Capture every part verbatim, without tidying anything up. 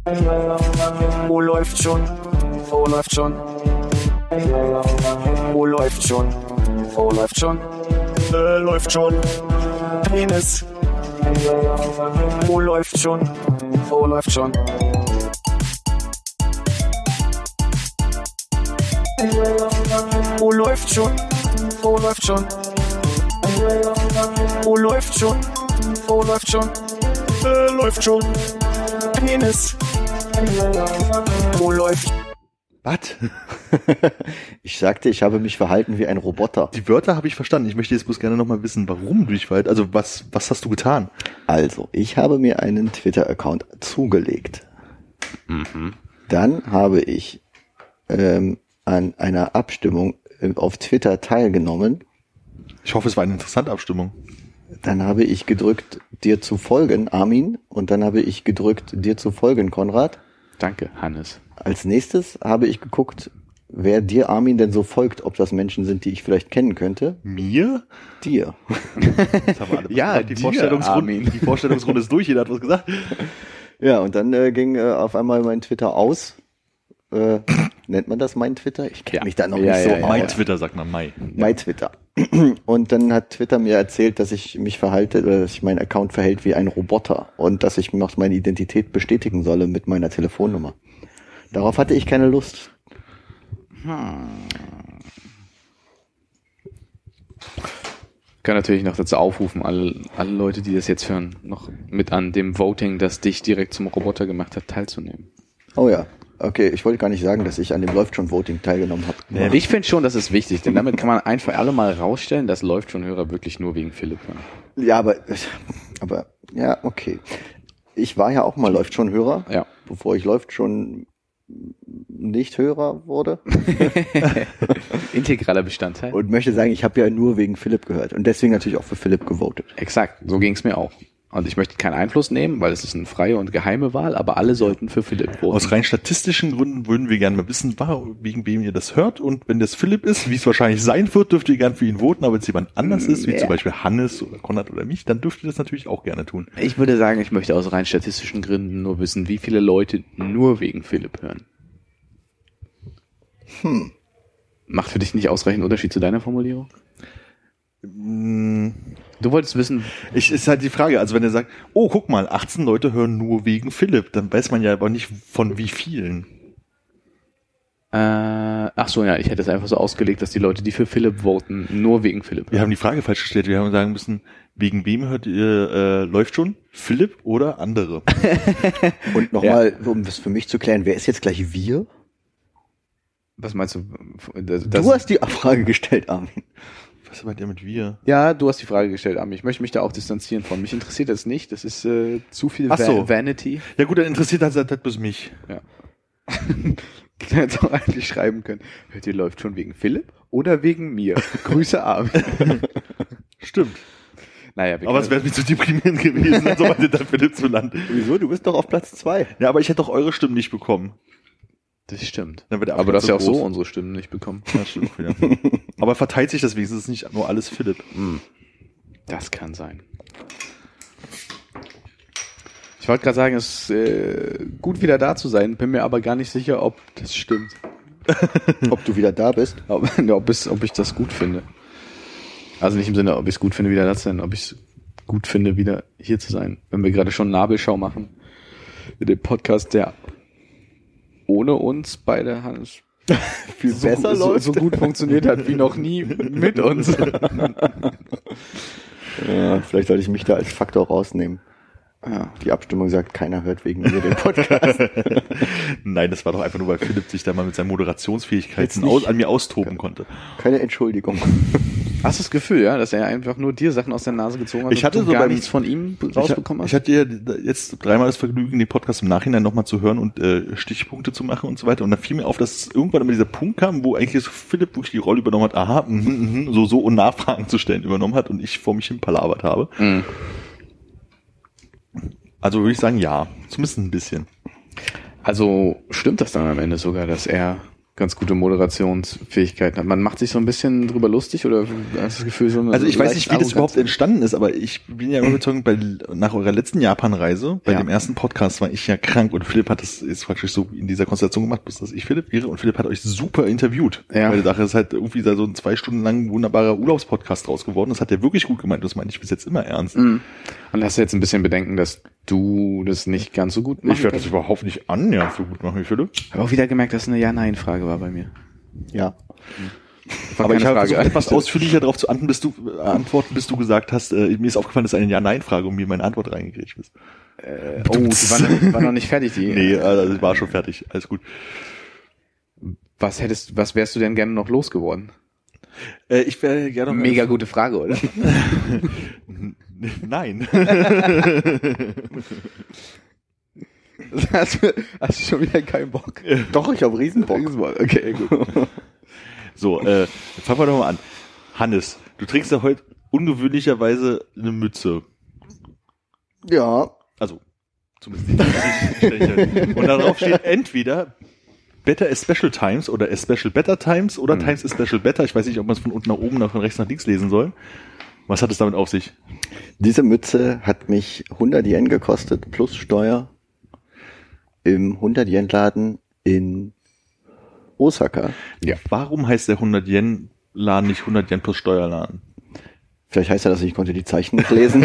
Oh, läuft schon. Oh, läuft schon. Oh, läuft schon. Oh, läuft schon. Äh, läuft schon. Penis. Oh, läuft schon. Oh, läuft schon. Oh, läuft schon. Oh, läuft schon. Oh, läuft schon. Oh, läuft schon. Äh, läuft schon. Penis. Oh, läuft. Was? Ich sagte, ich habe mich verhalten wie ein Roboter. Die Wörter habe ich verstanden. Ich möchte jetzt bloß gerne nochmal wissen, warum du dich verhalten. Also was, was hast du getan? Also, ich habe mir einen Twitter-Account zugelegt. Mhm. Dann habe ich ähm, an einer Abstimmung äh, auf Twitter teilgenommen. Ich hoffe, es war eine interessante Abstimmung. Dann habe ich gedrückt, dir zu folgen, Armin. Und dann habe ich gedrückt, dir zu folgen, Konrad. Danke, Hannes. Als nächstes habe ich geguckt, wer dir, Armin, denn so folgt, ob das Menschen sind, die ich vielleicht kennen könnte. Mir? Dir. Das haben wir alle ja, die dir, Vorstellungsrunde, Armin. die Vorstellungsrunde ist durch, jeder hat was gesagt. Ja, und dann äh, ging äh, auf einmal mein Twitter aus. Äh, nennt man das mein Twitter? Ich kenne Ja. mich da noch Ja, nicht ja, so ja, aus. Mein Twitter sagt man Mai. Mein Twitter. Und dann hat Twitter mir erzählt, dass ich mich verhalte, oder dass sich mein Account verhält wie ein Roboter und dass ich noch meine Identität bestätigen solle mit meiner Telefonnummer. Darauf hatte ich keine Lust. Hm. Ich kann natürlich noch dazu aufrufen, alle, alle Leute, die das jetzt hören, noch mit an dem Voting, das dich direkt zum Roboter gemacht hat, teilzunehmen. Oh ja. Okay, ich wollte gar nicht sagen, dass ich an dem Läuft schon Voting teilgenommen habe. Ja, ich finde schon, das ist wichtig, denn damit kann man ein für alle Mal rausstellen, dass Läuft schon Hörer wirklich nur wegen Philipp hören. Ja, aber, aber, ja, okay. Ich war ja auch mal Läuft schon Hörer, ja. bevor ich Läuft schon nicht Hörer wurde. Integraler Bestandteil. Und möchte sagen, ich habe ja nur wegen Philipp gehört und deswegen natürlich auch für Philipp gewotet. Exakt, so ging es mir auch. Und ich möchte keinen Einfluss nehmen, weil es ist eine freie und geheime Wahl, aber alle sollten für Philipp voten. Aus rein statistischen Gründen würden wir gerne mal wissen, wegen wem ihr das hört. Und wenn das Philipp ist, wie es wahrscheinlich sein wird, dürft ihr gerne für ihn voten. Aber wenn es jemand anders ist, wie Ja. zum Beispiel Hannes oder Konrad oder mich, dann dürft ihr das natürlich auch gerne tun. Ich würde sagen, ich möchte aus rein statistischen Gründen nur wissen, wie viele Leute nur wegen Philipp hören. Hm. Macht für dich nicht ausreichend Unterschied zu deiner Formulierung? Du wolltest wissen... Ich, ist halt die Frage, also wenn er sagt, oh, guck mal, achtzehn Leute hören nur wegen Philipp, dann weiß man ja aber nicht von wie vielen. Äh, ach so, ja, ich hätte es einfach so ausgelegt, dass die Leute, die für Philipp voten, nur wegen Philipp. Wir haben die Frage falsch gestellt, wir haben sagen müssen, wegen wem hört ihr, äh, läuft schon? Philipp oder andere? Und nochmal, ja. um das für mich zu klären, wer ist jetzt gleich wir? Was meinst du? Das, du hast die Frage gestellt, Armin. Was meint ihr mit wir? Ja, du hast die Frage gestellt, Armin. Ich möchte mich da auch distanzieren von. Mich interessiert das nicht. Das ist äh, zu viel Ach so. Vanity. Ja gut, dann interessiert das halt bloß mich. Ja. Ich hätte jetzt auch eigentlich schreiben können. Hört ihr, läuft schon wegen Philipp oder wegen mir? Grüße, Armin. Stimmt. Naja, aber es wäre mir zu deprimierend gewesen, dann soll man dann Philipp zu landen. Wieso? Du bist doch auf Platz zwei. Ja, aber ich hätte doch eure Stimmen nicht bekommen. Das stimmt. Dann wird der aber du hast so ja auch groß. so unsere Stimmen nicht bekommen. Ja, stimmt auch wieder. Aber verteilt sich das wenigstens, ist nicht nur alles Philipp. Das kann sein. Ich wollte gerade sagen, es ist äh, gut wieder da zu sein, bin mir aber gar nicht sicher, ob das stimmt. Ob du wieder da bist? Ob, ja, ob, es, ob ich das gut finde. Also nicht im Sinne, ob ich es gut finde, wieder da zu sein, ob ich es gut finde, wieder hier zu sein. Wenn wir gerade schon Nabelschau machen. Mit dem Podcast, der ohne uns beide, Hannes, viel so, besser so, läuft. so gut funktioniert hat wie noch nie mit uns. Ja, vielleicht sollte ich mich da als Faktor rausnehmen. Ja. Die Abstimmung sagt, keiner hört wegen mir den Podcast. Nein, das war doch einfach nur, weil Philipp sich da mal mit seinen Moderationsfähigkeiten aus, an mir austoben konnte. Keine Entschuldigung. Hast du das Gefühl, ja, dass er einfach nur dir Sachen aus der Nase gezogen hat ich hatte und du so gar beim, nichts von ihm rausbekommen hast? Ich hatte ja jetzt dreimal das Vergnügen, den Podcast im Nachhinein nochmal zu hören und äh, Stichpunkte zu machen und so weiter. Und dann fiel mir auf, dass irgendwann immer dieser Punkt kam, wo eigentlich so Philipp wirklich die Rolle übernommen hat, aha, mh, mh, so, so und Nachfragen zu stellen übernommen hat und ich vor mich hin palabert habe. Mhm. Also würde ich sagen, ja. Zumindest ein bisschen. Also stimmt das dann am Ende sogar, dass er ganz gute Moderationsfähigkeiten hat. Man macht sich so ein bisschen drüber lustig oder hast du das Gefühl, so eine Also ich so weiß nicht, wie das Arroganz? überhaupt entstanden ist, aber ich bin ja überzeugt, bei, nach eurer letzten Japan-Reise, bei Ja. dem ersten Podcast war ich ja krank und Philipp hat das jetzt praktisch so in dieser Konstellation gemacht, bis dass ich Philipp wäre und Philipp hat euch super interviewt. Ja. Bei der Sache ist halt irgendwie da so ein zwei Stunden lang wunderbarer Urlaubspodcast draus geworden. Das hat er wirklich gut gemeint, das meine ich bis jetzt immer ernst. Mhm. Und hast du jetzt ein bisschen Bedenken, dass du das nicht ganz so gut machst? Ich werde das überhaupt nicht annähernd so gut machen wie Philipp. habe auch wieder gemerkt, dass es eine Ja-Nein-Frage war bei mir. Ja. War Aber keine ich habe Frage. versucht, etwas ausführlicher darauf zu antworten, bis du, äh, antworten, bis du gesagt hast, äh, mir ist aufgefallen, dass eine Ja-Nein-Frage und mir meine Antwort reingegrätscht bist. Äh, oh, die war noch, war noch nicht fertig, die. Nee, also war schon fertig. Alles gut. Was hättest, was wärst du denn gerne noch losgeworden? Äh, ich wäre gerne noch... Mega gute Frage, oder? Nein. hast, du, hast du schon wieder keinen Bock? Doch, ich habe Riesenbock. Okay, gut. So, äh, fangen wir doch mal an. Hannes, du trägst ja heute ungewöhnlicherweise eine Mütze. Ja. Also, zumindest die Stecher. Und darauf steht entweder Better is Special Times oder is Special Better Times oder Hm. Times is Special Better. Ich weiß nicht, ob man es von unten nach oben, nach von rechts nach links lesen soll. Was hat es damit auf sich? Diese Mütze hat mich hundert Yen gekostet plus Steuer im hundert Yen Laden in Osaka. Ja. Warum heißt der hundert Yen Laden nicht hundert Yen plus Steuerladen? Vielleicht heißt ja, dass ich konnte die Zeichen nicht lesen.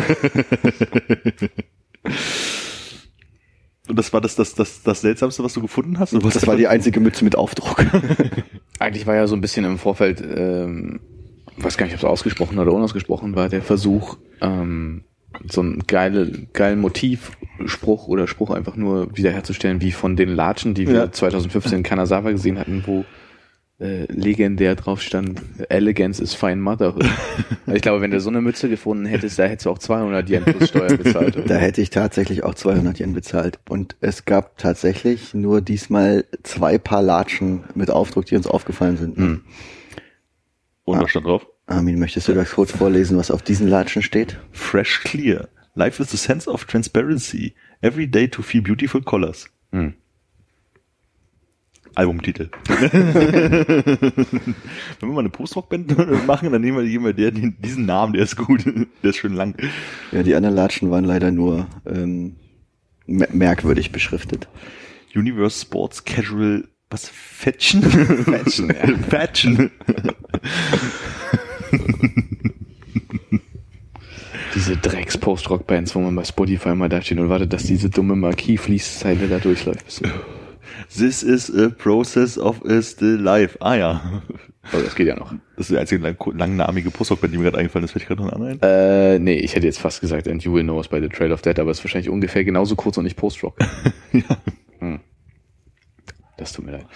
Und das war das, das, das, das Seltsamste, was du gefunden hast? Oder was Das war die einzige Mütze mit Aufdruck. Eigentlich war ja so ein bisschen im Vorfeld, ähm, weiß gar nicht, ob es ausgesprochen oder unausgesprochen war, der Versuch, ähm, so einen geile, geilen Motivspruch oder Spruch einfach nur wiederherzustellen, wie von den Latschen, die wir Ja. zwanzig fünfzehn in Kanazawa gesehen hatten, wo äh, legendär drauf stand, Elegance is fine motherhood. Ich glaube, wenn du so eine Mütze gefunden hättest, da hättest du auch zweihundert Yen plus Steuer bezahlt. Da hätte ich tatsächlich auch zweihundert Yen bezahlt. Und es gab tatsächlich nur diesmal zwei Paar Latschen mit Aufdruck, die uns aufgefallen sind. Hm. Und was stand drauf? Armin, möchtest du das kurz vorlesen, was auf diesen Latschen steht? Fresh clear. Life with a sense of transparency. Every day to feel beautiful colors. Hm. Albumtitel. Wenn wir mal eine Postrock-Band machen, dann nehmen wir, nehmen wir der, den, diesen Namen, der ist gut. Der ist schön lang. Ja, die anderen Latschen waren leider nur ähm, mer- merkwürdig beschriftet. Universe Sports Casual, was? Fashion? Fashion, ja. Fashion. Diese Drecks-Post-Rock-Bands, wo man bei Spotify mal da steht und wartet, dass diese dumme Marquis-Fließzeile da durchläuft. This is a process of a still life. Ah ja. Oh, das geht ja noch. Das ist die einzige lang, langnamige Postrock-Band, die mir gerade eingefallen ist. Fällt ich gerade noch an ein? Äh, nee, ich hätte jetzt fast gesagt, And You Will Know Us by the Trail of Dead, aber es ist wahrscheinlich ungefähr genauso kurz und nicht Post-Rock. Ja. Hm. Das tut mir leid.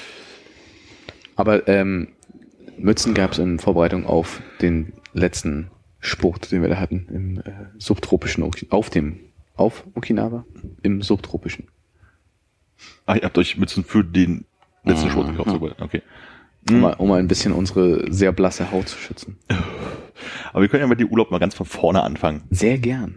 Aber ähm, Mützen gab es in Vorbereitung auf den letzten Sport, den wir da hatten, im äh, subtropischen, Oki- auf dem, auf Okinawa, im subtropischen. Ah, ihr habt euch Mützen für den letzten Mhm. Sport gekauft. Super. Okay. Um, mal, um mal ein bisschen unsere sehr blasse Haut zu schützen. Aber wir können ja mit dem Urlaub mal ganz von vorne anfangen. Sehr gern.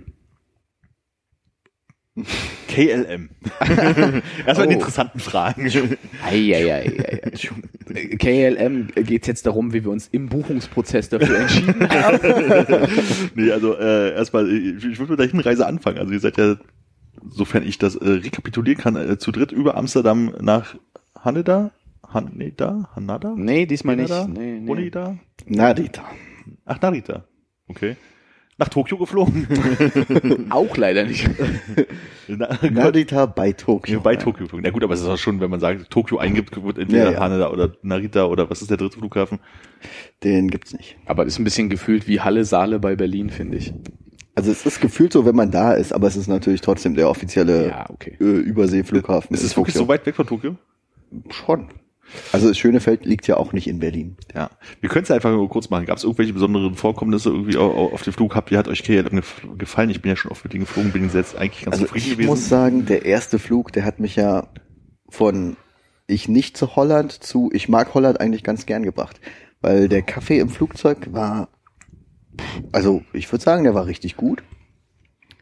K L M. Erstmal Oh. die interessanten Fragen. Eieiei. K L M geht jetzt darum, wie wir uns im Buchungsprozess dafür entschieden haben. Nee, also äh, erstmal, ich, ich würde mit der Hinreise anfangen. Also ihr seid ja, sofern ich das äh, rekapitulieren kann, äh, zu dritt über Amsterdam nach Haneda? Haneda? Hanada? Nee, diesmal nicht. Haneda? Nee, nee. Onida? Narita. Ach, Narita. Okay. Nach Tokio geflogen. Auch leider nicht. Na, Narita bei Tokio. bei Tokio geflogen. Ja gut, aber es ist auch schon, wenn man sagt, Tokio eingibt, wird entweder Ja, ja. Haneda oder Narita oder was ist der dritte Flughafen? Den gibt's nicht. Aber das ist ein bisschen gefühlt wie Halle Saale bei Berlin, finde ich. Also es ist gefühlt so, wenn man da ist, aber es ist natürlich trotzdem der offizielle Ja, okay. äh, Überseeflughafen. Ist in es wirklich Tokio. so weit weg von Tokio? Schon. Also das Schönefeld liegt ja auch nicht in Berlin. Ja. Wir können es ja einfach nur kurz machen. Gab es irgendwelche besonderen Vorkommnisse irgendwie au- auf dem Flug? Habt ihr, hat euch K L M gef- gefallen? Ich bin ja schon oft mit denen geflogen, bin jetzt eigentlich ganz Also zufrieden ich gewesen. muss sagen, der erste Flug, der hat mich ja von ich nicht zu Holland zu ich mag Holland eigentlich ganz gern gebracht. Weil der Kaffee im Flugzeug war, also ich würde sagen, der war richtig gut.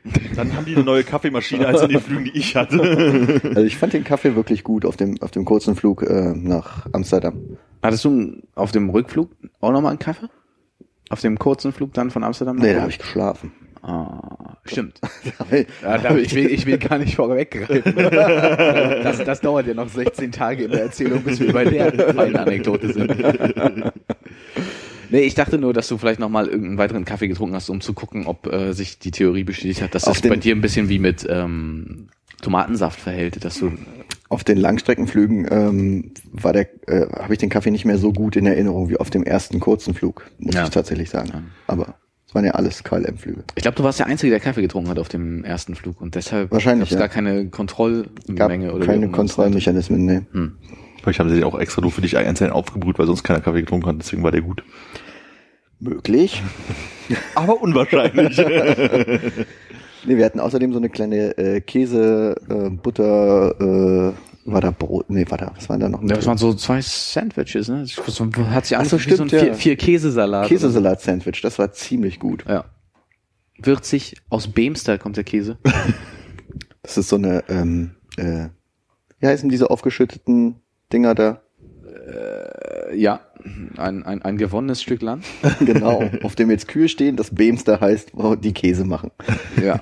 Dann haben die eine neue Kaffeemaschine als in den Flügen, die ich hatte. Also ich fand den Kaffee wirklich gut auf dem auf dem kurzen Flug äh, nach Amsterdam. Hattest du auf dem Rückflug auch nochmal einen Kaffee? Auf dem kurzen Flug dann von Amsterdam? Nee, da habe ich geschlafen. Ah, stimmt. Ja, Ja, da, ich, will, ich will gar nicht vorweggreifen. Das, das dauert ja noch sechzehn Tage in der Erzählung, bis wir bei der feinen Anekdote sind. Nee, ich dachte nur, dass du vielleicht nochmal irgendeinen weiteren Kaffee getrunken hast, um zu gucken, ob äh, sich die Theorie bestätigt hat, dass Auf das den- bei dir ein bisschen wie mit ähm, Tomatensaft verhält, dass du Auf den Langstreckenflügen ähm, war der, äh, habe ich den Kaffee nicht mehr so gut in Erinnerung wie auf dem ersten kurzen Flug, muss Ja. ich tatsächlich sagen. Ja. Aber es waren ja alles K L M-Flüge. Ich glaube, du warst der Einzige, der Kaffee getrunken hat auf dem ersten Flug und deshalb Wahrscheinlich, gab es ja. gar keine Kontrollmenge Gab oder wie keine auch immer das Kontrollmechanismen, nee. Hm. Vielleicht haben sie den auch extra nur für dich einzeln aufgebrüht, weil sonst keiner Kaffee getrunken hat, deswegen war der gut. Möglich. Aber unwahrscheinlich. Nee, wir hatten außerdem so eine kleine äh, Käse, äh, Butter, äh, war da Brot, nee, war da, was war da noch? Ja, das waren so zwei Sandwiches, ne? Das hat sich Ach so, angefühlt wie so ein stimmt, ja. vier, vier Käsesalat. Käsesalat-Sandwich, das war ziemlich gut. Ja. Würzig, aus Beemster kommt der Käse. Das ist so eine, ähm, äh, wie heißen diese aufgeschütteten Dinger da? Äh, ja, ein, ein, ein gewonnenes Stück Land. Genau, auf dem jetzt Kühe stehen, das Beemster heißt, wo die Käse machen. Ja.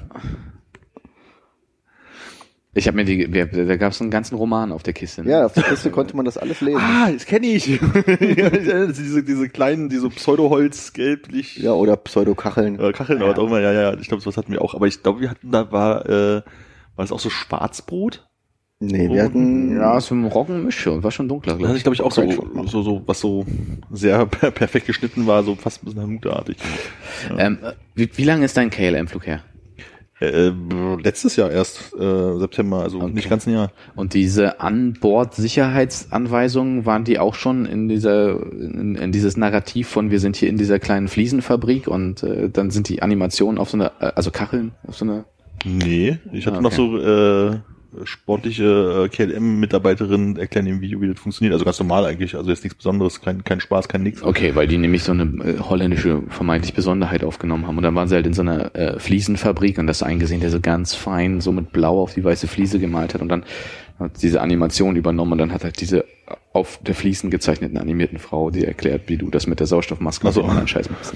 Ich habe mir die, da gab es einen ganzen Roman auf der Kiste. Ne? Ja, auf der Kiste konnte man das alles lesen. Ah, das kenne ich. Ja, diese, diese kleinen, diese Pseudoholz, gelblich. Ja, oder Pseudokacheln. Äh, Kacheln, Ja. aber auch immer, ja, ja, ich glaube, was hatten wir auch. Aber ich glaube, wir hatten, da war, äh, war das auch so Schwarzbrot? Nee, wir hatten, Ja, so ein Roggenmische und war schon dunkler, Das glaube hatte ich, glaube ich, auch so, Grapefruit. so, so, was so sehr per- perfekt geschnitten war, so fast ein bisschen Hanuta-artig. Ähm, wie, wie lange ist dein K L M-Flug her? Äh, letztes Jahr erst, äh, September, also Okay. nicht ganz ein Jahr. Und diese An-Bord-Sicherheitsanweisungen, waren die auch schon in dieser, in, in dieses Narrativ von wir sind hier in dieser kleinen Fliesenfabrik und äh, dann sind die Animationen auf so eine, äh, also Kacheln auf so eine. Nee, ich hatte Ah, noch okay. so äh, sportliche äh, K L M-Mitarbeiterinnen erklären im Video, wie das funktioniert. Also ganz normal eigentlich, also jetzt nichts Besonderes, kein, kein Spaß, kein nix. Okay, weil die nämlich so eine äh, holländische vermeintlich Besonderheit aufgenommen haben und dann waren sie halt in so einer äh, Fliesenfabrik und das eingesehen, der so ganz fein so mit Blau auf die weiße Fliese gemalt hat und dann hat diese Animation übernommen und dann hat halt diese auf der Fliesen gezeichneten animierten Frau, die erklärt, wie du das mit der Sauerstoffmaske Ach so. einen Scheiß machst.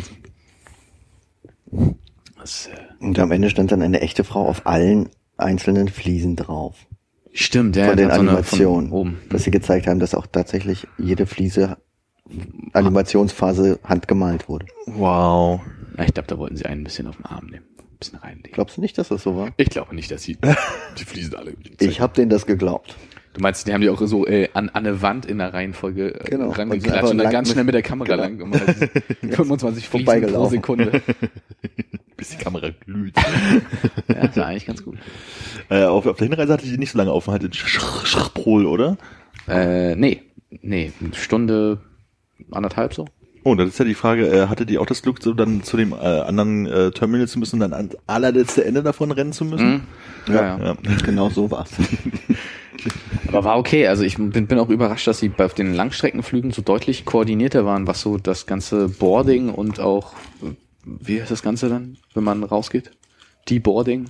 Das, äh, und am Ende stand dann eine echte Frau auf allen einzelnen Fliesen drauf. stimmt, ja. Von den hat so eine- Animationen. Von oben. Dass sie gezeigt haben, dass auch tatsächlich jede Fliese Animationsphase handgemalt wurde. Wow. Ja, ich glaube, da wollten sie einen ein bisschen auf den Arm nehmen. Ein bisschen reinlegen. Glaubst du nicht, dass das so war? Ich glaube nicht, dass sie die Fliesen alle. Ich habe denen das geglaubt. Du meinst, die haben die auch so äh, an, an eine Wand in der Reihenfolge äh, Genau. Und sind rangeklatscht einfach und dann lang ganz mit- schnell mit der Kamera genau. lang gemacht. fünfundzwanzig Fliesen pro Vorbeigelaufen. Sekunde. Bis die Kamera glüht. Ja, das war eigentlich ganz gut. äh, auf, auf der Hinreise hatte ich die nicht so lange aufgehalten. Sch- Schachbrol, oder? Äh, nee, nee, eine Stunde, anderthalb so. Oh, das ist ja die Frage, äh, hatte die auch das Glück, so dann zu dem äh, anderen äh, Terminal zu müssen und dann ans allerletzte Ende davon rennen zu müssen? Mhm. Ja, ja. Ja. Genau so war's. Aber war okay. Also ich bin, bin auch überrascht, dass sie bei den Langstreckenflügen so deutlich koordinierter waren, was so das ganze Boarding und auch, äh, wie heißt das Ganze dann, wenn man rausgeht? Deboarding?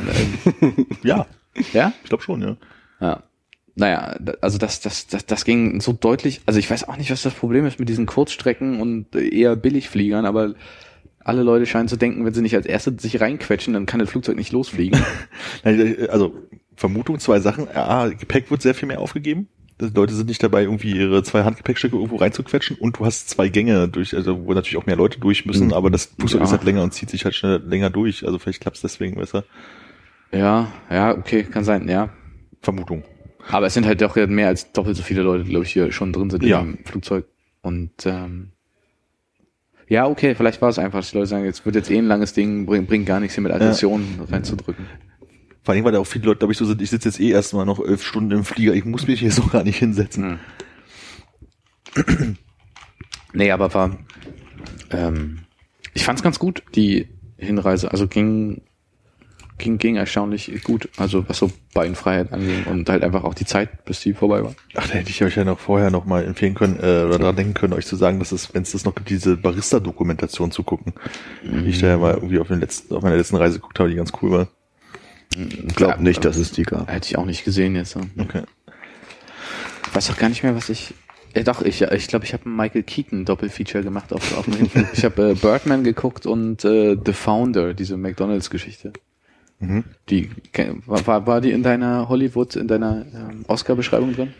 Ja, Ja? ich glaube schon, ja. Ja. Naja, da- also das, das, das, das ging so deutlich, also ich weiß auch nicht, was das Problem ist mit diesen Kurzstrecken und eher Billigfliegern, aber alle Leute scheinen zu denken, wenn sie nicht als Erste sich reinquetschen, dann kann das Flugzeug nicht losfliegen. Also, Vermutung, zwei Sachen. A, Gepäck wird sehr viel mehr aufgegeben. Die Leute sind nicht dabei, irgendwie ihre zwei Handgepäckstücke irgendwo reinzuquetschen und du hast zwei Gänge durch, also wo natürlich auch mehr Leute durch müssen, Mhm. aber das Flugzeug Ja. ist halt länger und zieht sich halt schnell länger durch. Also vielleicht klappt es deswegen besser. Ja, ja, okay, kann sein, ja. Vermutung. Aber es sind halt doch mehr als doppelt so viele Leute, glaube ich, hier schon drin sind Ja. im Flugzeug. Und ähm, ja, okay, vielleicht war es einfach, dass die Leute sagen, jetzt wird jetzt eh ein langes Ding, bringt bringt gar nichts hier mit Aggression reinzudrücken. Vor allem, weil da auch viele Leute, glaube ich, so sind, ich sitze jetzt eh erstmal noch elf Stunden im Flieger, ich muss mich hier so gar nicht hinsetzen. Hm. Nee, aber war ähm, ich fand's ganz gut, die Hinreise. Also ging ging, ging erstaunlich gut. Also was so Beinfreiheit anging und halt einfach auch die Zeit, bis die vorbei war. Ach, da hätte ich euch ja noch vorher noch mal empfehlen können, äh, oder daran denken können, euch zu sagen, dass es, wenn es das noch gibt, diese Barista-Dokumentation zu gucken. Mhm. Die ich da ja mal irgendwie auf den letzten, auf meiner letzten Reise geguckt habe, die ganz cool war. Ich glaube nicht, dass es die gab. Hätte ich auch nicht gesehen jetzt. So. Okay. Ich weiß auch gar nicht mehr, was ich... Ja, doch, ich ich glaube, ich habe ein Michael Keaton Doppelfeature gemacht auf, auf dem Hinflug. Ich habe äh, Birdman geguckt und äh, The Founder, diese McDonalds-Geschichte. Mhm. Die war, war die in deiner Hollywood, in deiner ähm, Oscar-Beschreibung drin?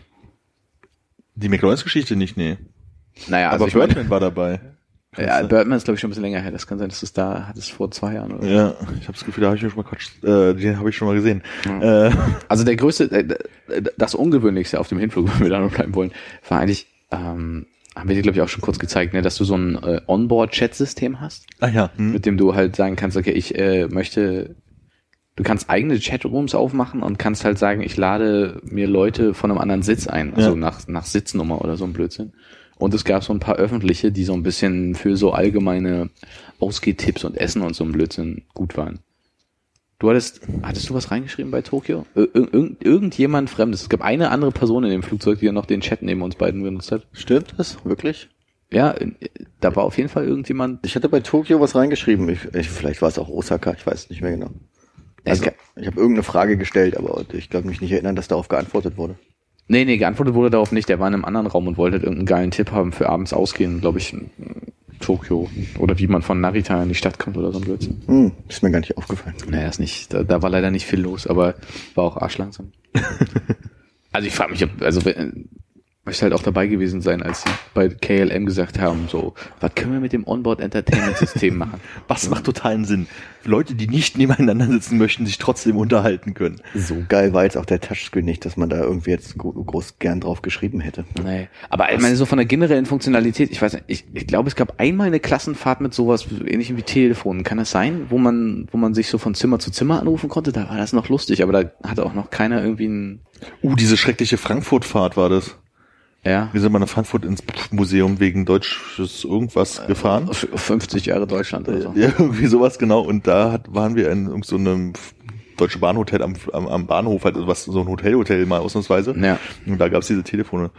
Die McDonalds-Geschichte nicht, nee. Naja, Aber also ich meine, Birdman war dabei. ja, Birdman ist glaube ich schon ein bisschen länger her. Das kann sein, dass du es da hattest vor zwei Jahren oder so. Ja, ich habe das Gefühl, da habe ich mir schon mal Quatsch, äh, den habe ich schon mal gesehen. Ja. Äh, Also der größte, äh, das Ungewöhnlichste auf dem Hinflug, wenn wir da noch bleiben wollen, war eigentlich, ähm, haben wir dir glaube ich auch schon kurz gezeigt, ne, dass du so ein äh, Onboard-Chat-System hast, ach ja. Hm. mit dem du halt sagen kannst, okay, ich äh, möchte, du kannst eigene Chatrooms aufmachen und kannst halt sagen, ich lade mir Leute von einem anderen Sitz ein, also Ja. nach nach Sitznummer oder so ein Blödsinn. Und es gab so ein paar öffentliche, die so ein bisschen für so allgemeine Ausgehtipps und Essen und so ein Blödsinn gut waren. Du hattest, hattest du was reingeschrieben bei Tokio? Ir irgend, irgendjemand Fremdes. Es gab eine andere Person in dem Flugzeug, die ja noch den Chat neben uns beiden benutzt hat. Stimmt das? Wirklich? Ja, da war auf jeden Fall irgendjemand. Ich hatte bei Tokio was reingeschrieben. Ich, ich, vielleicht war es auch Osaka, ich weiß es nicht mehr genau. Also, Es ich habe irgendeine Frage gestellt, aber ich glaube mich nicht erinnern, dass darauf geantwortet wurde. Nee, nee, geantwortet wurde darauf nicht. Der war in einem anderen Raum und wollte halt irgendeinen geilen Tipp haben für abends ausgehen, glaube ich, in Tokio. Oder wie man von Narita in die Stadt kommt oder so ein Blödsinn. Hm, ist mir gar nicht aufgefallen. Naja, ist nicht, da, da war leider nicht viel los, aber war auch arschlangsam. Also ich frage mich, ob, also wenn, möchte halt auch dabei gewesen sein, als sie bei K L M gesagt haben, so, was können wir mit dem Onboard-Entertainment-System machen? Was macht totalen Sinn? Leute, die nicht nebeneinander sitzen möchten, sich trotzdem unterhalten können. So geil war jetzt auch der Touchscreen nicht, dass man da irgendwie jetzt groß gern drauf geschrieben hätte. Nee. Aber ich meine, so von der generellen Funktionalität, ich weiß nicht, ich, ich glaube, es gab einmal eine Klassenfahrt mit sowas, ähnlichem wie Telefonen. Kann das sein? Wo man, wo man sich so von Zimmer zu Zimmer anrufen konnte? Da war das noch lustig, aber da hatte auch noch keiner irgendwie ein, Uh, diese schreckliche Frankfurt-Fahrt war das. ja. Wir sind mal nach Frankfurt ins Museum wegen deutsches irgendwas gefahren. fünfzig Jahre Deutschland oder so. Ja, irgendwie sowas, genau. Und da hat, waren wir in irgend so einem deutsche Bahnhotel am, am, am Bahnhof, halt was, so ein Hotel-Hotel mal ausnahmsweise. Ja. Und da gab's diese Telefone.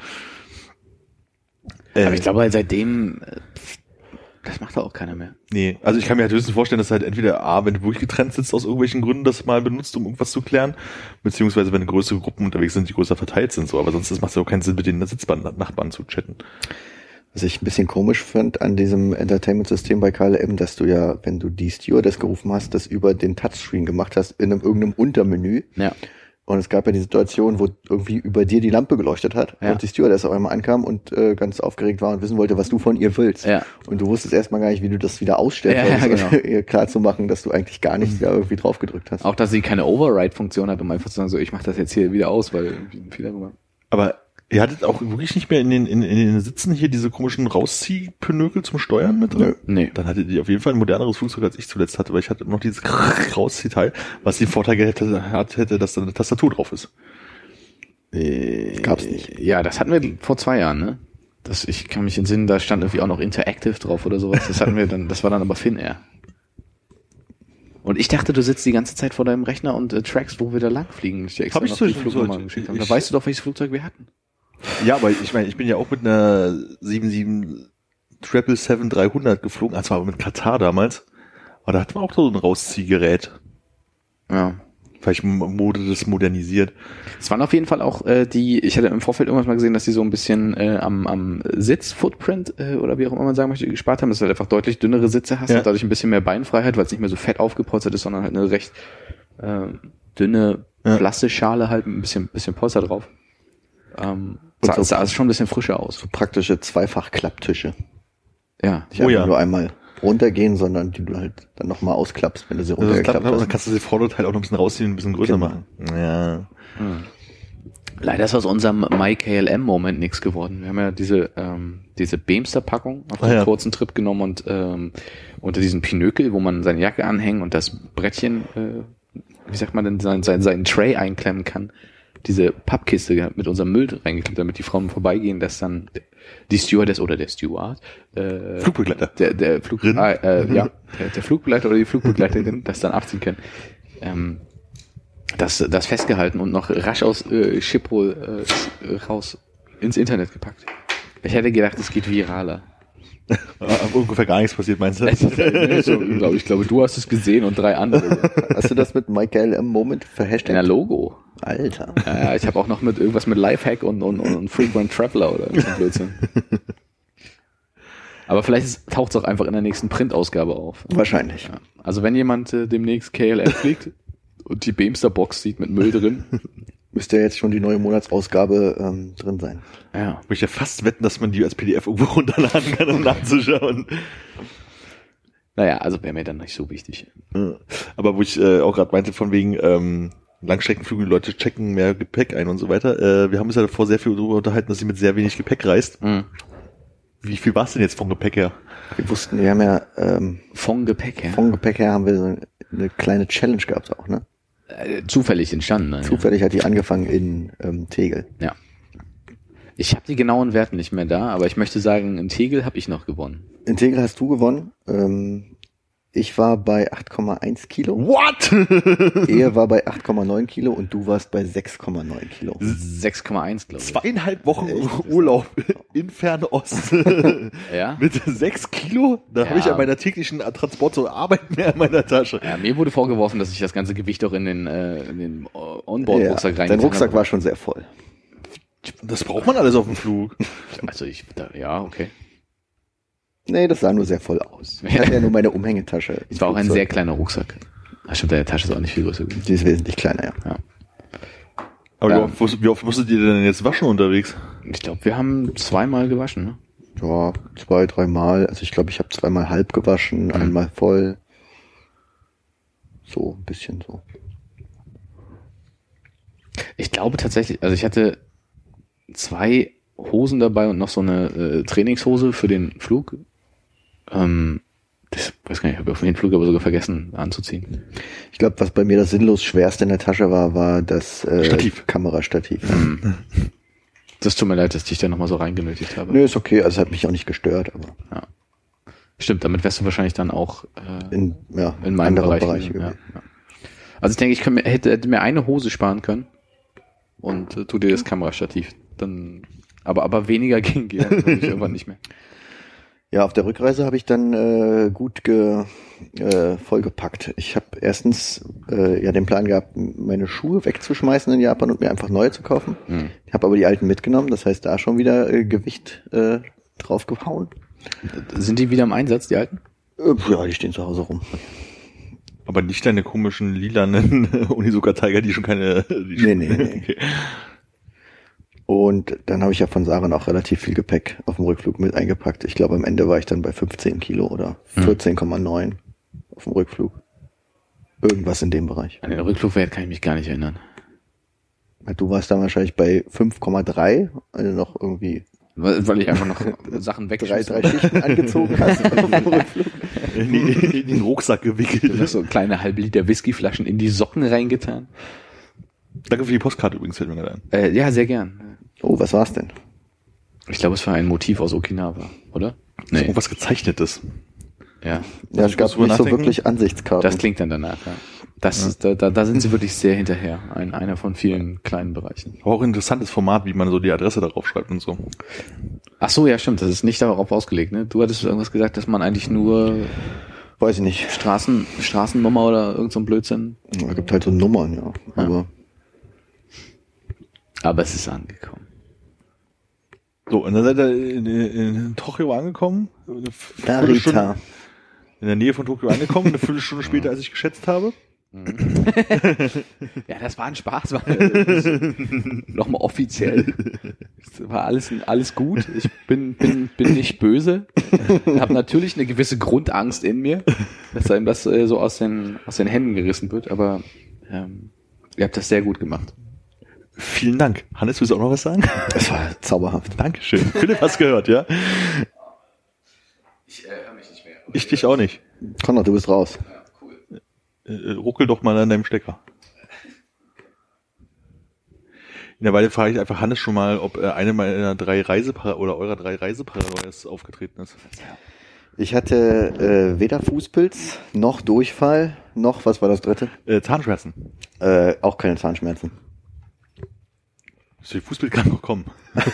Aber Äh, ich glaube halt seitdem, äh, das macht doch auch keiner mehr. Nee, also ich kann mir halt höchstens vorstellen, dass halt entweder A, wenn du wirklich getrennt sitzt aus irgendwelchen Gründen, das mal benutzt, um irgendwas zu klären, beziehungsweise wenn größere Gruppen unterwegs sind, die größer verteilt sind, so. Aber sonst macht es ja auch keinen Sinn, mit den Sitzbahn-Nachbarn zu chatten. Was ich ein bisschen komisch fand an diesem Entertainment-System bei K L M, dass du ja, wenn du die Stewardess gerufen hast, das über den Touchscreen gemacht hast, in einem irgendeinem Untermenü. Ja. Und es gab ja die Situation, wo irgendwie über dir die Lampe geleuchtet hat Ja. und die Stewardess auf einmal ankam und äh, ganz aufgeregt war und wissen wollte, was du von ihr willst. Ja. Und du wusstest erstmal gar nicht, wie du das wieder ausstellen Ja, wolltest, ja, um genau. ihr klar zu machen, dass du eigentlich gar nichts da irgendwie drauf gedrückt hast. Auch, dass sie keine Override-Funktion hat, um einfach zu sagen, so, ich mach das jetzt hier wieder aus, weil irgendwie ein Fehler gemacht. Aber ihr hattet auch wirklich nicht mehr in den, in, in den Sitzen hier diese komischen Rausziehpönökel zum Steuern mit drin? Nee. Dann hattet ihr auf jeden Fall ein moderneres Flugzeug, als ich zuletzt hatte, weil ich hatte noch dieses Rausziehteil, was den Vorteil hätte, hat, hätte, dass da eine Tastatur drauf ist. Äh, Gab's nicht. Ja, das hatten wir vor zwei Jahren, ne? Das, ich kann mich entsinnen, da stand irgendwie auch noch Interactive drauf oder sowas. Das hatten wir dann, das war dann aber Finnair. Und ich dachte, du sitzt die ganze Zeit vor deinem Rechner und äh, trackst, wo wir da lang fliegen. Ich dir extra Hab ich noch so- die so- Flugnummern so- geschickt haben. ich- Da weißt du doch, welches Flugzeug wir hatten. Ja, aber ich meine, ich bin ja auch mit einer sieben sieben sieben sieben dreihundert geflogen, ah, zwar mit Katar damals, aber da hatten wir auch so ein Rausziehgerät. Ja. Vielleicht wurde das modernisiert. Es waren auf jeden Fall auch äh, die, ich hatte im Vorfeld irgendwas mal gesehen, dass die so ein bisschen äh, am, am Sitz-Footprint äh, oder wie auch immer man sagen möchte, gespart haben, dass du halt einfach deutlich dünnere Sitze hast Ja. und dadurch ein bisschen mehr Beinfreiheit, weil es nicht mehr so fett aufgepolstert ist, sondern halt eine recht äh, dünne Ja. Plastikschale halt mit ein bisschen, bisschen Polster drauf. Ähm, Und sah, so- sah also schon ein bisschen frischer aus. So praktische Zweifach-Klapptische. Ja. Nicht Oh einfach ja. nur einmal runtergehen, sondern die du halt dann nochmal ausklappst, wenn du sie Also das klappt, runtergeklappt dann hast. kannst du das Vorderteil auch noch ein bisschen rausziehen, ein bisschen größer Genau. machen. Ja. Leider ist aus unserem MyKLM-Moment nichts geworden. Wir haben ja diese ähm, diese Beamster-Packung auf Ah, den ja. kurzen Trip genommen und ähm, unter diesen Pinökel, wo man seine Jacke anhängen und das Brettchen, äh, wie sagt man denn, sein, sein, seinen Tray einklemmen kann, diese Pappkiste mit unserem Müll reingeklemmt, damit die Frauen vorbeigehen, dass dann die Stewardess oder der Steward, äh, Flugbegleiter. der, der Flug, Rin. ah, äh, ja, der, der Flugbegleiter oder die Flugbegleiterin das dann abziehen können. ähm, das, das festgehalten und noch rasch aus äh, Schiphol äh, raus ins Internet gepackt. Ich hätte gedacht, es geht viraler. Aber ungefähr gar nichts passiert, meinst du? Nee, so, glaub, ich glaube, du hast es gesehen und drei andere. Hast du das mit Michael M. Moment verhashtagt? In der Logo. Alter. Ja, ich habe auch noch mit irgendwas mit Lifehack und, und, und Frequent Traveler oder so Blödsinn. Aber vielleicht taucht es auch einfach in der nächsten Printausgabe auf. Wahrscheinlich. Ja. Also wenn jemand äh, demnächst K L M fliegt und die Beamster-Box sieht mit Müll drin. Müsste ja jetzt schon die neue Monatsausgabe ähm, drin sein. Ja. Ich ja fast wetten, dass man die als P D F irgendwo runterladen kann, um nachzuschauen. Naja, also wäre mir dann nicht so wichtig. Aber wo ich äh, auch gerade meinte, von wegen ähm, Langstreckenflüge, die Leute checken mehr Gepäck ein und so weiter. Äh, wir haben uns ja davor sehr viel darüber unterhalten, dass sie mit sehr wenig Gepäck reist. Mhm. Wie viel war es denn jetzt vom Gepäck her? Wir wussten, wir haben ja ähm, Vom Gepäck her. vom Gepäck her haben wir so eine kleine Challenge gehabt auch, ne? Äh, zufällig entstanden. Ne? Zufällig hat die angefangen in ähm, Tegel. Ja. Ich habe die genauen Werte nicht mehr da, aber ich möchte sagen, in Tegel habe ich noch gewonnen. In Tegel hast du gewonnen. Ähm, ich war bei acht Komma eins Kilo. What? Er war bei acht Komma neun Kilo und du warst bei sechs Komma neun Kilo. sechs Komma eins, glaube ich. Zweieinhalb Wochen Urlaub in Fernost. Ja? Mit sechs Kilo? Da Ja. habe ich an meiner täglichen Transport zur Arbeit mehr in meiner Tasche. Ja, mir wurde vorgeworfen, dass ich das ganze Gewicht auch in den, äh, in den Onboard-Rucksack Ja, reingetan dein Rucksack habe. war schon sehr voll. Das braucht man alles auf dem Flug. Also ich, da, ja, okay. Nee, das sah nur sehr voll aus. Ich hatte ja nur meine Umhängetasche. Es war auch ein sehr kleiner Rucksack. Ach stimmt, deine Tasche ist auch nicht viel größer gewesen. Die ist wesentlich kleiner, ja. Ja. Aber Ja. wie, oft, musstet- wie oft musstet ihr denn jetzt waschen unterwegs? Ich glaube, wir haben zweimal gewaschen, ne? Ja, zwei, dreimal. Also ich glaube, ich habe zweimal halb gewaschen, einmal voll. So, ein bisschen so. Ich glaube tatsächlich, also ich hatte zwei Hosen dabei und noch so eine äh, Trainingshose für den Flug. Ähm, das weiß gar nicht, ich habe auf den Flug aber sogar vergessen anzuziehen. Ich glaube, was bei mir das sinnlos schwerste in der Tasche war, war das äh, Stativ. Kamerastativ. Das tut mir leid, dass ich dich da nochmal so reingenötigt habe. Nö, ist okay, also es hat mich auch nicht gestört, aber Ja. Stimmt, damit wärst du wahrscheinlich dann auch äh, in, ja, in meinem andere Bereich. Bereiche gewesen, gewesen. ja, ja. Also ich denke, ich könnte, mir- hätte, hätte mir eine Hose sparen können und äh, tu dir das Kamerastativ. Dann, aber aber weniger ging ja, ich irgendwann nicht mehr. Ja, auf der Rückreise habe ich dann äh, gut ge, äh, vollgepackt. Ich habe erstens äh, ja den Plan gehabt, meine Schuhe wegzuschmeißen in Japan und mir einfach neue zu kaufen. Mhm. Ich habe aber die alten mitgenommen, das heißt da schon wieder äh, Gewicht äh, draufgehauen. Sind die wieder im Einsatz, die alten? Äh, ja, die stehen zu Hause rum. Aber nicht deine komischen lilanen Onitsuka Tiger, die schon keine... Die schon, Nee, nee, nee. Okay. Und dann habe ich ja von Saren auch relativ viel Gepäck auf dem Rückflug mit eingepackt. Ich glaube, am Ende war ich dann bei fünfzehn Kilo oder vierzehn Komma neun auf dem Rückflug. Irgendwas in dem Bereich. An den Rückflugwert kann ich mich gar nicht erinnern. Du warst dann wahrscheinlich bei fünf Komma drei, also noch irgendwie Weil, weil ich einfach noch Sachen drei, weggeschmissen drei Schichten angezogen hast auf dem Rückflug. In, die, in den Rucksack gewickelt. noch so kleine halbe Liter Whiskyflaschen in die Socken reingetan. Danke für die Postkarte übrigens, fällt mir gerade ein. Äh, ja, sehr gern. Oh, was war's denn? Ich glaube, es war ein Motiv aus Okinawa, oder? Nee. Irgendwas Gezeichnetes. Ja, Ja, es gab drüber nicht so nachdenken? wirklich Ansichtskarten. das klingt dann danach, ja. Das ist, da, da, da sind sie wirklich sehr hinterher. Ein, einer von vielen kleinen Bereichen. Aber auch ein interessantes Format, wie man so die Adresse darauf schreibt und so. Ach so, ja, stimmt. Das ist nicht darauf ausgelegt, ne? Du hattest irgendwas gesagt, dass man eigentlich nur Weiß ich nicht. Straßen, Straßennummer oder irgend so ein Blödsinn. Es gibt halt so Nummern, ja. Aber Aber es ist angekommen. So, und dann seid ihr in, in, in Tokio angekommen. Eine Viertelstunde- Narita. In der Nähe von Tokio angekommen, eine Viertelstunde später, als ich geschätzt habe. Ja, das war ein Spaß. War, nochmal offiziell. Es war alles, alles gut. Ich bin, bin, bin nicht böse. Ich habe natürlich eine gewisse Grundangst in mir, dass einem das äh, so aus den, aus den Händen gerissen wird. Aber ähm, ihr habt das sehr gut gemacht. Vielen Dank. Hannes, willst du auch noch was sagen? Das war zauberhaft. Dankeschön. Philipp, hast gehört, ja? Ich äh, höre mich nicht mehr. Ich dich auch nicht. Konrad, du bist raus. Ja, cool. Äh, ruckel doch mal an deinem Stecker. In der Weile frage ich einfach Hannes schon mal, ob äh, eine meiner drei Reisepara oder eurer drei Reiseparanoias aufgetreten ist. Ich hatte äh, weder Fußpilz, noch Durchfall, noch, was war das dritte? Äh, Zahnschmerzen. Äh, auch keine Zahnschmerzen. Die Fußpilz kann noch kommen.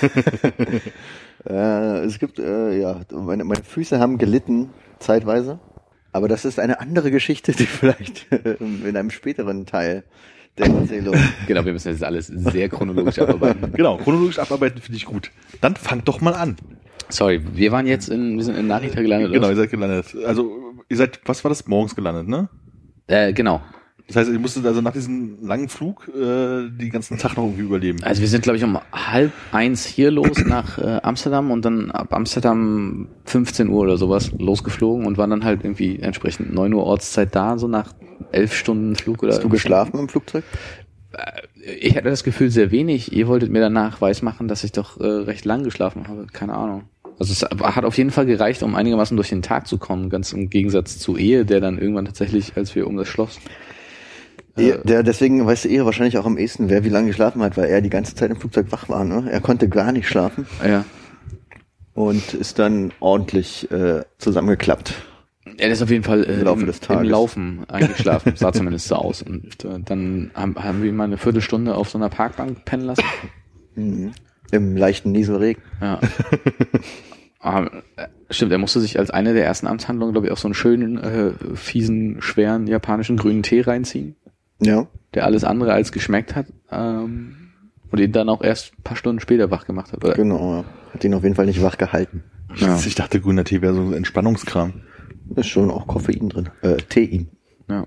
äh, es gibt, äh, ja, meine, meine Füße haben gelitten, zeitweise. Aber das ist eine andere Geschichte, die vielleicht in einem späteren Teil der Erzählung. Genau, wir müssen jetzt alles sehr chronologisch abarbeiten. Genau, chronologisch abarbeiten finde ich gut. Dann fangt doch mal an. Sorry, wir waren jetzt in, wir sind in Narita gelandet. Genau, oder? ihr seid gelandet. Also, ihr seid, was war das, morgens gelandet, ne? Äh, genau. Das heißt, ihr musstet also nach diesem langen Flug äh, den ganzen Tag noch irgendwie überleben. Also wir sind, glaube ich, um halb eins hier los nach äh, Amsterdam und dann ab Amsterdam fünfzehn Uhr oder sowas losgeflogen und waren dann halt irgendwie entsprechend neun Uhr Ortszeit da, so nach elf Stunden Flug oder. Hast du geschlafen im Flugzeug? Ich hatte das Gefühl sehr wenig. Ihr wolltet mir danach weismachen, dass ich doch äh, recht lang geschlafen habe. Keine Ahnung. Also es hat auf jeden Fall gereicht, um einigermaßen durch den Tag zu kommen, ganz im Gegensatz zu Ehe, der dann irgendwann tatsächlich, als wir um das Schloss Er, der, deswegen weißt du eher wahrscheinlich auch am ehesten, wer wie lange geschlafen hat, weil er die ganze Zeit im Flugzeug wach war. Ne? Er konnte gar nicht schlafen Ja. und ist dann ordentlich äh, zusammengeklappt. Er ist auf jeden Fall äh, Im Laufe im, des Tages. im Laufen eingeschlafen, sah zumindest so aus. Und äh, dann haben, haben wir ihn mal eine Viertelstunde auf so einer Parkbank pennen lassen. Mhm. Im leichten Nieselregen. Ja. Aber, äh, stimmt, er musste sich als eine der ersten Amtshandlungen, glaube ich, auch so einen schönen, äh, fiesen, schweren japanischen grünen Tee reinziehen, Ja. der alles andere als geschmeckt hat. Ähm, und ihn dann auch erst ein paar Stunden später wach gemacht hat. Oder? Genau. Ja. Hat ihn auf jeden Fall nicht wach gehalten. Ja. Ich dachte, grüner Tee wäre so ein Entspannungskram. Da ist schon auch Koffein drin. Äh, Tein. Ja.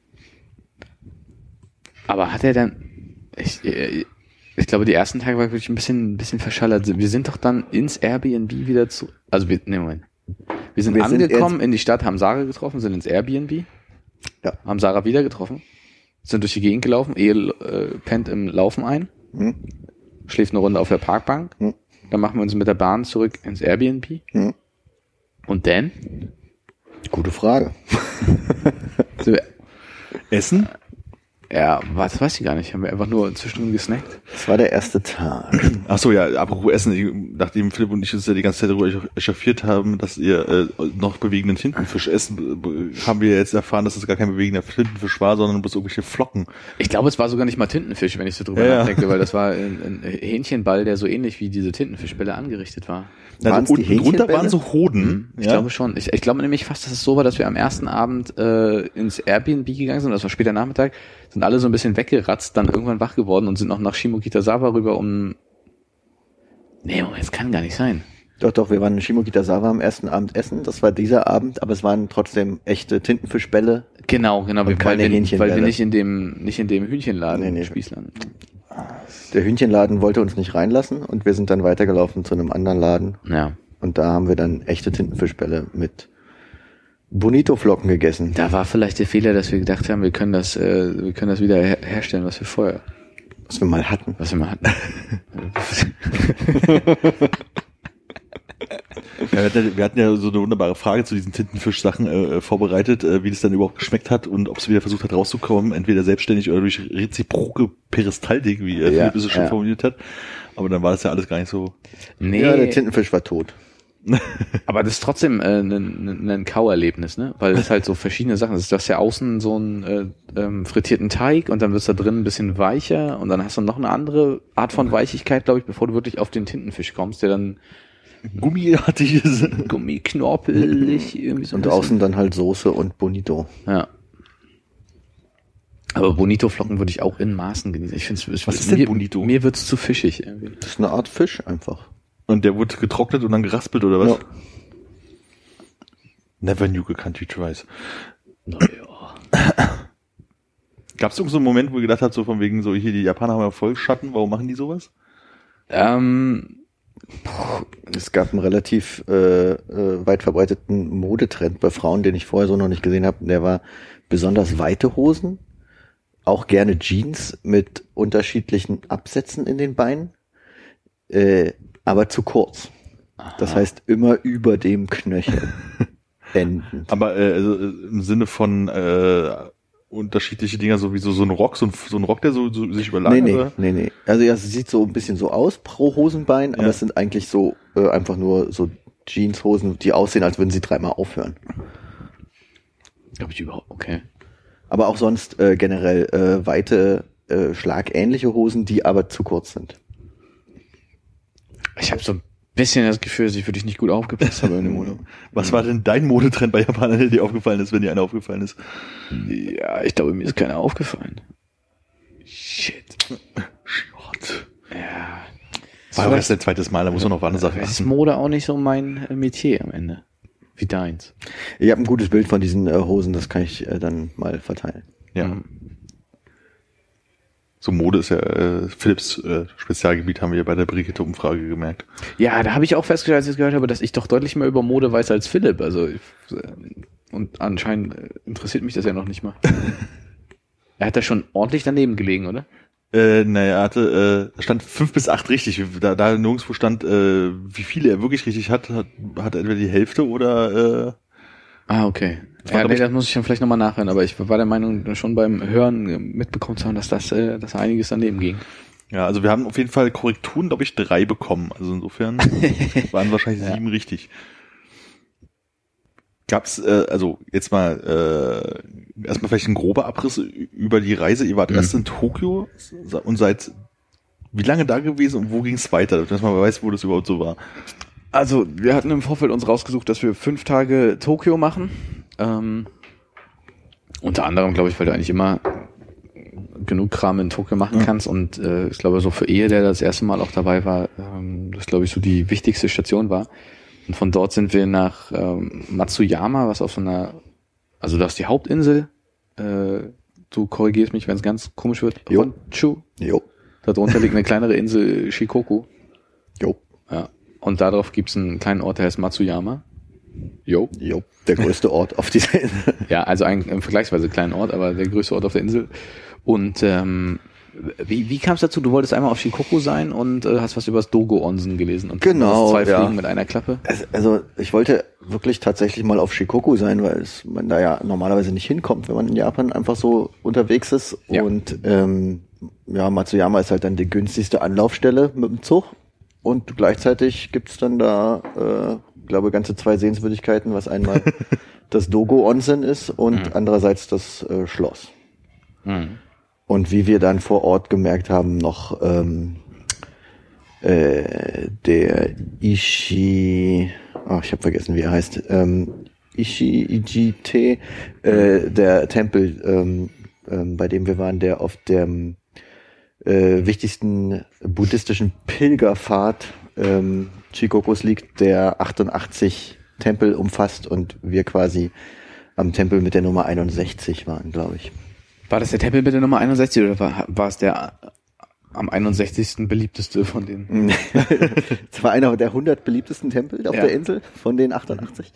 Aber hat er dann, ich, ich glaube, die ersten Tage war wirklich ein bisschen, ein bisschen verschallert. Wir sind doch dann ins Airbnb wieder zu, also wir, nee, Moment. Wir sind Wir sind angekommen jetzt- in die Stadt, haben Sarah getroffen, sind ins Airbnb, Ja. haben Sarah wieder getroffen, sind durch die Gegend gelaufen, Ehe äh, pennt im Laufen ein, Hm? schläft eine Runde auf der Parkbank, Hm. dann machen wir uns mit der Bahn zurück ins Airbnb Hm. und dann Gute Frage. sind wir, Essen? ja, was weiß ich gar nicht, haben wir einfach nur zwischendrin gesnackt. Das war der erste Tag. Ach so, ja, apropos Essen. Ich, nachdem Philipp und ich uns ja die ganze Zeit darüber echauffiert haben, dass ihr äh, noch bewegenden Tintenfisch essen, äh, haben wir jetzt erfahren, dass es gar kein bewegender Tintenfisch war, sondern bloß irgendwelche Flocken. Ich glaube, es war sogar nicht mal Tintenfisch, wenn ich so drüber Ja, ja. nachdenke, weil das war ein, ein Hähnchenball, der so ähnlich wie diese Tintenfischbälle angerichtet war. Waren's Also die unten drunter Hähnchenbälle? waren so Hoden. Ich ja? glaube schon. Ich, ich glaube nämlich fast, dass es so war, dass wir am ersten Abend äh, ins Airbnb gegangen sind, das war später Nachmittag, sind alle so ein bisschen weggeratzt, dann irgendwann wach geworden und sind noch nach Shimokitazawa rüber, um... Nee, Moment, das kann gar nicht sein. Doch, doch, wir waren in Shimokitazawa am ersten Abend essen. Das war dieser Abend, aber es waren trotzdem echte Tintenfischbälle. Genau, genau, weil, keine wir, weil Hähnchenbälle. wir nicht in dem nicht in dem Hühnchenladen, Nee, nee. Spießladen. Der Hühnchenladen wollte uns nicht reinlassen und wir sind dann weitergelaufen zu einem anderen Laden. Ja. Und da haben wir dann echte Tintenfischbälle mit Bonito-Flocken gegessen. Da war vielleicht der Fehler, dass wir gedacht haben, wir können das, äh, wir können das wieder her herstellen, was wir vorher, Was wir mal hatten. was wir mal hatten. Ja, wir, hatten ja, wir hatten ja so eine wunderbare Frage zu diesen Tintenfisch-Sachen äh, vorbereitet, äh, wie das dann überhaupt geschmeckt hat und ob es wieder versucht hat rauszukommen, entweder selbstständig oder durch reziproke Peristaltik, wie äh, Ja, Philipp es schon ja. formuliert hat. Aber dann war das ja alles gar nicht so. Nee, Ja, der Tintenfisch war tot. aber das ist trotzdem äh, ein, ein, ein Kauerlebnis, ne? Weil das halt so verschiedene Sachen ist. Du hast ja außen so einen äh, ähm, frittierten Teig und dann wird's da drin ein bisschen weicher und dann hast du noch eine andere Art von Weichigkeit, glaube ich, bevor du wirklich auf den Tintenfisch kommst, der dann Gummiartig ist. gummiknorpelig irgendwie so ein Und bisschen. außen dann halt Soße und Bonito. Ja. Aber Bonito-Flocken würde ich auch in Maßen genießen. Ich finde es Was ist denn mir, Bonito? Mir wird's zu fischig irgendwie. Das ist eine Art Fisch einfach. Und der wurde getrocknet und dann geraspelt, oder was? Ja. Never knew a country tries. Naja. Gab es irgend so einen Moment, wo ihr gedacht habt, so von wegen, so hier, die Japaner haben ja voll Schatten, warum machen die sowas? Ähm, Es gab einen relativ äh, äh, weit verbreiteten Modetrend bei Frauen, den ich vorher so noch nicht gesehen habe. Der war besonders weite Hosen, auch gerne Jeans mit unterschiedlichen Absätzen in den Beinen, äh, aber zu kurz. Das heißt immer über dem Knöchel enden. Aber äh, also, äh, im Sinne von äh, unterschiedliche Dinger, so wie so, so ein Rock, so ein, so ein Rock, der so, so sich überlagert, Nee, nee, oder? nee, nee. Also ja, es sieht so ein bisschen so aus pro Hosenbein, aber Ja. es sind eigentlich so äh, einfach nur so Jeanshosen, die aussehen, als würden sie dreimal aufhören. Glaube ich überhaupt, okay. Aber auch sonst äh, generell äh, weite, äh, schlagähnliche Hosen, die aber zu kurz sind. Ich habe so ein bisschen das Gefühl, dass ich für dich nicht gut aufgepasst habe in dem Mode. Was war denn dein Modetrend bei Japanern, der dir aufgefallen ist, wenn dir einer aufgefallen ist? Ja, ich glaube, mir ist keiner aufgefallen. Shit. Shit. Ja. War aber erst dein zweites Mal, da muss man noch auf andere Sachen Ist achten. Mode auch nicht so mein äh, Metier am Ende? Wie deins? Ich habe ein gutes Bild von diesen äh, Hosen, das kann ich äh, dann mal verteilen. Ja. Mhm. So Mode ist ja äh, Philips äh, Spezialgebiet, haben wir ja bei der Brigitte-Umfrage gemerkt. Ja, da habe ich auch festgestellt, als ich es gehört habe, dass ich doch deutlich mehr über Mode weiß als Philipp. Also ich, äh, und anscheinend äh, interessiert mich das ja noch nicht mal. Er hat da schon ordentlich daneben gelegen, oder? Äh, naja, er hatte, äh, stand fünf bis acht richtig. Da, da nirgendwo stand, äh, wie viele er wirklich richtig hat, hat, hat er entweder die Hälfte oder äh, Ah, okay. Das war, Ja, glaub nee, ich- das muss ich dann vielleicht nochmal nachhören, aber ich war der Meinung, schon beim Hören äh, mitbekommen zu haben, dass das, äh, dass einiges daneben ging. ja, also wir haben auf jeden Fall Korrekturen, glaube ich, drei bekommen. Also insofern waren wahrscheinlich Ja. sieben richtig. Gab's, äh, also jetzt mal äh, erstmal vielleicht ein grober Abriss über die Reise. Ihr wart Mhm. erst in Tokio und seid wie lange da gewesen und wo ging es weiter, dass man weiß, wo das überhaupt so war. Also, wir hatten im Vorfeld uns rausgesucht, dass wir fünf Tage Tokio machen. Ähm, unter anderem, glaube ich, weil du eigentlich immer genug Kram in Tokio machen Ja. kannst. Und äh, ich glaube, so für Ehe, der das erste Mal auch dabei war, ähm, das, glaube ich, so die wichtigste Station war. Und von dort sind wir nach ähm, Matsuyama, was auf so einer, also das ist die Hauptinsel. Äh, du korrigierst mich, wenn es ganz komisch wird. Jo. Honshu. Jo, Darunter liegt eine kleinere Insel, Shikoku. jo, Ja. Und darauf gibt's einen kleinen Ort, der heißt Matsuyama. Jo. jo. Der größte Ort auf dieser Insel. Ja, also ein, ein vergleichsweise kleiner Ort, aber der größte Ort auf der Insel. Und ähm, wie, wie kam es dazu? Du wolltest einmal auf Shikoku sein und äh, hast was über das Dogo-Onsen gelesen. Und Genau, zwei ja. Fliegen mit einer Klappe. Also, also ich wollte wirklich tatsächlich mal auf Shikoku sein, weil es, man da ja normalerweise nicht hinkommt, wenn man in Japan einfach so unterwegs ist. Ja. Und ähm, ja, Matsuyama ist halt dann die günstigste Anlaufstelle mit dem Zug. Und gleichzeitig gibt's dann da, äh, glaube ganze zwei Sehenswürdigkeiten, was einmal das Dogo Onsen ist und Mhm. andererseits das äh, Schloss. Mhm. Und wie wir dann vor Ort gemerkt haben, noch ähm, äh, der Ishi, ach, ich habe vergessen, wie er heißt, ähm, Ishi Ijite, äh, der Tempel, ähm, ähm, bei dem wir waren, der auf dem äh, wichtigsten buddhistischen Pilgerpfad ähm, Shikokus liegt, der achtundachtzig Tempel umfasst und wir quasi am Tempel mit der Nummer einundsechzig waren, glaube ich. War das der Tempel mit der Nummer einundsechzig oder war, war es der am einundsechzigsten beliebteste von denen? Das war einer der hundert beliebtesten Tempel auf Ja. der Insel von den achtundachtzig.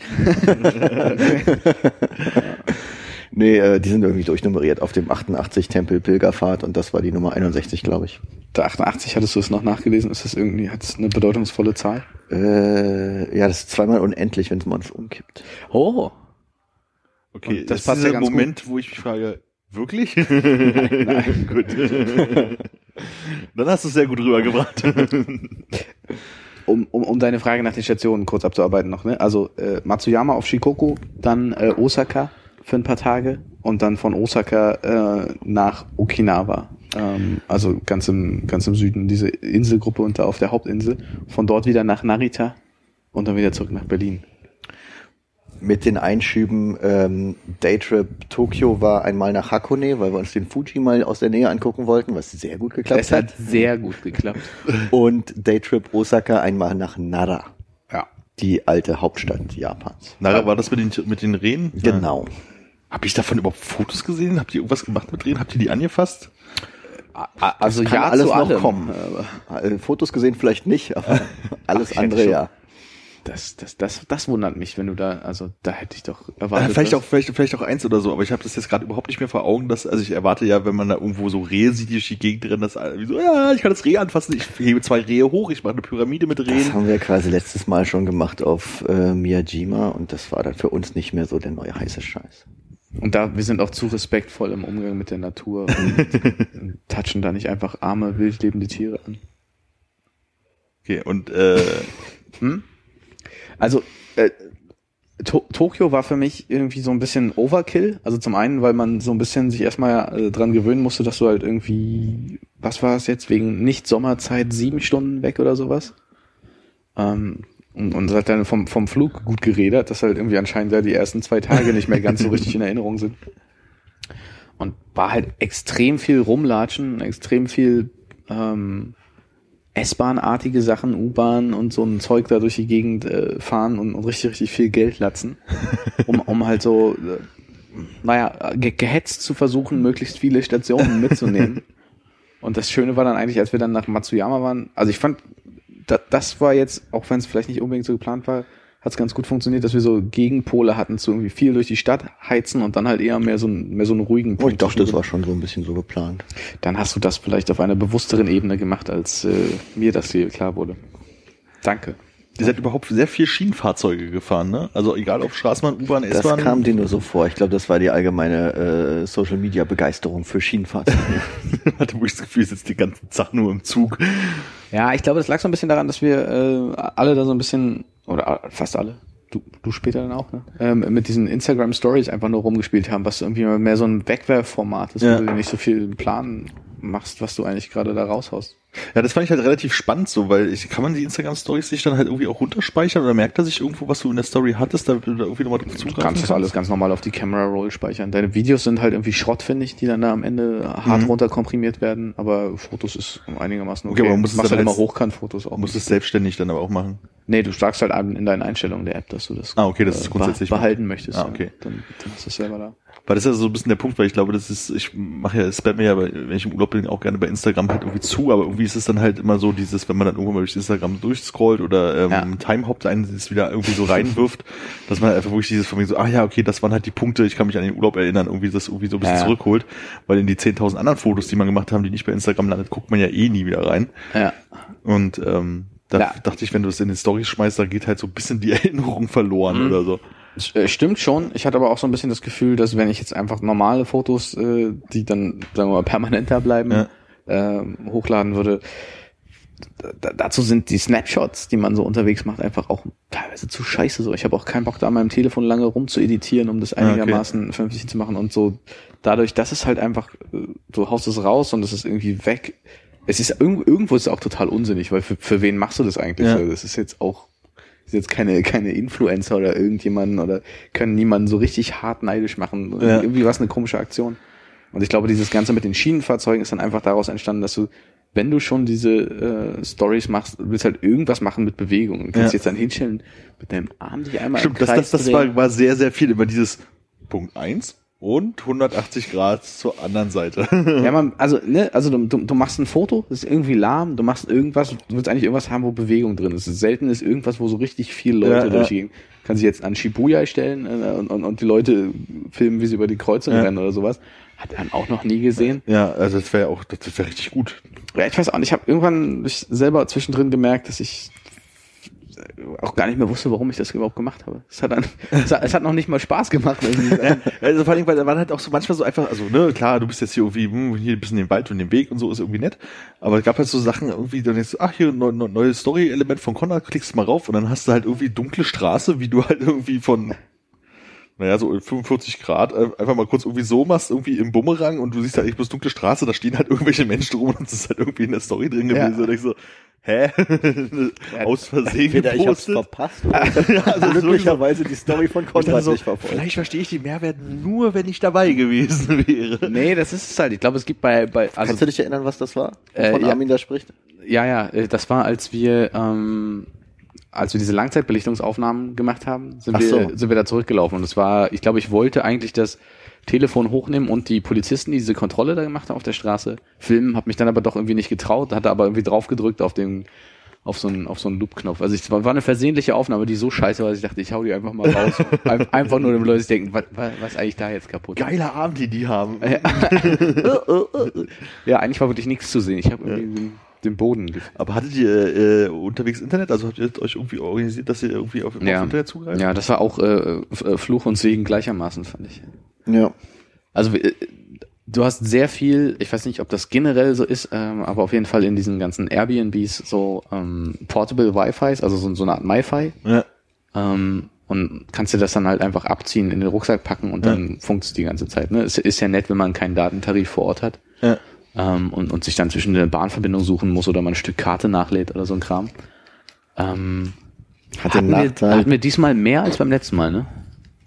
Nee, äh, die sind irgendwie durchnummeriert auf dem achtundachtzig Tempel Pilgerpfad und das war die Nummer einundsechzig, glaube ich. Der achtundachtzig, hattest du es noch nachgelesen? Ist das irgendwie, hat es eine bedeutungsvolle Zahl? Äh, ja, das ist zweimal unendlich, wenn man es umkippt. Oh. Okay, Und das, das passt ist ja der ganz Moment, wo ich mich frage, wirklich? Nein, nein. Gut. Dann hast du es sehr gut rübergebracht. Um, um, um deine Frage nach den Stationen kurz abzuarbeiten noch, ne? Also äh, Matsuyama auf Shikoku, dann äh, Osaka für ein paar Tage und dann von Osaka äh, nach Okinawa. Ähm, also ganz im, ganz im Süden, diese Inselgruppe und da auf der Hauptinsel. Von dort wieder nach Narita und dann wieder zurück nach Berlin. Mit den Einschüben ähm, Daytrip Tokio war einmal nach Hakone, weil wir uns den Fuji mal aus der Nähe angucken wollten, was sehr gut geklappt Es hat hat. sehr gut geklappt. Und Daytrip Osaka einmal nach Nara, Ja. die alte Hauptstadt Japans. Nara, war das mit den, mit den Rehen? Genau. Habe ich davon überhaupt Fotos gesehen? Habt ihr irgendwas gemacht mit Rehen? Habt ihr die angefasst? Also kann ja alles zu noch allem. kommen. Aber Äh, Fotos gesehen vielleicht nicht, aber alles Ach, ich hätte andere schon. ja. Das, das, das, das wundert mich, wenn du da, also da hätte ich doch Äh, erwartet. vielleicht dass- auch, vielleicht, vielleicht auch eins oder so, aber ich habe das jetzt gerade überhaupt nicht mehr vor Augen, dass, also ich erwarte ja, wenn man da irgendwo so Rehe sieht, die durch die Gegend rennen, dass alle wie so, ja, ich kann das Reh anfassen, ich hebe zwei Rehe hoch, ich mache eine Pyramide mit Das Rehen. haben wir quasi letztes Mal schon gemacht auf äh, Miyajima und das war dann für uns nicht mehr so der neue heiße Scheiß. Und da, wir sind auch zu respektvoll im Umgang mit der Natur und touchen da nicht einfach arme, wild lebende Tiere an. Okay, und äh, Hm? Also, äh, To- Tokio war für mich irgendwie so ein bisschen Overkill. Also zum einen, weil man so ein bisschen sich erstmal äh, dran gewöhnen musste, dass du halt irgendwie, was war es jetzt, wegen Nicht-Sommerzeit sieben Stunden weg oder sowas. Ähm, und, und hat dann vom, vom Flug gut geredet, dass halt irgendwie anscheinend da die ersten zwei Tage nicht mehr ganz so richtig in Erinnerung sind. Und war halt extrem viel rumlatschen, extrem viel ähm, S-Bahn-artige Sachen, U-Bahn und so ein Zeug da durch die Gegend äh, fahren und, und richtig, richtig viel Geld latzen, um, um halt so, äh, naja, ge- gehetzt zu versuchen, möglichst viele Stationen mitzunehmen. Und das Schöne war dann eigentlich, als wir dann nach Matsuyama waren, also ich fand, da, das war jetzt, auch wenn es vielleicht nicht unbedingt so geplant war, hat es ganz gut funktioniert, dass wir so Gegenpole hatten zu irgendwie viel durch die Stadt heizen und dann halt eher mehr so, ein, mehr so einen ruhigen Oh, ich dachte, das war schon so ein bisschen so geplant. Dann hast du das vielleicht auf einer bewussteren Ebene gemacht, als äh, mir das hier klar wurde. Danke. Ihr seid überhaupt sehr viel Schienenfahrzeuge gefahren, ne? Also egal ob Straßenbahn, U-Bahn, Das S-Bahn. kam dir nur so vor. Ich glaube, das war die allgemeine äh, Social-Media-Begeisterung für Schienenfahrzeuge. Hatte wo ich das Gefühl, ich sitze die ganze Zeit nur im Zug. Ja, ich glaube, das lag so ein bisschen daran, dass wir äh, alle da so ein bisschen, oder fast alle, du, du später dann auch, ne? Ähm, mit diesen Instagram-Stories einfach nur rumgespielt haben, was irgendwie mehr so ein Wegwerfformat ist, Ja. wo du dir nicht so viel Plan machst, was du eigentlich gerade da raushaust. Ja, das fand ich halt relativ spannend so, weil ich, kann man die Instagram-Stories sich dann halt irgendwie auch runterspeichern oder merkt er sich irgendwo, was du in der Story hattest, da da irgendwie nochmal drauf Du zugreifen kannst das alles ganz normal auf die Camera Roll speichern. Deine Videos sind halt irgendwie Schrott, finde ich, die dann da am Ende hart Mhm. runterkomprimiert werden, aber Fotos ist einigermaßen okay. Okay, aber man muss es machst dann halt immer als- Hochkant-Fotos auch. Man muss es selbstständig dann aber auch machen. Nee, du sagst halt an- in deinen Einstellungen der App, dass du das, Ah, okay, das ist äh, grundsätzlich- behalten möchtest. Ah, okay. Ja. Dann, dann ist das selber da. Weil das ist ja so ein bisschen der Punkt, weil ich glaube, das ist, ich mache ja, spam mir ja, bei- wenn ich im Urlaub bin, auch gerne bei Instagram halt irgendwie zu, aber irgendwie ist es dann halt immer so dieses, wenn man dann irgendwann mal durch Instagram durchscrollt oder ähm, Ja. Timehop einen das wieder irgendwie so reinwirft, dass man einfach wirklich dieses von mir so, ah ja, okay, das waren halt die Punkte, ich kann mich an den Urlaub erinnern, irgendwie das irgendwie so ein bisschen Ja, ja. zurückholt, weil in die zehntausend anderen Fotos, die man gemacht haben, die nicht bei Instagram landet, guckt man ja eh nie wieder rein. Ja. Und ähm, da Ja. dachte ich, wenn du es in den Storys schmeißt, da geht halt so ein bisschen die Erinnerung verloren Mhm. oder so. Äh, Stimmt schon. Ich hatte aber auch so ein bisschen das Gefühl, dass wenn ich jetzt einfach normale Fotos, äh, die dann, sagen wir mal, permanent da bleiben, Ja. ähm, hochladen würde, d- dazu sind die Snapshots, die man so unterwegs macht, einfach auch teilweise zu scheiße so. Ich habe auch keinen Bock, da an meinem Telefon lange rum zu editieren, um das Ah, okay. einigermaßen vernünftig zu machen und so. Dadurch, dass es halt einfach, äh, du haust es raus und es ist irgendwie weg. Es ist irgendwo, irgendwo ist es auch total unsinnig, weil für, für wen machst du das eigentlich? Ja. So, das ist jetzt auch ist jetzt keine keine Influencer oder irgendjemanden oder können niemanden so richtig hart neidisch machen. Ja. Irgendwie war es eine komische Aktion. Und ich glaube, dieses Ganze mit den Schienenfahrzeugen ist dann einfach daraus entstanden, dass du, wenn du schon diese äh, Stories machst, willst halt irgendwas machen mit Bewegung. Du kannst Ja. jetzt dann hinstellen, mit deinem Arm dich einmal Stimmt, im das, Kreis das, das drehen. war, war sehr, sehr viel über dieses Punkt eins und hundertachtzig Grad zur anderen Seite. Ja, man, also, ne, also du, du, du machst ein Foto, das ist irgendwie lahm, du machst irgendwas, du willst eigentlich irgendwas haben, wo Bewegung drin ist. Selten ist irgendwas, wo so richtig viele Leute Ja, ja. durchgehen. Kann sich jetzt an Shibuya stellen äh, und, und, und die Leute filmen, wie sie über die Kreuzung Ja. rennen oder sowas. Hat man auch noch nie gesehen. Ja, also das wäre auch, das wäre richtig gut. Ja, ich weiß auch nicht, ich habe irgendwann ich selber zwischendrin gemerkt, dass ich auch gar nicht mehr wusste, warum ich das überhaupt gemacht habe. Es hat, dann, es hat, es hat noch nicht mal Spaß gemacht. Irgendwie. Ja, also vor allem, weil da waren halt auch so manchmal so einfach, also ne, klar, du bist jetzt hier irgendwie, hm, hier ein bisschen den Wald und den Weg und so ist irgendwie nett, aber es gab halt so Sachen irgendwie, dann denkst du, ach, hier ein neu, neu, neues Story-Element von Konrad, klickst mal rauf und dann hast du halt irgendwie dunkle Straße, wie du halt irgendwie von, naja, so fünfundvierzig Grad äh, einfach mal kurz irgendwie so machst, irgendwie im Bumerang und du siehst halt echt bloß dunkle Straße, da stehen halt irgendwelche Menschen rum und das ist halt irgendwie in der Story drin Ja. gewesen und ich so, hä? Aus Versehen Entweder ich hab's gepostet? verpasst oder also glücklicherweise die Story von Ich dachte Konrad so, nicht verfolgt. vielleicht verstehe ich die Mehrwert nur, wenn ich dabei gewesen wäre. Nee, das ist es halt. Ich glaube, es gibt bei, bei also Kannst du dich erinnern, was das war? Äh, Von ja. Armin da spricht? ja, ja, äh, das war, als wir ähm, als wir diese Langzeitbelichtungsaufnahmen gemacht haben, sind Ach wir so. sind wir da zurückgelaufen und es war, ich glaube, ich wollte eigentlich das Telefon hochnehmen und die Polizisten, die diese Kontrolle da gemacht haben auf der Straße, filmen, habe mich dann aber doch irgendwie nicht getraut, hatte aber irgendwie drauf gedrückt auf den auf so einen auf so einen Loop-Knopf. Also es war war eine versehentliche Aufnahme, die so scheiße war, dass ich dachte, ich hau die einfach mal raus. Ein, einfach nur, damit Leute sich denken, was, was, was ist eigentlich da jetzt kaputt? Geiler Abend, die die haben. Ja, eigentlich war wirklich nichts zu sehen. Ich habe irgendwie den, den Boden gefilmt. Aber hattet ihr äh, unterwegs Internet? Also habt ihr euch irgendwie organisiert, dass ihr irgendwie auf, auf Ja. Internet zugreift? Ja, das war auch äh, F- Fluch und Segen gleichermaßen, fand ich. Ja. Also äh, du hast sehr viel, ich weiß nicht, ob das generell so ist, ähm, aber auf jeden Fall in diesen ganzen Airbnbs so ähm, Portable Wi-Fis, also so, so eine Art MiFi, Ja. ähm, und kannst dir das dann halt einfach abziehen, in den Rucksack packen und dann ja. funkt es die ganze Zeit. Ne? Es ist ja nett, wenn man keinen Datentarif vor Ort hat ja. ähm, und, und sich dann zwischen der Bahnverbindung suchen muss oder mal ein Stück Karte nachlädt oder so ein Kram. Ähm, Hat hatten, den wir, Nachteil, hatten wir diesmal mehr als beim letzten Mal, ne?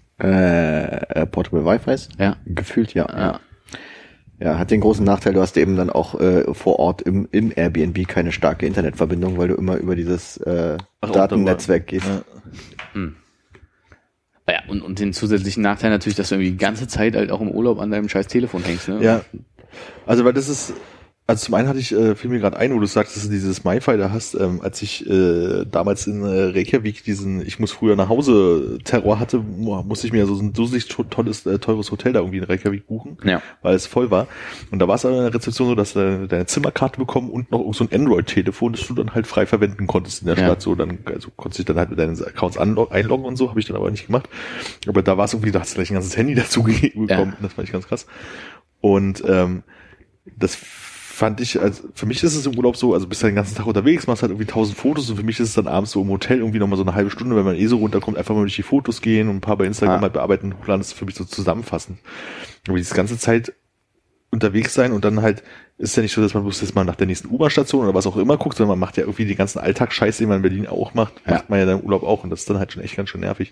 äh, Portable Wi-Fi? Ja. Gefühlt ja. Ja. Ja, hat den großen Nachteil, du hast eben dann auch äh, vor Ort im, im Airbnb keine starke Internetverbindung, weil du immer über dieses äh, Ach, Datennetzwerk gehst. Ja. Hm. Ja, und, und den zusätzlichen Nachteil natürlich, dass du irgendwie die ganze Zeit halt auch im Urlaub an deinem scheiß Telefon hängst, ne? Ja. Also, weil das ist, also zum einen hatte ich, äh, fiel mir gerade ein, wo du sagst, dass du dieses MiFi da hast, ähm, als ich äh, damals in äh, Reykjavik diesen, ich muss früher nach Hause Terror hatte, musste ich mir so ein dusselig tolles, äh, teures Hotel da irgendwie in Reykjavik buchen, Ja. weil es voll war. Und da war es aber in der Rezeption so, dass du deine Zimmerkarte bekommen und noch so ein Android-Telefon, das du dann halt frei verwenden konntest in der Ja. Stadt. So, dann, also konntest dich dann halt mit deinen Accounts anlog- einloggen und so, habe ich dann aber nicht gemacht. Aber da war es irgendwie, da hast du gleich ein ganzes Handy dazu gegeben bekommen. Ja. Das fand ich ganz krass. Und ähm, das fand ich, also für mich ist es im Urlaub so, also bist du den ganzen Tag unterwegs, machst halt irgendwie tausend Fotos und für mich ist es dann abends so im Hotel irgendwie nochmal so eine halbe Stunde, wenn man eh so runterkommt, einfach mal durch die Fotos gehen und ein paar bei Instagram Ah. halt bearbeiten, hochladen, das ist für mich so zusammenfassend. Aber diese ganze Zeit unterwegs sein und dann halt, ist ja nicht so, dass man bloß jetzt mal nach der nächsten U-Bahn-Station oder was auch immer guckt, sondern man macht ja irgendwie die ganzen Alltagsscheiße, den man in Berlin auch macht, Ja. macht man ja dann im Urlaub auch und das ist dann halt schon echt ganz schön nervig.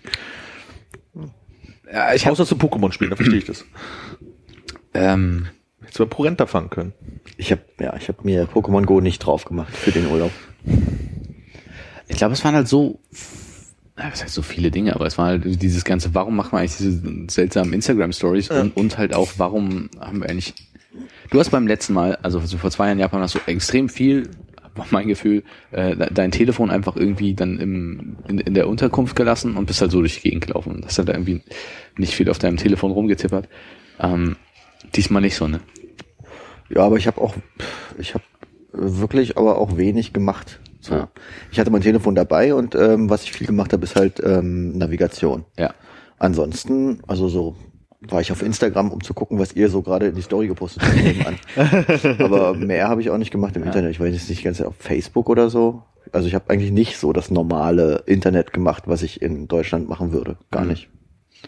Ja, ich hab, Außer zu Pokémon spielen, da verstehe ich das. ähm, Hättest du mal Porenta fangen können. Ich habe ja, ich habe mir Pokémon Go nicht drauf gemacht für den Urlaub. ich glaube, es waren halt so, ja, was heißt so viele Dinge, aber es war halt dieses ganze, warum machen wir eigentlich diese seltsamen Instagram-Stories Ja. und, und halt auch, warum haben wir eigentlich, du hast beim letzten Mal, also so vor zwei Jahren in Japan, hast du extrem viel, war mein Gefühl, äh, dein Telefon einfach irgendwie dann im, in, in der Unterkunft gelassen und bist halt so durch die Gegend gelaufen und hast halt irgendwie nicht viel auf deinem Telefon rumgetippert. Ähm, diesmal nicht so, ne? Ja, aber ich habe auch, ich habe wirklich aber auch wenig gemacht. So. Ja. Ich hatte mein Telefon dabei und ähm, was ich viel gemacht habe, ist halt ähm, Navigation. Ja. Ansonsten, also so war ich auf Instagram, um zu gucken, was ihr so gerade in die Story gepostet habt nebenan. Aber mehr habe ich auch nicht gemacht im Ja. Internet. Ich weiß jetzt nicht ganz auf Facebook oder so. Also ich habe eigentlich nicht so das normale Internet gemacht, was ich in Deutschland machen würde. Gar Mhm. nicht.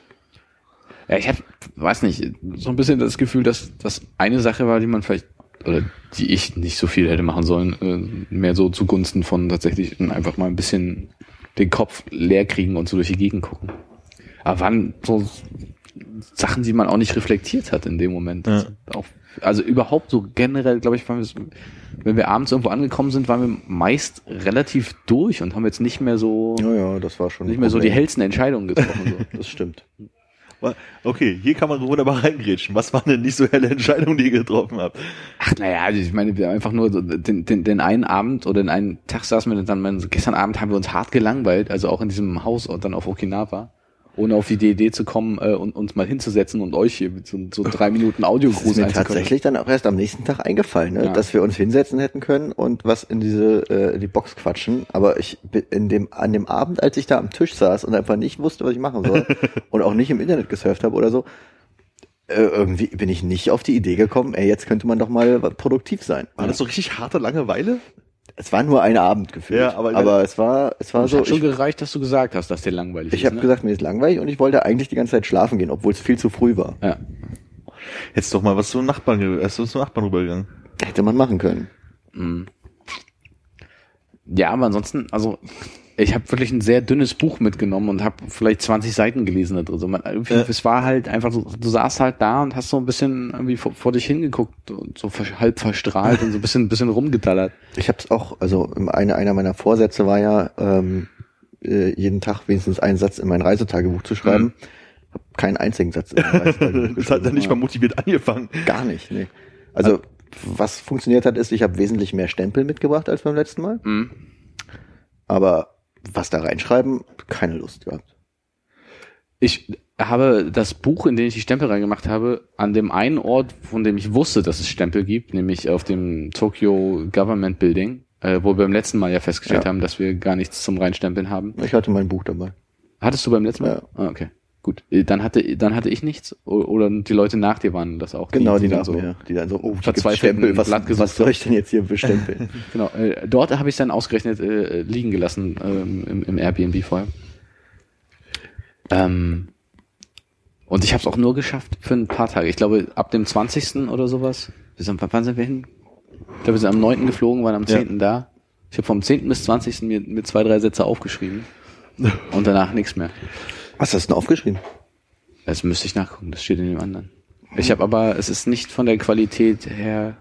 Ja, ich hab, weiß nicht, so ein bisschen das Gefühl, dass das eine Sache war, die man vielleicht, oder die ich nicht so viel hätte machen sollen, äh, mehr so zugunsten von tatsächlich einfach mal ein bisschen den Kopf leer kriegen und so durch die Gegend gucken. Aber waren so Sachen, die man auch nicht reflektiert hat in dem Moment. Ja. Auch, also überhaupt so generell, glaube ich, waren wir, wenn wir abends irgendwo angekommen sind, waren wir meist relativ durch und haben jetzt nicht mehr so, Ja, ja, das war schon nicht ein mehr so die Problem. hellsten Entscheidungen getroffen. So. Das stimmt. Okay, hier kann man wunderbar reingrätschen. Was waren denn nicht so helle Entscheidungen, die ihr getroffen habt? Ach, naja, also ich meine, wir haben einfach nur so den, den, den einen Abend oder den einen Tag saßen wir dann, dann, gestern Abend haben wir uns hart gelangweilt, also auch in diesem Haus und dann auf Okinawa, ohne auf die Idee zu kommen äh, und uns mal hinzusetzen und euch hier mit so, so drei Minuten Das ist Audiogruß mir einzukommen. tatsächlich dann auch erst am nächsten Tag eingefallen, ne? Ja. dass wir uns hinsetzen hätten können und was in diese äh, in die Box quatschen. Aber ich bin in dem an dem Abend, als ich da am Tisch saß und einfach nicht wusste, was ich machen soll und auch nicht im Internet gesurft habe oder so, äh, irgendwie bin ich nicht auf die Idee gekommen, ey, jetzt könnte man doch mal produktiv sein. War das so richtig harte Langeweile? Es war nur ein Abend gefühlt, Ja, aber- aber es war es war Es so. hat schon Ich, gereicht, dass du gesagt hast, dass dir langweilig ich ist. habe ne? gesagt, mir ist langweilig und ich wollte eigentlich die ganze Zeit schlafen gehen, obwohl es viel zu früh war. Ja. Hättest doch mal was zum Nachbarn, ge- erst zum Nachbarn rübergegangen. Hätte man machen können. Mhm. Ja, aber ansonsten, also ich habe wirklich ein sehr dünnes Buch mitgenommen und habe vielleicht zwanzig Seiten gelesen da drin. So, man, irgendwie, Ja. Es war halt einfach so, du saßt halt da und hast so ein bisschen irgendwie vor, vor dich hingeguckt und so ver- halb verstrahlt und so ein bisschen, ein bisschen rumgedallert. Ich habe es auch, also eine, einer meiner Vorsätze war ja, ähm, äh, jeden Tag wenigstens einen Satz in mein Reisetagebuch zu schreiben. Mhm. Hab keinen einzigen Satz in mein Reisetagebuch Das hat dann nicht ja. mal motiviert angefangen. Gar nicht, nee. Also was funktioniert hat, ist, ich habe wesentlich mehr Stempel mitgebracht als beim letzten Mal. Mhm. Aber was da reinschreiben, keine Lust gehabt. Ich habe das Buch, in dem ich die Stempel reingemacht habe, an dem einen Ort, von dem ich wusste, dass es Stempel gibt, nämlich auf dem Tokyo Government Building, äh, wo wir beim letzten Mal ja festgestellt Ja. haben, dass wir gar nichts zum Reinstempeln haben. Ich hatte mein Buch dabei. Hattest du beim letzten Mal? Ja. Ah, okay. Gut. Äh, Dann hatte, dann hatte ich nichts, o- oder die Leute nach dir waren das auch. Genau, die, dann nach so. mir, die dann so, oh, hier gibt's verzweifelt Stempel, ein was, Blatt gesucht was soll ich denn jetzt hier bestempeln? Genau. Äh, dort habe ich dann ausgerechnet äh, liegen gelassen ähm, im, im Airbnb vorher. Ähm, und ich habe es auch nur geschafft für ein paar Tage. Ich glaube, ab dem zwanzigsten oder sowas. Wir sind, wann sind wir hin? Ich glaube, wir sind am neunten geflogen, waren am zehnten Ja. da. Ich habe vom zehnten bis zwanzigsten mir, mir zwei, drei Sätze aufgeschrieben. Und danach nichts mehr. Was hast du denn aufgeschrieben? Das müsste ich nachgucken, das steht in dem anderen. Ich habe aber, es ist nicht von der Qualität her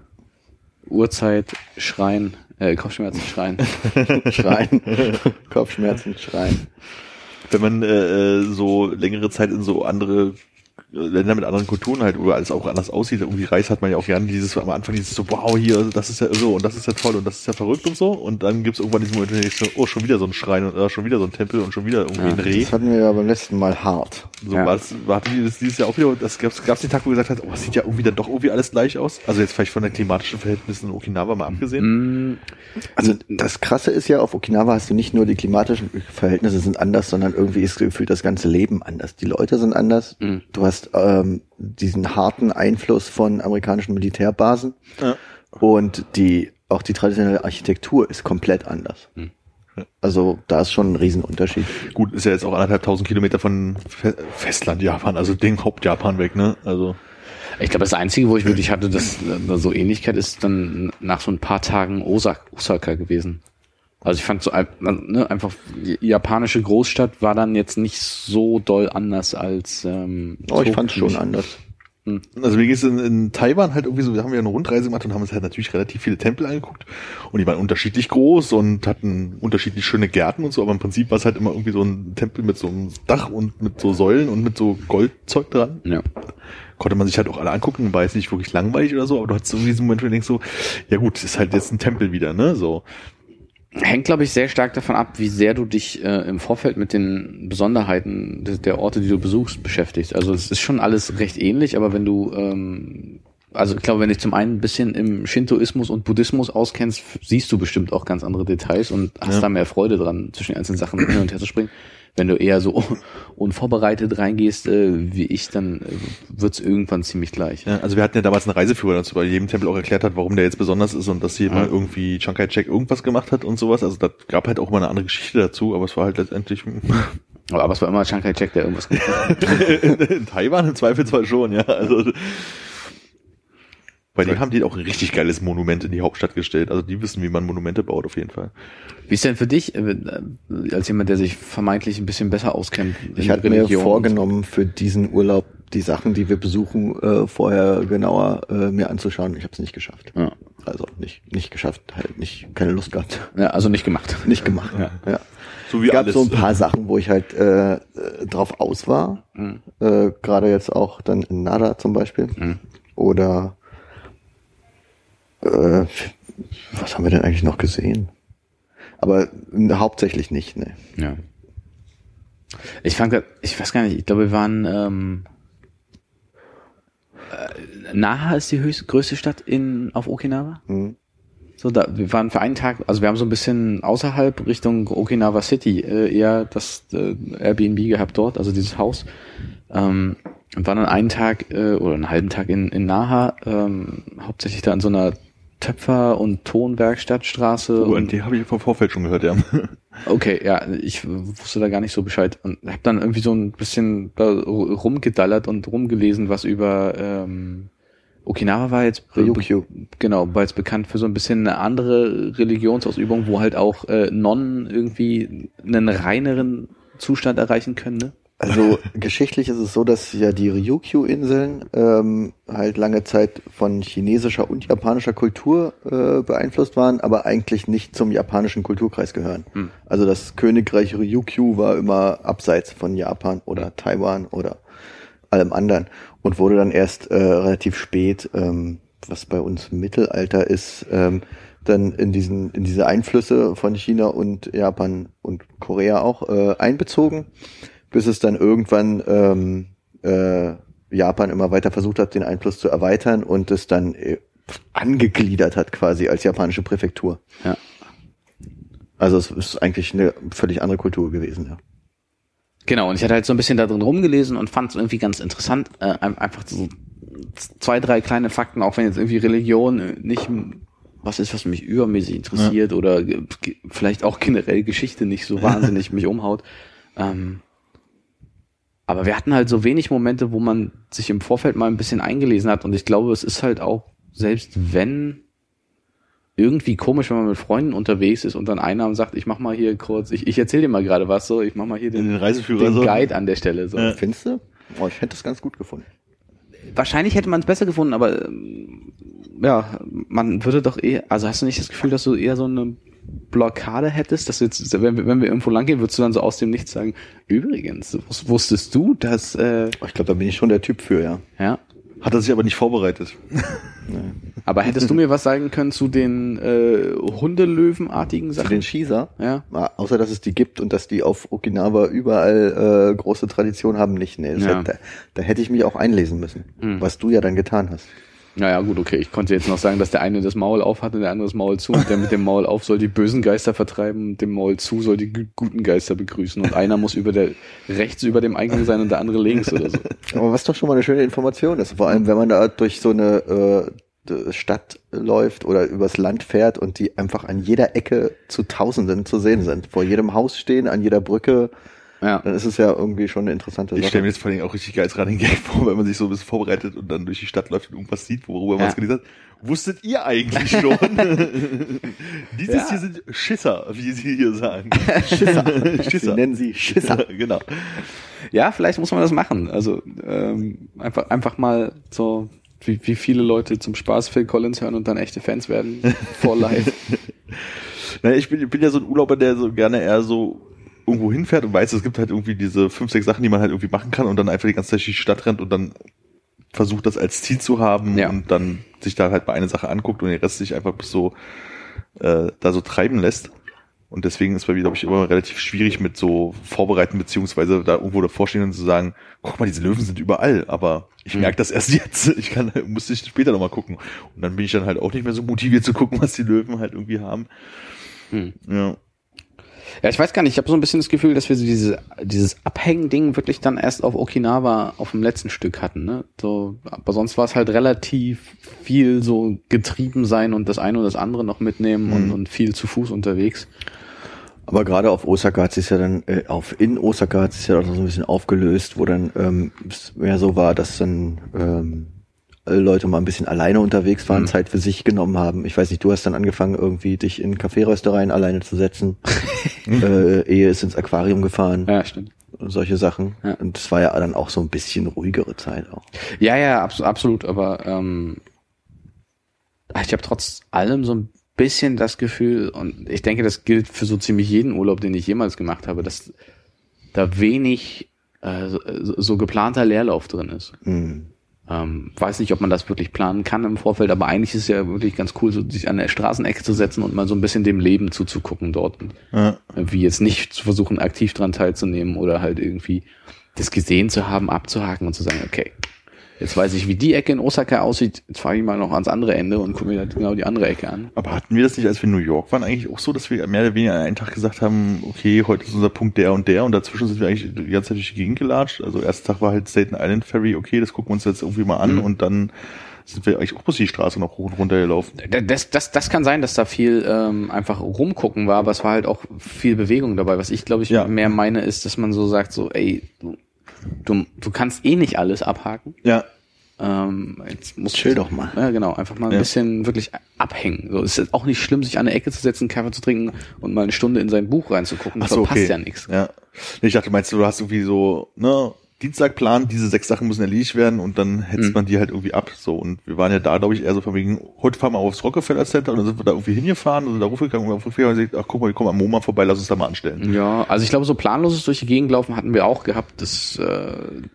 Uhrzeit, Schreien, äh, Kopfschmerzen, Schreien. Schreien. Kopfschmerzen, Schreien. Wenn man äh, so längere Zeit in so andere Länder mit anderen Kulturen halt, wo alles auch anders aussieht, irgendwie reist, hat man ja auch gerne dieses, am Anfang dieses so, wow, hier, das ist ja irre und das ist ja toll und das ist ja verrückt und so, und dann gibt's irgendwann diesen Moment, wo ich so, oh, schon wieder so ein Schrein und äh, schon wieder so ein Tempel und schon wieder irgendwie Ja, ein Reh. Das hatten wir ja beim letzten Mal hart. So Ja. war es, war das dieses Jahr auch wieder, das gab's, gab's den Tag, wo gesagt hat, oh, es sieht ja irgendwie dann doch irgendwie alles gleich aus. Also jetzt vielleicht von den klimatischen Verhältnissen in Okinawa mal abgesehen. Mm, Also das Krasse ist ja, auf Okinawa hast du nicht nur die klimatischen Verhältnisse sind anders, sondern irgendwie ist gefühlt das ganze Leben anders. Die Leute sind anders. Mhm. Du hast ähm, diesen harten Einfluss von amerikanischen Militärbasen Ja. und die auch die traditionelle Architektur ist komplett anders. Mhm. Also da ist schon ein Riesenunterschied. Gut, ist ja jetzt auch anderthalbtausend Kilometer von Fe- Festland Japan, also dem Haupt-Japan weg, ne? Also Ich glaube, das Einzige, wo ich wirklich hatte, dass da so Ähnlichkeit ist, dann nach so ein paar Tagen Osaka, Osaka gewesen. Also ich fand so ne, einfach die japanische Großstadt war dann jetzt nicht so doll anders als ähm, Oh, ich so fand es für schon mich. anders. Also mir geht es in, in Taiwan halt irgendwie so, wir haben ja eine Rundreise gemacht und haben uns halt natürlich relativ viele Tempel angeguckt und die waren unterschiedlich groß und hatten unterschiedlich schöne Gärten und so, aber im Prinzip war es halt immer irgendwie so ein Tempel mit so einem Dach und mit so Säulen und mit so Goldzeug dran. Ja. Konnte man sich halt auch alle angucken, war jetzt nicht wirklich langweilig oder so, aber du hattest irgendwie diesen Moment, wo du denkst so, ja gut, ist halt jetzt ein Tempel wieder, ne, so. Hängt, glaube ich, sehr stark davon ab, wie sehr du dich äh, im Vorfeld mit den Besonderheiten de- der Orte, die du besuchst, beschäftigst. Also es ist schon alles recht ähnlich, aber wenn du, ähm, also ich glaube, wenn du dich zum einen ein bisschen im Shintoismus und Buddhismus auskennst, f- siehst du bestimmt auch ganz andere Details und hast Ja. da mehr Freude dran, zwischen den einzelnen Sachen hin und her zu springen. Wenn du eher so unvorbereitet reingehst, äh, wie ich, dann äh, wird's irgendwann ziemlich gleich. Ja, also wir hatten ja damals einen Reiseführer dazu, bei jedem Tempel auch erklärt hat, warum der jetzt besonders ist und dass hier Ja. mal irgendwie Chiang Kai-shek irgendwas gemacht hat und sowas. Also da gab halt auch mal eine andere Geschichte dazu, aber es war halt letztendlich Aber, aber es war immer Chiang Kai-shek, der irgendwas gemacht hat. in, in Taiwan im Zweifelsfall schon, ja. Also bei denen haben die auch ein richtig geiles Monument in die Hauptstadt gestellt. Also die wissen, wie man Monumente baut auf jeden Fall. Wie ist denn für dich, äh, als jemand, der sich vermeintlich ein bisschen besser auskennt? Ich in hatte mir Religion und vorgenommen, für diesen Urlaub die Sachen, die wir besuchen, äh, vorher genauer äh, mir anzuschauen. Ich habe es nicht geschafft. so? Ja. Also nicht nicht geschafft, halt nicht keine Lust gehabt, Ja, also nicht gemacht. nicht gemacht. Ja. Ja. So wie Es gab alles. so ein paar Sachen, wo ich halt äh, äh, drauf aus war. Mhm. Äh, Gerade jetzt auch dann in Nada zum Beispiel. Mhm. Oder äh, was haben wir denn eigentlich noch gesehen? Aber äh, hauptsächlich nicht, ne. Ja. Ich fand grad, ich weiß gar nicht, ich glaube, wir waren ähm, äh, Naha ist die höchste, größte Stadt in auf Okinawa. Mhm. So, da, wir waren für einen Tag, also wir haben so ein bisschen außerhalb Richtung Okinawa City äh, eher das äh, Airbnb gehabt dort, also dieses Haus. Ähm, und waren dann einen Tag äh, oder einen halben Tag in, in Naha, ähm, hauptsächlich da in so einer Töpfer- und Tonwerkstattstraße. Oh, und, und die habe ich vom Vorfeld schon gehört, ja. okay, ja, ich wusste da gar nicht so Bescheid und habe dann irgendwie so ein bisschen da rumgedallert und rumgelesen, was über ähm, Okinawa war jetzt Ryukyu. genau, war jetzt bekannt für so ein bisschen eine andere Religionsausübung, wo halt auch äh, Nonnen irgendwie einen reineren Zustand erreichen können, ne? Also geschichtlich ist es so, dass ja die Ryukyu-Inseln ähm, halt lange Zeit von chinesischer und japanischer Kultur äh, beeinflusst waren, aber eigentlich nicht zum japanischen Kulturkreis gehören. Hm. Also das Königreich Ryukyu war immer abseits von Japan oder Taiwan oder allem anderen und wurde dann erst äh, relativ spät, ähm, was bei uns Mittelalter ist, ähm, dann in diesen in diese Einflüsse von China und Japan und Korea auch äh, einbezogen, bis es dann irgendwann ähm, äh, Japan immer weiter versucht hat, den Einfluss zu erweitern und es dann äh, angegliedert hat quasi als japanische Präfektur. Ja. Also es ist eigentlich eine völlig andere Kultur gewesen, ja. Genau, und ich hatte halt so ein bisschen da drin rumgelesen und fand es irgendwie ganz interessant, äh, einfach so zwei, drei kleine Fakten, auch wenn jetzt irgendwie Religion äh, nicht was ist, was mich übermäßig interessiert, ja, oder äh, vielleicht auch generell Geschichte nicht so wahnsinnig mich umhaut. Ähm, aber wir hatten halt so wenig Momente, wo man sich im Vorfeld mal ein bisschen eingelesen hat und ich glaube, es ist halt auch, selbst wenn irgendwie komisch, wenn man mit Freunden unterwegs ist und dann einer sagt, ich mach mal hier kurz, ich, ich erzähl dir mal gerade was so, ich mach mal hier den, den Reiseführer, den so. Guide an der Stelle. So. Ja. Findest du? Oh, ich hätte das ganz gut gefunden. Wahrscheinlich hätte man es besser gefunden, aber ähm, ja, man würde doch eher, also hast du nicht das Gefühl, dass du eher so eine Blockade hättest, dass du jetzt, wenn wir, wenn wir irgendwo lang gehen, würdest du dann so aus dem Nichts sagen, übrigens, wusstest du, dass, äh, Ich glaube, da bin ich schon der Typ für, ja. ja. Hat er sich aber nicht vorbereitet. Aber hättest du mir was sagen können zu den äh, Hundelöwenartigen Sachen? Zu den Schießer? Ja. Ah, außer, dass es die gibt und dass die auf Okinawa überall äh, große Tradition haben, nicht. Nee, das Ja. hätte, da, da hätte ich mich auch einlesen müssen, Mhm. was du ja dann getan hast. Naja, gut, okay. Ich konnte jetzt noch sagen, dass der eine das Maul auf hatte, der andere das Maul zu. Und der mit dem Maul auf soll die bösen Geister vertreiben, und dem Maul zu soll die gu- guten Geister begrüßen. Und einer muss über der rechts über dem Eingang sein und der andere links oder so. Aber was doch schon mal eine schöne Information ist, vor allem wenn man da durch so eine äh, Stadt läuft oder übers Land fährt und die einfach an jeder Ecke zu Tausenden zu sehen sind. Vor jedem Haus stehen, an jeder Brücke. Ja. Dann ist es ja irgendwie schon eine interessante Ich Sache. stelle mir jetzt vor allem auch richtig geil gerade den Gag vor, weil man sich so ein bisschen vorbereitet und dann durch die Stadt läuft und irgendwas sieht, worüber man Ja. es gelesen hat. Wusstet ihr eigentlich schon? Dieses Ja. hier sind Schisser, wie sie hier sagen. Schisser. Schisser. Sie nennen sie Schisser. Genau. Ja, vielleicht muss man das machen. Also ähm, einfach einfach mal so, wie, wie viele Leute zum Spaß Phil Collins hören und dann echte Fans werden vor live. Naja, ich bin, ich bin ja so ein Urlauber, der so gerne eher so irgendwo hinfährt und weiß, es gibt halt irgendwie diese fünf, sechs Sachen, die man halt irgendwie machen kann und dann einfach die ganze Zeit durch die Stadt rennt und dann versucht, das als Ziel zu haben Ja. und dann sich da halt bei einer Sache anguckt und den Rest sich einfach so äh, da so treiben lässt. Und deswegen ist bei mir, glaube ich, immer relativ schwierig mit so Vorbereiten, beziehungsweise da irgendwo davor stehen und zu sagen, guck mal, diese Löwen sind überall, aber ich Mhm. merke das erst jetzt. Ich kann, muss ich später nochmal gucken. Und dann bin ich dann halt auch nicht mehr so motiviert zu gucken, was die Löwen halt irgendwie haben. Hm. Ja. Ja, ich weiß gar nicht, ich habe so ein bisschen das Gefühl, dass wir so diese, dieses Abhängen-Ding wirklich dann erst auf Okinawa auf dem letzten Stück hatten, ne? So, aber sonst war es halt relativ viel so getrieben sein und das eine oder das andere noch mitnehmen Mhm. und, und viel zu Fuß unterwegs. Aber gerade auf Osaka hat sich ja dann, äh, auf in Osaka hat sich ja auch so ein bisschen aufgelöst, wo dann ähm, es mehr so war, dass dann ähm, alle Leute mal ein bisschen alleine unterwegs waren, Mhm. Zeit für sich genommen haben. Ich weiß nicht, du hast dann angefangen, irgendwie dich in Kaffeeröstereien alleine zu setzen. äh, Ehe ist ins Aquarium gefahren. Ja, stimmt. Und solche Sachen. Ja. Und es war ja dann auch so ein bisschen ruhigere Zeit auch. Ja, ja, abs- absolut, aber ähm, ich habe trotz allem so ein bisschen das Gefühl, und ich denke, das gilt für so ziemlich jeden Urlaub, den ich jemals gemacht habe, dass da wenig äh, so, so geplanter Leerlauf drin ist. Hm. Ähm, weiß nicht, ob man das wirklich planen kann im Vorfeld, aber eigentlich ist es ja wirklich ganz cool, so sich an der Straßenecke zu setzen und mal so ein bisschen dem Leben zuzugucken dort. Und Ja. wie jetzt nicht zu versuchen, aktiv dran teilzunehmen oder halt irgendwie das gesehen zu haben, abzuhaken und zu sagen, okay, jetzt weiß ich, wie die Ecke in Osaka aussieht, jetzt fahre ich mal noch ans andere Ende und gucke mir halt genau die andere Ecke an. Aber hatten wir das nicht, als wir in New York waren, eigentlich auch so, dass wir mehr oder weniger an einem Tag gesagt haben, okay, heute ist unser Punkt der und der und dazwischen sind wir eigentlich die ganze Zeit durch die Gegend gelatscht. Also erster Tag war halt Staten Island Ferry, okay, das gucken wir uns jetzt irgendwie mal an Mhm. und dann sind wir eigentlich auch bloß die Straße noch hoch und runter gelaufen. Das, das, das kann sein, dass da viel ähm, einfach rumgucken war, aber es war halt auch viel Bewegung dabei. Was ich, glaube ich, Ja. mehr meine, ist, dass man so sagt, so, ey, du, du, du kannst eh nicht alles abhaken. Ja. Ähm, jetzt musst Chill du, doch mal. Ja, genau, einfach mal ein Ja. bisschen wirklich abhängen. So, es ist auch nicht schlimm, sich an eine Ecke zu setzen, Kaffee zu trinken und mal eine Stunde in sein Buch reinzugucken. Das Ach so, verpasst okay. ja nichts. Ja. Nee, ich dachte, meinst du, du hast irgendwie so, ne, Dienstagplan, diese sechs Sachen müssen erledigt werden und dann hetzt Mhm. man die halt irgendwie ab. So, und wir waren ja da, glaube ich, eher so von wegen, heute fahren wir aufs Rockefeller Center und dann sind wir da irgendwie hingefahren und sind da hochgegangen und auf und gesagt, ach guck mal, wir kommen am MoMA vorbei, lass uns da mal anstellen. Ja, also ich glaube, so planloses durch die Gegend laufen hatten wir auch gehabt. Das äh,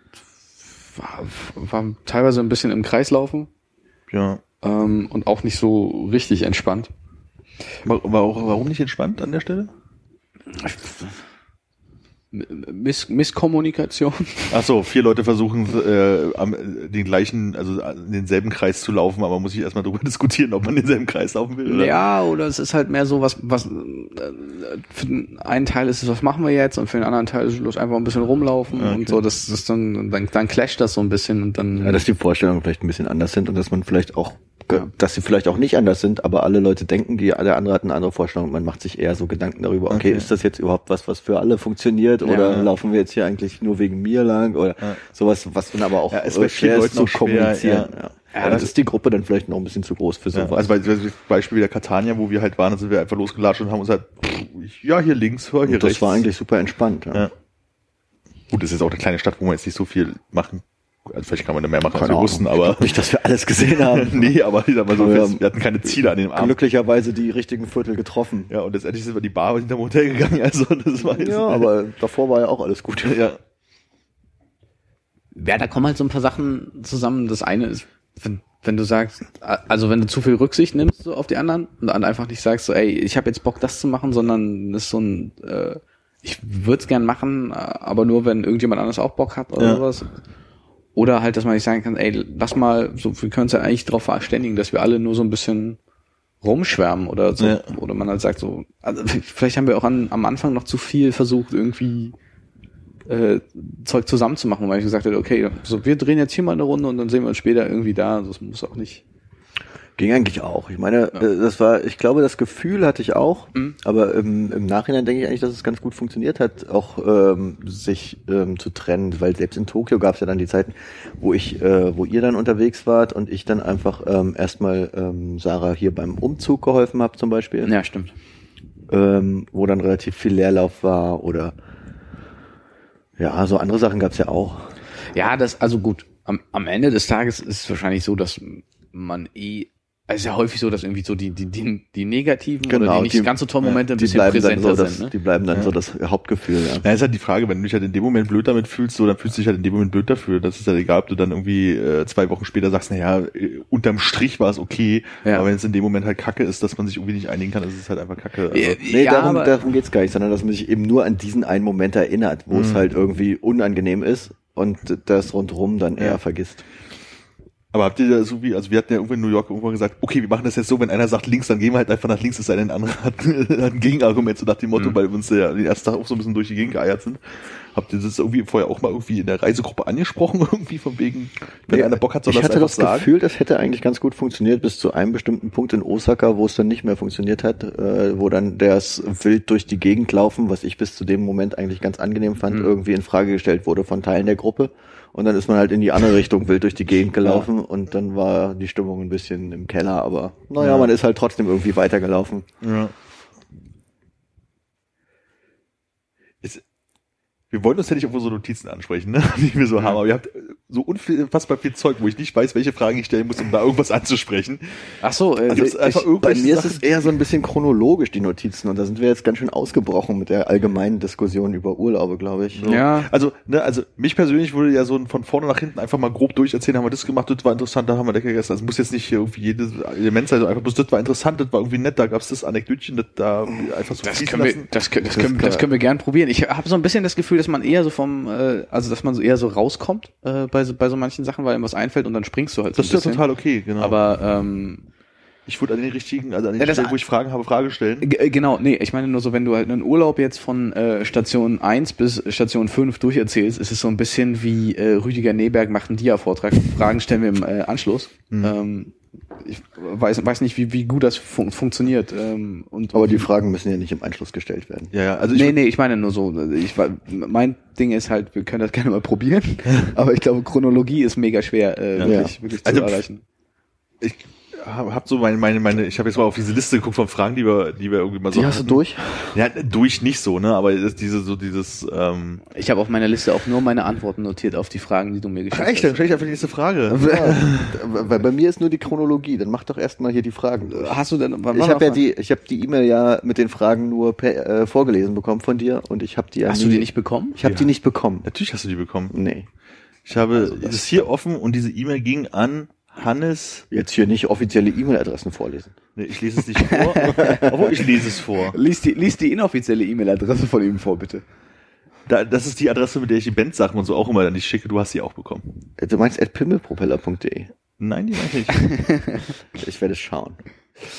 war, war teilweise ein bisschen im Kreis laufen Ja. ähm, und auch nicht so richtig entspannt. War, war auch, warum nicht entspannt an der Stelle? Miss, Misskommunikation. Ach so, vier Leute versuchen äh, am, den gleichen, also in denselben Kreis zu laufen, aber muss ich erstmal darüber diskutieren, ob man denselben Kreis laufen will, oder? Ja, oder es ist halt mehr so, was, was äh, für den einen Teil ist es, was machen wir jetzt, und für den anderen Teil ist es bloß einfach ein bisschen rumlaufen Okay. und so, das ist dann, dann, dann clasht das so ein bisschen und dann. Ja, dass die Vorstellungen vielleicht ein bisschen anders sind und dass man vielleicht auch ja. dass sie vielleicht auch nicht anders sind, aber alle Leute denken, die, der andere hat eine andere Vorstellung. Man macht sich eher so Gedanken darüber, okay, okay. ist das jetzt überhaupt was, was für alle funktioniert ja, oder ja. laufen wir jetzt hier eigentlich nur wegen mir lang oder ja. sowas, was dann aber auch ja, es schwer ist zu kommunizieren. Ja. Ja, das ist die Gruppe dann vielleicht noch ein bisschen zu groß für sowas. Ja, also bei, Beispiel wieder Catania, wo wir halt waren, sind wir einfach losgelatscht und haben uns halt, ja, hier links, hier und das rechts. Das war eigentlich super entspannt. Ja. Ja. Gut, das ist jetzt auch eine kleine Stadt, wo man jetzt nicht so viel machen. Also vielleicht kann man da mehr machen, als wir wussten, aber nicht, dass wir alles gesehen haben. nee, aber ich sag mal so, wir, wir hatten keine Ziele an dem Abend. Glücklicherweise die richtigen Viertel getroffen. Ja, und letztendlich sind wir die Bar hinterm Hotel gegangen, also das war jetzt ja, aber davor war ja auch alles gut. Ja. Ja, da kommen halt so ein paar Sachen zusammen. Das eine ist, wenn, wenn du sagst, also wenn du zu viel Rücksicht nimmst so auf die anderen und dann einfach nicht sagst, so, ey, ich habe jetzt Bock, das zu machen, sondern das ist so ein, äh, ich würde es gern machen, aber nur, wenn irgendjemand anderes auch Bock hat oder ja. sowas. Oder halt, dass man nicht sagen kann, ey, lass mal, so, wir können uns ja eigentlich darauf verständigen, dass wir alle nur so ein bisschen rumschwärmen oder so. Ja. Oder man halt sagt so, also vielleicht haben wir auch an, am Anfang noch zu viel versucht, irgendwie äh, Zeug zusammenzumachen, weil ich gesagt hätte, okay, so wir drehen jetzt hier mal eine Runde und dann sehen wir uns später irgendwie da. Das muss auch nicht. Ging eigentlich auch. Ich meine, ja. das war, ich glaube, das Gefühl hatte ich auch, mhm. aber im, im Nachhinein denke ich eigentlich, dass es ganz gut funktioniert hat, auch ähm, sich ähm, zu trennen, weil selbst in Tokio gab es ja dann die Zeiten, wo ich, äh, wo ihr dann unterwegs wart und ich dann einfach ähm, erstmal ähm, Sarah hier beim Umzug geholfen habe zum Beispiel. Ja, stimmt. Ähm, wo dann relativ viel Leerlauf war oder ja, so andere Sachen gab es ja auch. Ja, das, also gut, am, am Ende des Tages ist es wahrscheinlich so, dass man eh es ist ja häufig so, dass irgendwie so die die die, die negativen genau, oder die nicht die, ganz so tollen Momente ja, ein bisschen präsenter so das, sind. Ne? Die bleiben dann ja. so das Hauptgefühl. Ja. Ja, ist halt die Frage, wenn du dich halt in dem Moment blöd damit fühlst, so, dann fühlst du dich halt in dem Moment blöd dafür. Das ist halt egal, ob du dann irgendwie äh, zwei Wochen später sagst, naja, äh, unterm Strich war es okay, ja. aber wenn es in dem Moment halt Kacke ist, dass man sich irgendwie nicht einigen kann, dann ist es halt einfach Kacke. Also, äh, nee, ja, darum, darum geht's gar nicht, sondern dass man sich eben nur an diesen einen Moment erinnert, wo mhm. es halt irgendwie unangenehm ist und das rundherum dann eher ja. vergisst. Aber habt ihr da so wie, also wir hatten ja irgendwo in New York irgendwann gesagt, okay, wir machen das jetzt so, wenn einer sagt links, dann gehen wir halt einfach nach links, es sei denn, der andere hat, hat ein Gegenargument, so nach dem Motto, mhm. weil wir uns ja den ersten Tag auch so ein bisschen durch die Gegend geeiert sind. Habt ihr das irgendwie vorher auch mal irgendwie in der Reisegruppe angesprochen, irgendwie von wegen, wenn ja, einer Bock hat, soll das einfach sagen? Ich hatte das Gefühl, das hätte eigentlich ganz gut funktioniert, bis zu einem bestimmten Punkt in Osaka, wo es dann nicht mehr funktioniert hat, äh, wo dann das wild durch die Gegend laufen, was ich bis zu dem Moment eigentlich ganz angenehm fand, mhm. irgendwie in Frage gestellt wurde von Teilen der Gruppe. Und dann ist man halt in die andere Richtung wild durch die Gegend gelaufen ja. und dann war die Stimmung ein bisschen im Keller, aber naja, ja. man ist halt trotzdem irgendwie weitergelaufen. Ja. Ist, wir wollten uns ja nicht irgendwo so Notizen ansprechen, ne? Die wir so ja. haben, aber ihr habt so unfassbar viel Zeug, wo ich nicht weiß, welche Fragen ich stellen muss, um da irgendwas anzusprechen. Ach so, äh, also einfach ich, bei mir Sachen ist es eher so ein bisschen chronologisch, die Notizen, und da sind wir jetzt ganz schön ausgebrochen mit der allgemeinen Diskussion über Urlaube, glaube ich. So. Ja. Also, ne, also mich persönlich würde ja so von vorne nach hinten einfach mal grob durcherzählen, haben wir das gemacht, das war interessant, da haben wir lecker gegessen. Also muss jetzt nicht irgendwie jedes Element sein, sondern einfach bloß, das war interessant, das war irgendwie nett, da gab's das Anekdötchen, das da einfach so das können wir, das, das, das, können, das können wir gern probieren. Ich habe so ein bisschen das Gefühl, dass man eher so vom, äh, also dass man so eher so rauskommt äh, bei so, bei so manchen Sachen, weil ihm was einfällt und dann springst du halt so das ein bisschen. Das ist ja total okay, genau. Aber ähm, ich würde an den richtigen, also an den ja, Stellen, wo ich Fragen habe, Frage stellen. G- genau, nee, ich meine nur so, wenn du halt einen Urlaub jetzt von äh, Station eins bis Station fünf durcherzählst, ist es so ein bisschen wie äh, Rüdiger Neberg macht einen Dia-Vortrag, Fragen stellen wir im äh, Anschluss. Mhm. Ähm, ich weiß, weiß nicht, wie, wie gut das fun- funktioniert. Ähm, und Aber die Fragen müssen ja nicht im Anschluss gestellt werden. Ja, ja, also ich nee, nee, ich meine nur so, ich, mein Ding ist halt, wir können das gerne mal probieren, aber ich glaube, Chronologie ist mega schwer, äh, ja. wirklich, ja. wirklich zu also, erreichen. Ich hab, hab so meine, meine, meine, ich habe jetzt mal auf diese Liste geguckt von Fragen, die wir, die wir irgendwie mal so. Die hast hatten. du durch? Ja, durch nicht so, ne, aber das, diese, so dieses, ähm. Ich habe auf meiner Liste auch nur meine Antworten notiert auf die Fragen, die du mir geschickt hast. Echt? Dann stell ich einfach die nächste Frage. Ja, weil bei mir ist nur die Chronologie, dann mach doch erstmal hier die Fragen durch. Hast du denn, ich habe ja die, ich habe die E-Mail ja mit den Fragen nur per, äh, vorgelesen bekommen von dir und ich habe die ja Hast nie, du die nicht bekommen? Ich habe ja. die nicht bekommen. Natürlich hast du die bekommen. Nee. Ich habe also das, das hier offen und diese E-Mail ging an Hannes. Jetzt hier nicht offizielle E-Mail-Adressen vorlesen. Nee, ich lese es nicht vor. Obwohl, ich lese es vor. Lies die, lies die inoffizielle E-Mail-Adresse von ihm vor, bitte. Da, das ist die Adresse, mit der ich die Bandsachen und so auch immer dann nicht schicke. Du hast sie auch bekommen. Du meinst at pimmelpropeller punkt de? Nein, die meine ich nicht. Ich werde schauen.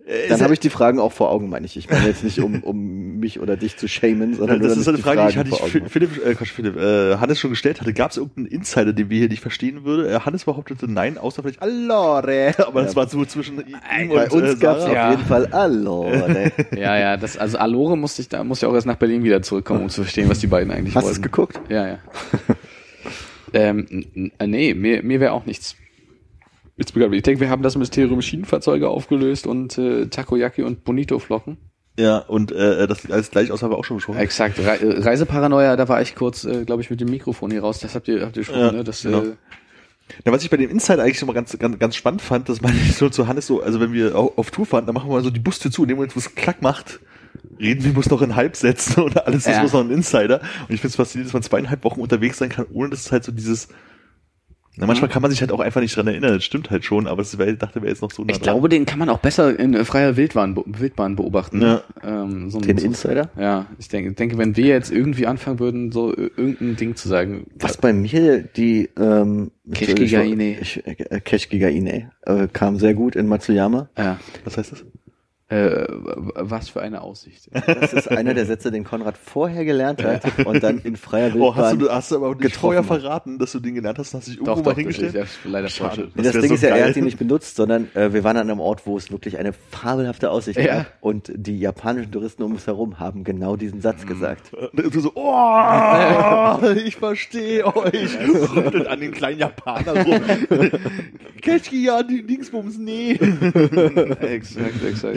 Dann habe ich die Fragen auch vor Augen, meine ich. Ich meine jetzt nicht, um, um mich oder dich zu shamen, sondern das nur, ist so eine die Frage, die ich Fragen hatte vor ich Augen Philipp, äh, Quatsch, Philipp, äh, Hannes schon gestellt hatte. Gab es irgendeinen Insider, den wir hier nicht verstehen würde? Äh, Hannes behauptete nein, außer vielleicht Allore, aber Ja. das war so zwischen ihm Bei und uns äh, gab es auf Ja. jeden Fall Allore. Ja, ja, das, also Allure musste ich, da muss ich auch erst nach Berlin wieder zurückkommen, um zu verstehen, was die beiden eigentlich Hast du wollten. es geguckt? Ja, ja. ähm, n- n- nee, mir, mir wäre auch nichts. Jetzt begann. Ich denke, wir haben das Mysterium Schienenfahrzeuge aufgelöst und äh, Takoyaki und Bonito-Flocken. Ja, und äh, das alles gleich aus haben wir auch schon besprochen. Exakt. Re äh, Reiseparanoia, da war ich kurz, äh, glaube ich, mit dem Mikrofon hier raus. Das habt ihr, habt ihr schon, Ja, ne? Das, genau. äh, Ja, was ich bei dem Insider eigentlich schon mal ganz, ganz, ganz spannend fand, das meine ich so zu Hannes so, also wenn wir auf, auf Tour fahren, dann machen wir mal so die Bustür zu, in dem Moment, wo es Klack macht, reden wir muss noch in Halbsätzen oder alles, das Ja. muss noch ein Insider. Und ich finde es faszinierend, dass man zweieinhalb Wochen unterwegs sein kann, ohne dass es halt so dieses, na, manchmal kann man sich halt auch einfach nicht dran erinnern, das stimmt halt schon, aber das wär, dachte, wäre jetzt noch so nah ich dran. glaube, den kann man auch besser in äh, freier Wildbahn, be Wildbahn beobachten. Ja. Ähm, so ein- Den so, Insider? Ja, ich denke, denke, wenn wir jetzt irgendwie anfangen würden, so äh, irgendein Ding zu sagen. Was bei mir die ähm, Keşkigaine. ich- äh, Keşkigaine, äh, kam sehr gut in Matsuyama. Ja. Was heißt das? Äh, w- was für eine Aussicht. Das ist einer der Sätze, den Konrad vorher gelernt hat und dann in freier Oh, hast Wildbahn. du, hast du aber nicht getroffen vorher hat. verraten, dass du den gelernt hast und hast dich irgendwo Doch, mal doch, hingestellt? ich hab's leider falsch. Schade. Nee, das wär Ding so ist ja, er geil. hat ihn nicht benutzt, sondern äh, wir waren an einem Ort, wo es wirklich eine fabelhafte Aussicht Ja. gab. Und die japanischen Touristen um uns herum haben genau diesen Satz gesagt. Und du so, oh, ich verstehe euch. Rüttelt an den kleinen Japaner rum. Ketschki, ja, die Dingsbums, nee. Exakt, exakt.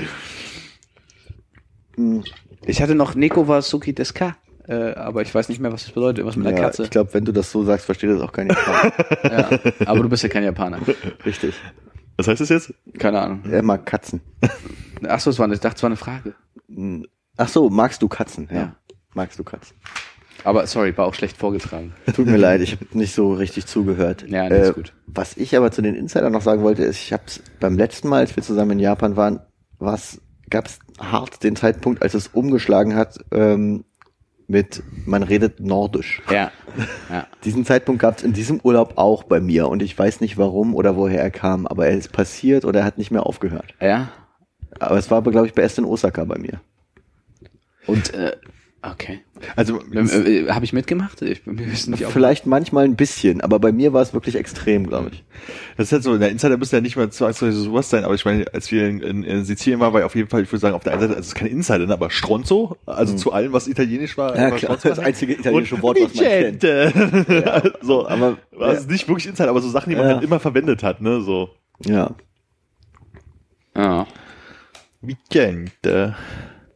Ich hatte noch Neko wa Suki desu ka, äh, aber ich weiß nicht mehr, was das bedeutet. Was mit der Ja, Katze. ich glaube, wenn du das so sagst, versteht das auch kein Japaner. Ja, aber du bist ja kein Japaner. Richtig. Was heißt das jetzt? Keine Ahnung. Er mag Katzen. Ach so, es war, ich dachte, es war eine Frage. Ach so, magst du Katzen? Ja. Ja. Magst du Katzen? Aber sorry, war auch schlecht vorgetragen. Tut mir leid, ich habe nicht so richtig zugehört. Ja, nee, ist gut. Was ich aber zu den Insidern noch sagen wollte, ist, ich habe es beim letzten Mal, als wir zusammen in Japan waren, gab es hart den Zeitpunkt, als es umgeschlagen hat ähm, mit, man redet Nordisch. Ja, ja. Diesen Zeitpunkt gab es in diesem Urlaub auch bei mir und ich weiß nicht warum oder woher er kam, aber er ist passiert oder er hat nicht mehr aufgehört. Ja. Aber es war, glaube ich, bei erst in Osaka bei mir. Und, äh, okay. Also, Ähm, äh, Habe ich mitgemacht? Ich bin mir nicht auf. Vielleicht manchmal ein bisschen, aber bei mir war es wirklich extrem, glaube ich. das ist halt so, der Insider müsste ja nicht mal zwangsweise sowas sein, aber ich meine, als wir in, in, in Sizilien waren, war ja auf jeden Fall, ich würde sagen, auf der einen Seite, also es ist kein Insider, ne, aber Stronzo, also Mhm. zu allem, was italienisch war. Ja, war klar, Stronzo das dabei. einzige italienische Und Wort, was man kennt. Vicente. So, aber- war es nicht wirklich Insider, aber so Sachen, die man Ja. halt immer verwendet hat, ne, so. Ja. Ja. Vicente.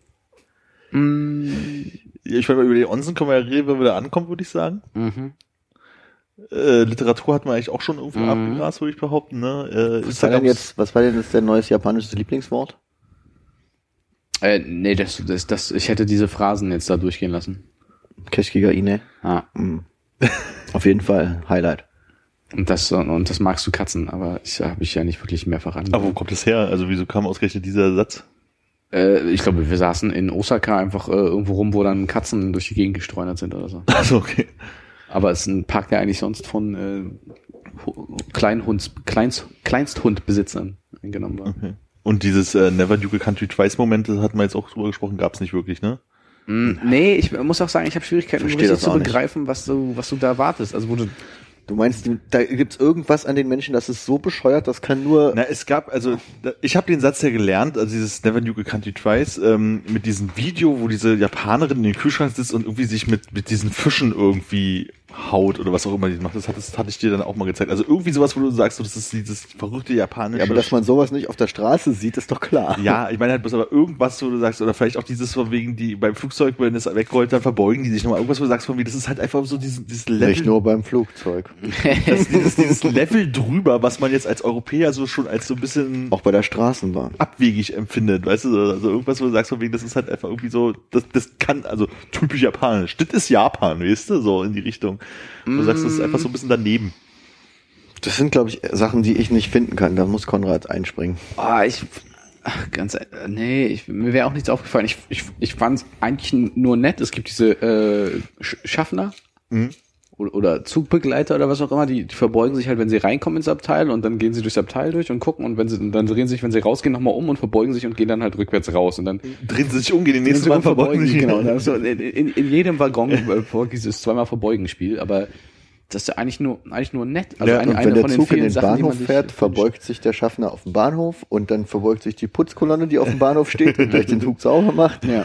Mm, Ich meine, über die Onsen können wir ja reden, wenn wir da ankommen, würde ich sagen. mhm. Äh, Literatur hat man eigentlich auch schon irgendwo Mhm. abgegrast, würde ich behaupten, ne. Äh, Was war denn Instagrams- jetzt, was war denn jetzt dein neues japanisches Lieblingswort? Äh, nee, das, das, das, ich hätte diese Phrasen jetzt da durchgehen lassen. Keşkigaine. Ah. Mhm. Auf jeden Fall Highlight. Und das, und das magst du Katzen, aber ich habe ich ja nicht wirklich mehrfach Aber wo angehört. kommt das her? Also wieso kam ausgerechnet dieser Satz? Äh, ich glaube, wir saßen in Osaka einfach äh, irgendwo rum, wo dann Katzen durch die Gegend gestreunert sind oder so. Also okay. Aber es ist ein Park, der eigentlich sonst von äh, Hu- Kleinhunds, Kleinst, Kleinsthundbesitzern eingenommen war. okay. Und dieses äh, Never Duke a Country Twice Moment, das hatten wir jetzt auch drüber gesprochen, gab es nicht wirklich, ne? Mm, nee, ich muss auch sagen, ich habe Schwierigkeiten, Versteh richtig das zu auch nicht. begreifen, was du, was du da erwartest. Also wo du, Du meinst, die- da gibt's irgendwas an den Menschen, das ist so bescheuert, das kann nur... Na, es gab, also da, ich habe den Satz ja gelernt, also dieses Never Duke a Country Twice, ähm, mit diesem Video, wo diese Japanerin in den Kühlschrank sitzt und irgendwie sich mit mit diesen Fischen irgendwie haut oder was auch immer die macht. Das, hat, das hatte ich dir dann auch mal gezeigt. Also irgendwie sowas, wo du sagst, so, das ist dieses verrückte japanische... ja, aber dass man sowas nicht auf der Straße sieht, ist doch klar. Ja, ich meine halt bloß aber irgendwas, wo du sagst, oder vielleicht auch dieses von wegen, die beim Flugzeug, wenn es wegrollt, dann verbeugen die sich nochmal. Irgendwas, wo du sagst von wegen, das ist halt einfach so dieses, dieses Level, Nicht nur beim Flugzeug. das, dieses, dieses Level drüber, was man jetzt als Europäer so schon als so ein bisschen Auch bei der Straßenbahn. abwegig empfindet, weißt du, also irgendwas, wo du sagst von wegen, das ist halt einfach irgendwie so, das, das kann, also typisch japanisch. Das ist Japan, weißt du, so in die Richtung. Wo du sagst, das ist einfach so ein bisschen daneben. Das sind, glaube ich, Sachen, die ich nicht finden kann. Da muss Konrad einspringen. ah, ich, ach, ganz, äh, nee, ich, mir wäre auch nichts aufgefallen. Ich, ich, ich fand es eigentlich nur nett. Es gibt diese äh, Sch- Schaffner Mhm. oder, oder Zugbegleiter oder was auch immer, die, die verbeugen sich halt, wenn sie reinkommen ins Abteil und dann gehen sie durchs Abteil durch und gucken und wenn sie und dann drehen sie sich, wenn sie rausgehen, nochmal um und verbeugen sich und gehen dann halt rückwärts raus und dann drehen sie sich um, gehen den nächsten Mal Mal verbeugen sich. Genau, also in, in, in jedem Waggon folgt dieses zweimal Verbeugen-Spiel, aber das ist ja eigentlich nur eigentlich nur nett. Also ja, eine, und eine wenn der von den Zug in vielen den Sachen, Bahnhof die man fährt, sich verbeugt sich der Schaffner auf dem Bahnhof und dann verbeugt sich die Putzkolonne, die auf dem Bahnhof steht und gleich den Zug sauber macht. Ja.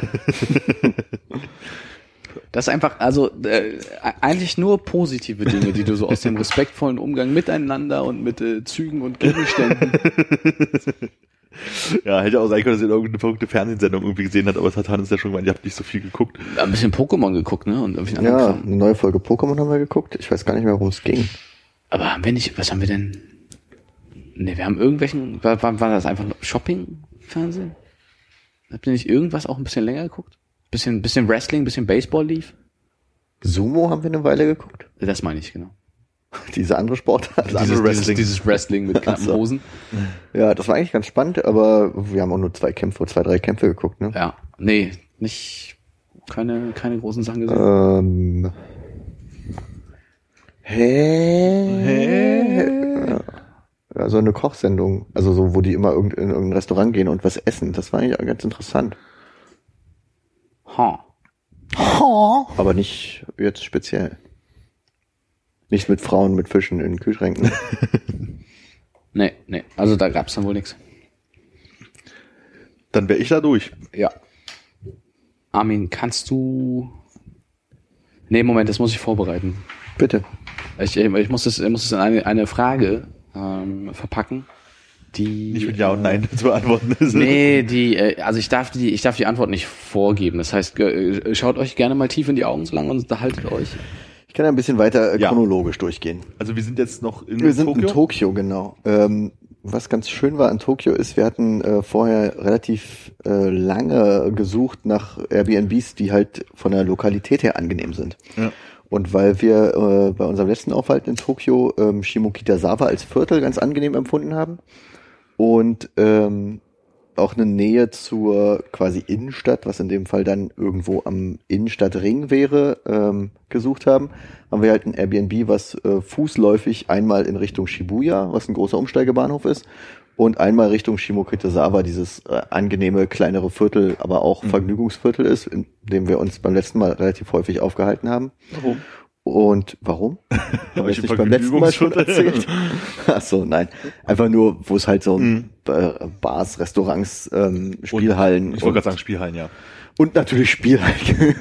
Das ist einfach, also äh, eigentlich nur positive Dinge, die du so aus dem respektvollen Umgang miteinander und mit äh, Zügen und Gegenständen. Ja, hätte auch sein können, dass ihr irgendeine verrückte Fernsehsendung irgendwie gesehen habt, aber es hat Hannes ja schon gemeint, ihr habt nicht so viel geguckt. Ein bisschen Pokémon geguckt, ne? Und irgendwie Ja, Kram. eine neue Folge Pokémon haben wir geguckt. Ich weiß gar nicht mehr, worum es ging. Aber haben wir nicht, was haben wir denn? Ne, wir haben irgendwelchen, war, war, war das einfach Shopping-Fernsehen? Habt ihr nicht irgendwas auch ein bisschen länger geguckt? Bisschen, bisschen Wrestling, bisschen Baseball lief? Sumo haben wir eine Weile geguckt. Das meine ich, genau. Diese andere Sportart. Dieses Dieses, Wrestling. dieses, dieses Wrestling mit knappen Ach so. Hosen. Ja, das war eigentlich ganz spannend, aber wir haben auch nur zwei Kämpfe, zwei, drei Kämpfe geguckt, ne? Ja, nee, nicht, keine, keine großen Sachen gesehen. Ähm. Hä? Hä? Ja, so eine Kochsendung. Also so, wo die immer irgend, in irgendein Restaurant gehen und was essen. Das war eigentlich ganz interessant. Ha. Aber nicht jetzt speziell. Nicht mit Frauen mit Fischen in Kühlschränken. Nee, nee, also da gab's dann wohl nichts. Dann wäre ich da durch. Ja. Armin, kannst du... Nee, Moment, das muss ich vorbereiten. Bitte. Ich, ich muss das, ich muss das in eine, eine Frage ähm, verpacken, die... Nicht mit Ja und Nein zu beantworten ist. Nee, die, äh, also ich darf die, ich darf die Antwort nicht vorgeben. Das heißt, äh, schaut euch gerne mal tief in die Augen so lange und unterhaltet euch. Ich kann ein bisschen weiter äh, Ja. chronologisch durchgehen. Also wir sind jetzt noch in Wir sind Tokio. in Tokio, genau. Ähm, was ganz schön war in Tokio ist, wir hatten äh, vorher relativ äh, lange gesucht nach Airbnbs, die halt von der Lokalität her angenehm sind. Ja. Und weil wir äh, bei unserem letzten Aufenthalt in Tokio ähm, Shimokitazawa als Viertel ganz angenehm empfunden haben und ähm, auch eine Nähe zur quasi Innenstadt, was in dem Fall dann irgendwo am Innenstadtring wäre, ähm, gesucht haben, haben wir halt ein Airbnb, was äh, fußläufig einmal in Richtung Shibuya, was ein großer Umsteigebahnhof ist, und einmal Richtung Shimokitazawa, dieses äh, angenehme kleinere Viertel, aber auch Mhm. Vergnügungsviertel ist, in dem wir uns beim letzten Mal relativ häufig aufgehalten haben. Warum? Und warum? Haben wir es ich nicht beim letzten Mal schon Vergnügungsviertel. erzählt? Ach so, nein. Einfach nur, wo es halt so Mhm. äh, Bars, Restaurants, ähm, Spielhallen Ich und, wollte gerade sagen Spielhallen, ja. und natürlich Spielhallen.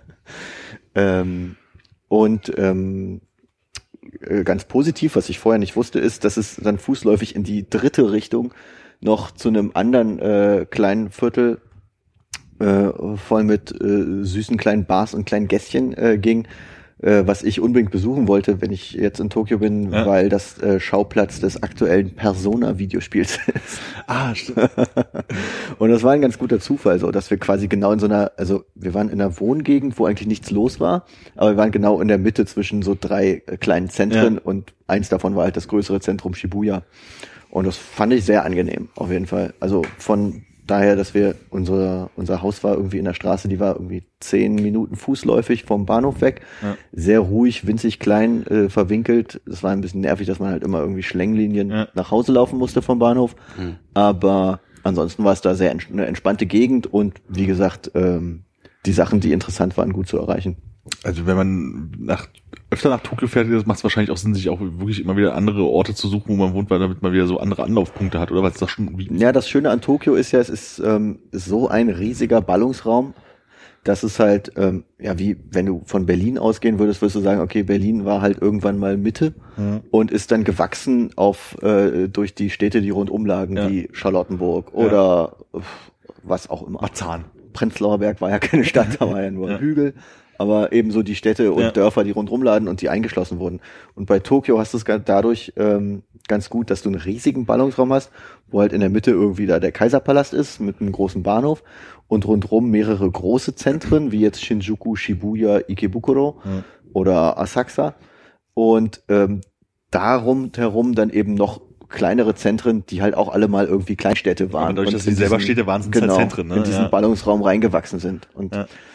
ähm, und ähm, äh, ganz positiv, was ich vorher nicht wusste, ist, dass es dann fußläufig in die dritte Richtung noch zu einem anderen äh, kleinen Viertel äh, voll mit äh, süßen kleinen Bars und kleinen Gässchen äh, ging, äh, was ich unbedingt besuchen wollte, wenn ich jetzt in Tokio bin, Ja. weil das äh, Schauplatz des aktuellen Persona-Videospiels ist. Ah, stimmt. Und das war ein ganz guter Zufall, so dass wir quasi genau in so einer, also wir waren in einer Wohngegend, wo eigentlich nichts los war, aber wir waren genau in der Mitte zwischen so drei äh, kleinen Zentren Ja. und eins davon war halt das größere Zentrum Shibuya. Und das fand ich sehr angenehm, auf jeden Fall. Also von daher, dass wir, unser, unser Haus war irgendwie in der Straße, die war irgendwie zehn Minuten fußläufig vom Bahnhof weg. Ja. Sehr ruhig, winzig klein, äh, verwinkelt. Das war ein bisschen nervig, dass man halt immer irgendwie Schlänglinien Ja. nach Hause laufen musste vom Bahnhof. Mhm. Aber ansonsten war es da sehr ents- eine entspannte Gegend und wie gesagt, ähm, die Sachen, die interessant waren, gut zu erreichen. Also wenn man nach, öfter nach Tokio fährt, macht es wahrscheinlich auch Sinn, sich auch wirklich immer wieder andere Orte zu suchen, wo man wohnt, weil damit man wieder so andere Anlaufpunkte hat, oder? Weil es doch schon wie Ja, das Schöne an Tokio ist ja, es ist ähm, so ein riesiger Ballungsraum, dass es halt, ähm, ja, wie wenn du von Berlin ausgehen würdest, würdest du sagen, okay, Berlin war halt irgendwann mal Mitte Ja. und ist dann gewachsen auf äh, durch die Städte, die rundum lagen, Ja. wie Charlottenburg oder äh, was auch immer. Marzahn. Prenzlauer Berg war ja keine Stadt, da war ja nur ein Ja. Hügel. Aber ebenso die Städte und Ja. Dörfer, die rundrum lagen und die eingeschlossen wurden. Und bei Tokio hast du es ga- dadurch ähm, ganz gut, dass du einen riesigen Ballungsraum hast, wo halt in der Mitte irgendwie da der Kaiserpalast ist mit einem großen Bahnhof und rundrum mehrere große Zentren, wie jetzt Shinjuku, Shibuya, Ikebukuro Ja. oder Asakusa. Und ähm, darum herum dann eben noch kleinere Zentren, die halt auch alle mal irgendwie Kleinstädte waren. Aber dadurch, und dass sie in selber diesen- Städte waren, sind es genau, halt Zentren, ne? in diesen Ja. Ballungsraum reingewachsen sind. Und Ja.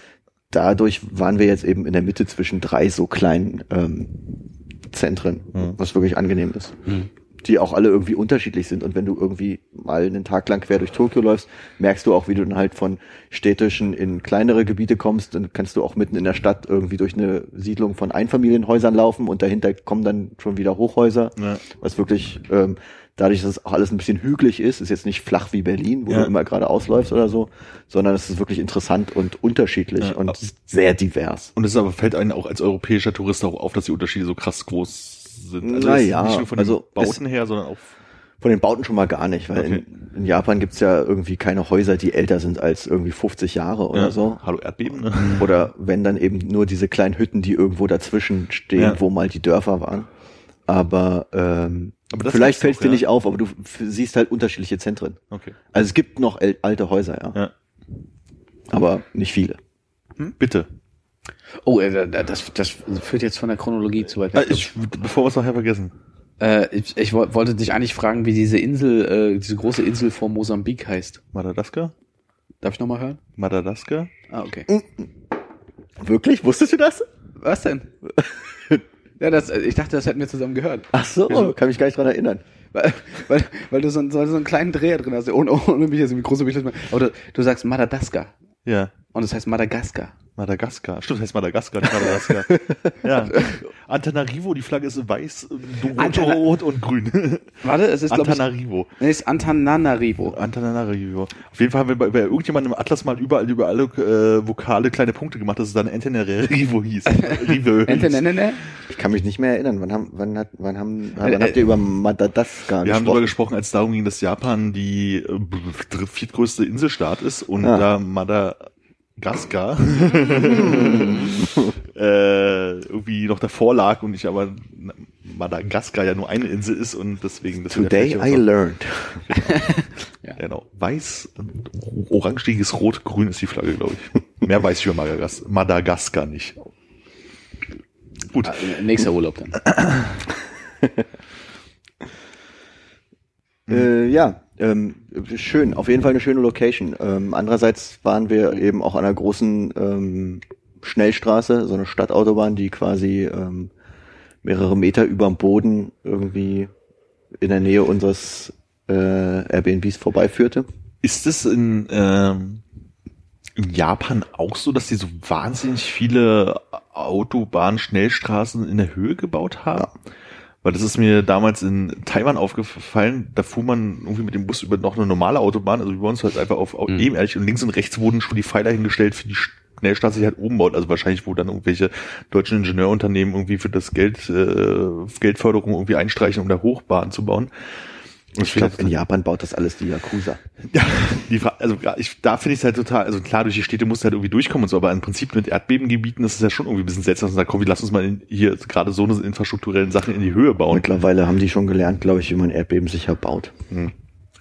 dadurch waren wir jetzt eben in der Mitte zwischen drei so kleinen ähm, Zentren, mhm. was wirklich angenehm ist. Mhm. Die auch alle irgendwie unterschiedlich sind. Und wenn du irgendwie mal einen Tag lang quer durch Tokio läufst, merkst du auch, wie du dann halt von städtischen in kleinere Gebiete kommst. Dann kannst du auch mitten in der Stadt irgendwie durch eine Siedlung von Einfamilienhäusern laufen und dahinter kommen dann schon wieder Hochhäuser. Ja. Was wirklich, ähm, dadurch, dass es auch alles ein bisschen hügelig ist, ist jetzt nicht flach wie Berlin, wo ja. du immer geradeaus läufst oder so, sondern es ist wirklich interessant und unterschiedlich ja. und sehr divers. Und es aber fällt einem auch als europäischer Tourist auch auf, dass die Unterschiede so krass groß sind. Also naja, nicht nur von den also Bauten her, sondern auch von den Bauten schon mal gar nicht, weil okay. in, in Japan gibt's ja irgendwie keine Häuser, die älter sind als irgendwie fünfzig Jahre oder ja. so. Hallo Erdbeben, ne? Oder wenn dann eben nur diese kleinen Hütten, die irgendwo dazwischen stehen, ja. wo mal die Dörfer waren. Aber, ähm, aber vielleicht fällt es dir ja? nicht auf, aber du f- siehst halt unterschiedliche Zentren. Okay. Also es gibt noch el- alte Häuser, ja. ja. Aber nicht viele. Hm? Bitte. Oh, äh, das, das führt jetzt von der Chronologie zu weit weg. Ah, ich, bevor wir es nachher vergessen. Äh, ich, ich wollte dich eigentlich fragen, wie diese Insel, äh, diese große Insel vor Mosambik heißt. Madagaskar? Darf ich nochmal hören? Madagaskar? Ah, okay. Wirklich? Wusstest du das? Was denn? Ja, das, ich dachte, das hätten wir zusammen gehört. Ach so, Wieso? Kann mich gar nicht dran erinnern. Weil, weil, weil du so, so, so einen kleinen Dreher drin hast, ohne, ohne mich jetzt irgendwie große Bild. Aber du, du sagst Madagaskar. Ja. Und das heißt Madagaskar. Madagaskar. Stimmt, das heißt Madagaskar, nicht Madagaskar. Ja. Antananarivo, die Flagge ist weiß, rot, Antana- rot und grün. Warte, es ist Antananarivo. Nee, es ist Antananarivo. Antananarivo. Auf jeden Fall haben wir bei, bei irgendjemandem im Atlas mal überall über alle äh, Vokale kleine Punkte gemacht, dass es dann Antananarivo hieß. Antananarivo? Ich kann mich nicht mehr erinnern. Wann haben, wann hat, wann haben, wann äh, habt ihr über Madagaskar gesprochen? Wir haben darüber gesprochen, als es darum ging, dass Japan die äh, viertgrößte Inselstaat ist und ah. da Madagaskar äh, irgendwie noch davor lag und ich aber Madagaskar ja nur eine Insel ist und deswegen das Today I learned. Genau. Ja. Genau. Weiß, orangiges Rot, Grün ist die Flagge, glaube ich. Mehr weiß ich über Madagas- Madagaskar nicht. Gut. Ah, nächster Urlaub dann. äh, ja. Ähm, schön, auf jeden Fall eine schöne Location. Ähm, andererseits waren wir eben auch an einer großen ähm, Schnellstraße, so eine Stadtautobahn, die quasi ähm, mehrere Meter überm Boden irgendwie in der Nähe unseres äh, Airbnbs vorbeiführte. Ist es in, ähm, in Japan auch so, dass die so wahnsinnig viele Autobahnen, Schnellstraßen in der Höhe gebaut haben? Ja. Weil das ist mir damals in Taiwan aufgefallen, da fuhr man irgendwie mit dem Bus über noch eine normale Autobahn, also wie bei uns halt einfach auf mhm. ebenerdig und links und rechts wurden schon die Pfeiler hingestellt für die Schnellstraße, die halt oben baut, also wahrscheinlich wo dann irgendwelche deutschen Ingenieurunternehmen irgendwie für das Geld, äh, Geldförderung irgendwie einstreichen, um da Hochbahnen zu bauen. Ich glaube, in Japan baut das alles die Yakuza. Ja, die, also ich, da finde ich es halt total, also klar, durch die Städte musst du halt irgendwie durchkommen und so, aber im Prinzip mit Erdbebengebieten ist es ja schon irgendwie ein bisschen seltsam, dass man sagt, komm, lass uns mal in, hier gerade so eine infrastrukturellen Sachen in die Höhe bauen. Mittlerweile haben die schon gelernt, glaube ich, wie man Erdbeben sicher baut. Hm.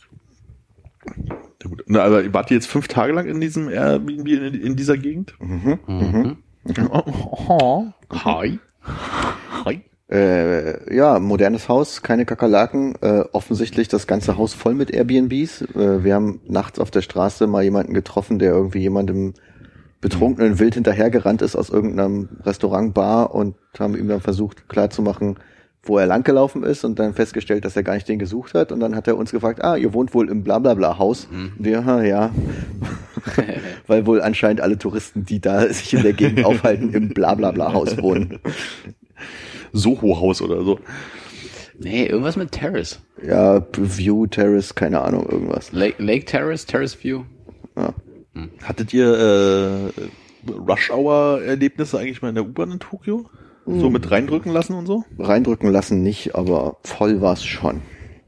Ja, gut. Na, aber wart ihr jetzt fünf Tage lang in diesem Airbnb in, in dieser Gegend? Mhm. Mhm. Mhm. Oh, hi. Hi. Äh, ja, modernes Haus, keine Kakerlaken, äh, offensichtlich das ganze Haus voll mit Airbnbs. Äh, wir haben nachts auf der Straße mal jemanden getroffen, der irgendwie jemandem betrunkenen Wild hinterhergerannt ist aus irgendeinem Restaurant, Bar und haben ihm dann versucht klarzumachen, wo er langgelaufen ist und dann festgestellt, dass er gar nicht den gesucht hat und dann hat er uns gefragt, ah, ihr wohnt wohl im Blablabla-Haus. Mhm. Wir, ja, weil wohl anscheinend alle Touristen, die da sich in der Gegend aufhalten, im Blablabla-Haus wohnen. Soho-Haus oder so. Nee, irgendwas mit Terrace. Ja, View, Terrace, keine Ahnung, irgendwas. Lake, Lake Terrace, Terrace View. Ja. Hm. Hattet ihr äh, Rush-Hour-Erlebnisse eigentlich mal in der U-Bahn in Tokio? Hm. So mit reindrücken lassen und so? Reindrücken lassen nicht, aber voll war's schon.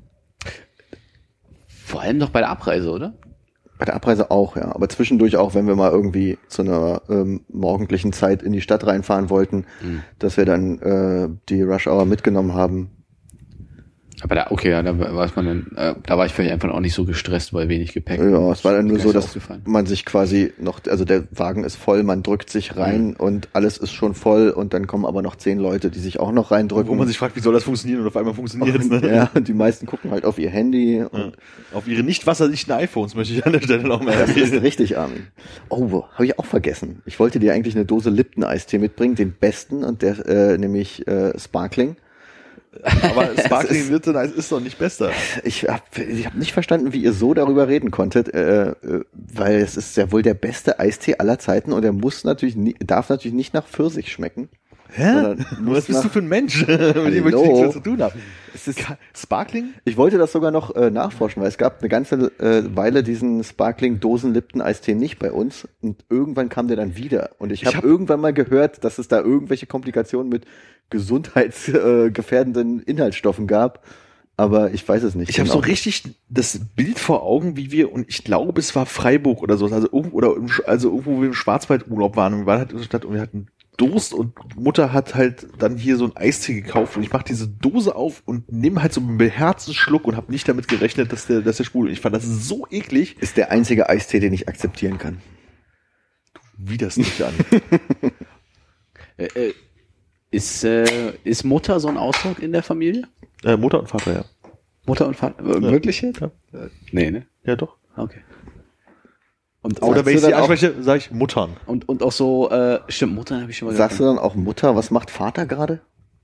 Vor allem doch bei der Abreise, oder? Bei der Abreise auch, ja. Aber zwischendurch auch, wenn wir mal irgendwie zu einer ähm, morgendlichen Zeit in die Stadt reinfahren wollten, mhm. dass wir dann äh, die Rush Hour mitgenommen haben. Aber da, okay, ja, da weiß man dann, äh, da war ich vielleicht einfach auch nicht so gestresst, weil wenig Gepäck. Ja, es war dann nur so, dass aufgefallen. man sich quasi noch, also der Wagen ist voll, man drückt sich rein mhm. und alles ist schon voll und dann kommen aber noch zehn Leute, die sich auch noch reindrücken. Wo man sich fragt, wie soll das funktionieren und auf einmal funktioniert es, ne? Ja, und die meisten gucken halt auf ihr Handy. Und ja. Auf ihre nicht wasserdichten iPhones möchte ich an der Stelle noch mehr erwähnen. Das ist richtig, Armin. Oh, habe ich auch vergessen. Ich wollte dir eigentlich eine Dose Lipton-Eistee mitbringen, den besten, und der, äh, nämlich äh, Sparkling. Aber Sparkling Lipton Eis ist doch nicht besser. Ich habe ich hab nicht verstanden, wie ihr so darüber reden konntet, äh, weil es ist ja wohl der beste Eistee aller Zeiten und er muss natürlich nie, darf natürlich nicht nach Pfirsich schmecken. Hä? Was bist du für ein Mensch, mit dem ich nichts mehr zu tun habe? Es ist Sparkling? Ich wollte das sogar noch äh, nachforschen, weil es gab eine ganze äh, Weile diesen Sparkling-Dosen-Lipton-Eistee nicht bei uns und irgendwann kam der dann wieder. Und ich habe hab irgendwann mal gehört, dass es da irgendwelche Komplikationen mit gesundheitsgefährdenden äh, Inhaltsstoffen gab. Aber ich weiß es nicht. Ich habe so richtig das Bild vor Augen, wie wir, und ich glaube, es war Freiburg oder so, also irgendwo, oder im, also irgendwo, wo wir im Schwarzwaldurlaub waren und wir waren halt in der Stadt und wir hatten Durst und Mutter hat halt dann hier so ein Eistee gekauft und ich mache diese Dose auf und nehme halt so einen beherzten Schluck und habe nicht damit gerechnet, dass der, dass der sprudelt. Ich fand das so eklig. Ist der einzige Eistee, den ich akzeptieren kann. Du widerst nicht an. äh, äh, ist, äh, ist Mutter so ein Ausdruck in der Familie? Äh, Mutter und Vater, ja. Mutter und Vater? Äh, ja. Wirklich jetzt? Ja. Nee, ne? Ja, doch. Okay. Und Oder wenn ich sie anspreche, sage ich Muttern. Und, und auch so, äh, stimmt, Muttern habe ich schon mal gesagt. Sagst du dann auch Mutter? Was macht Vater gerade?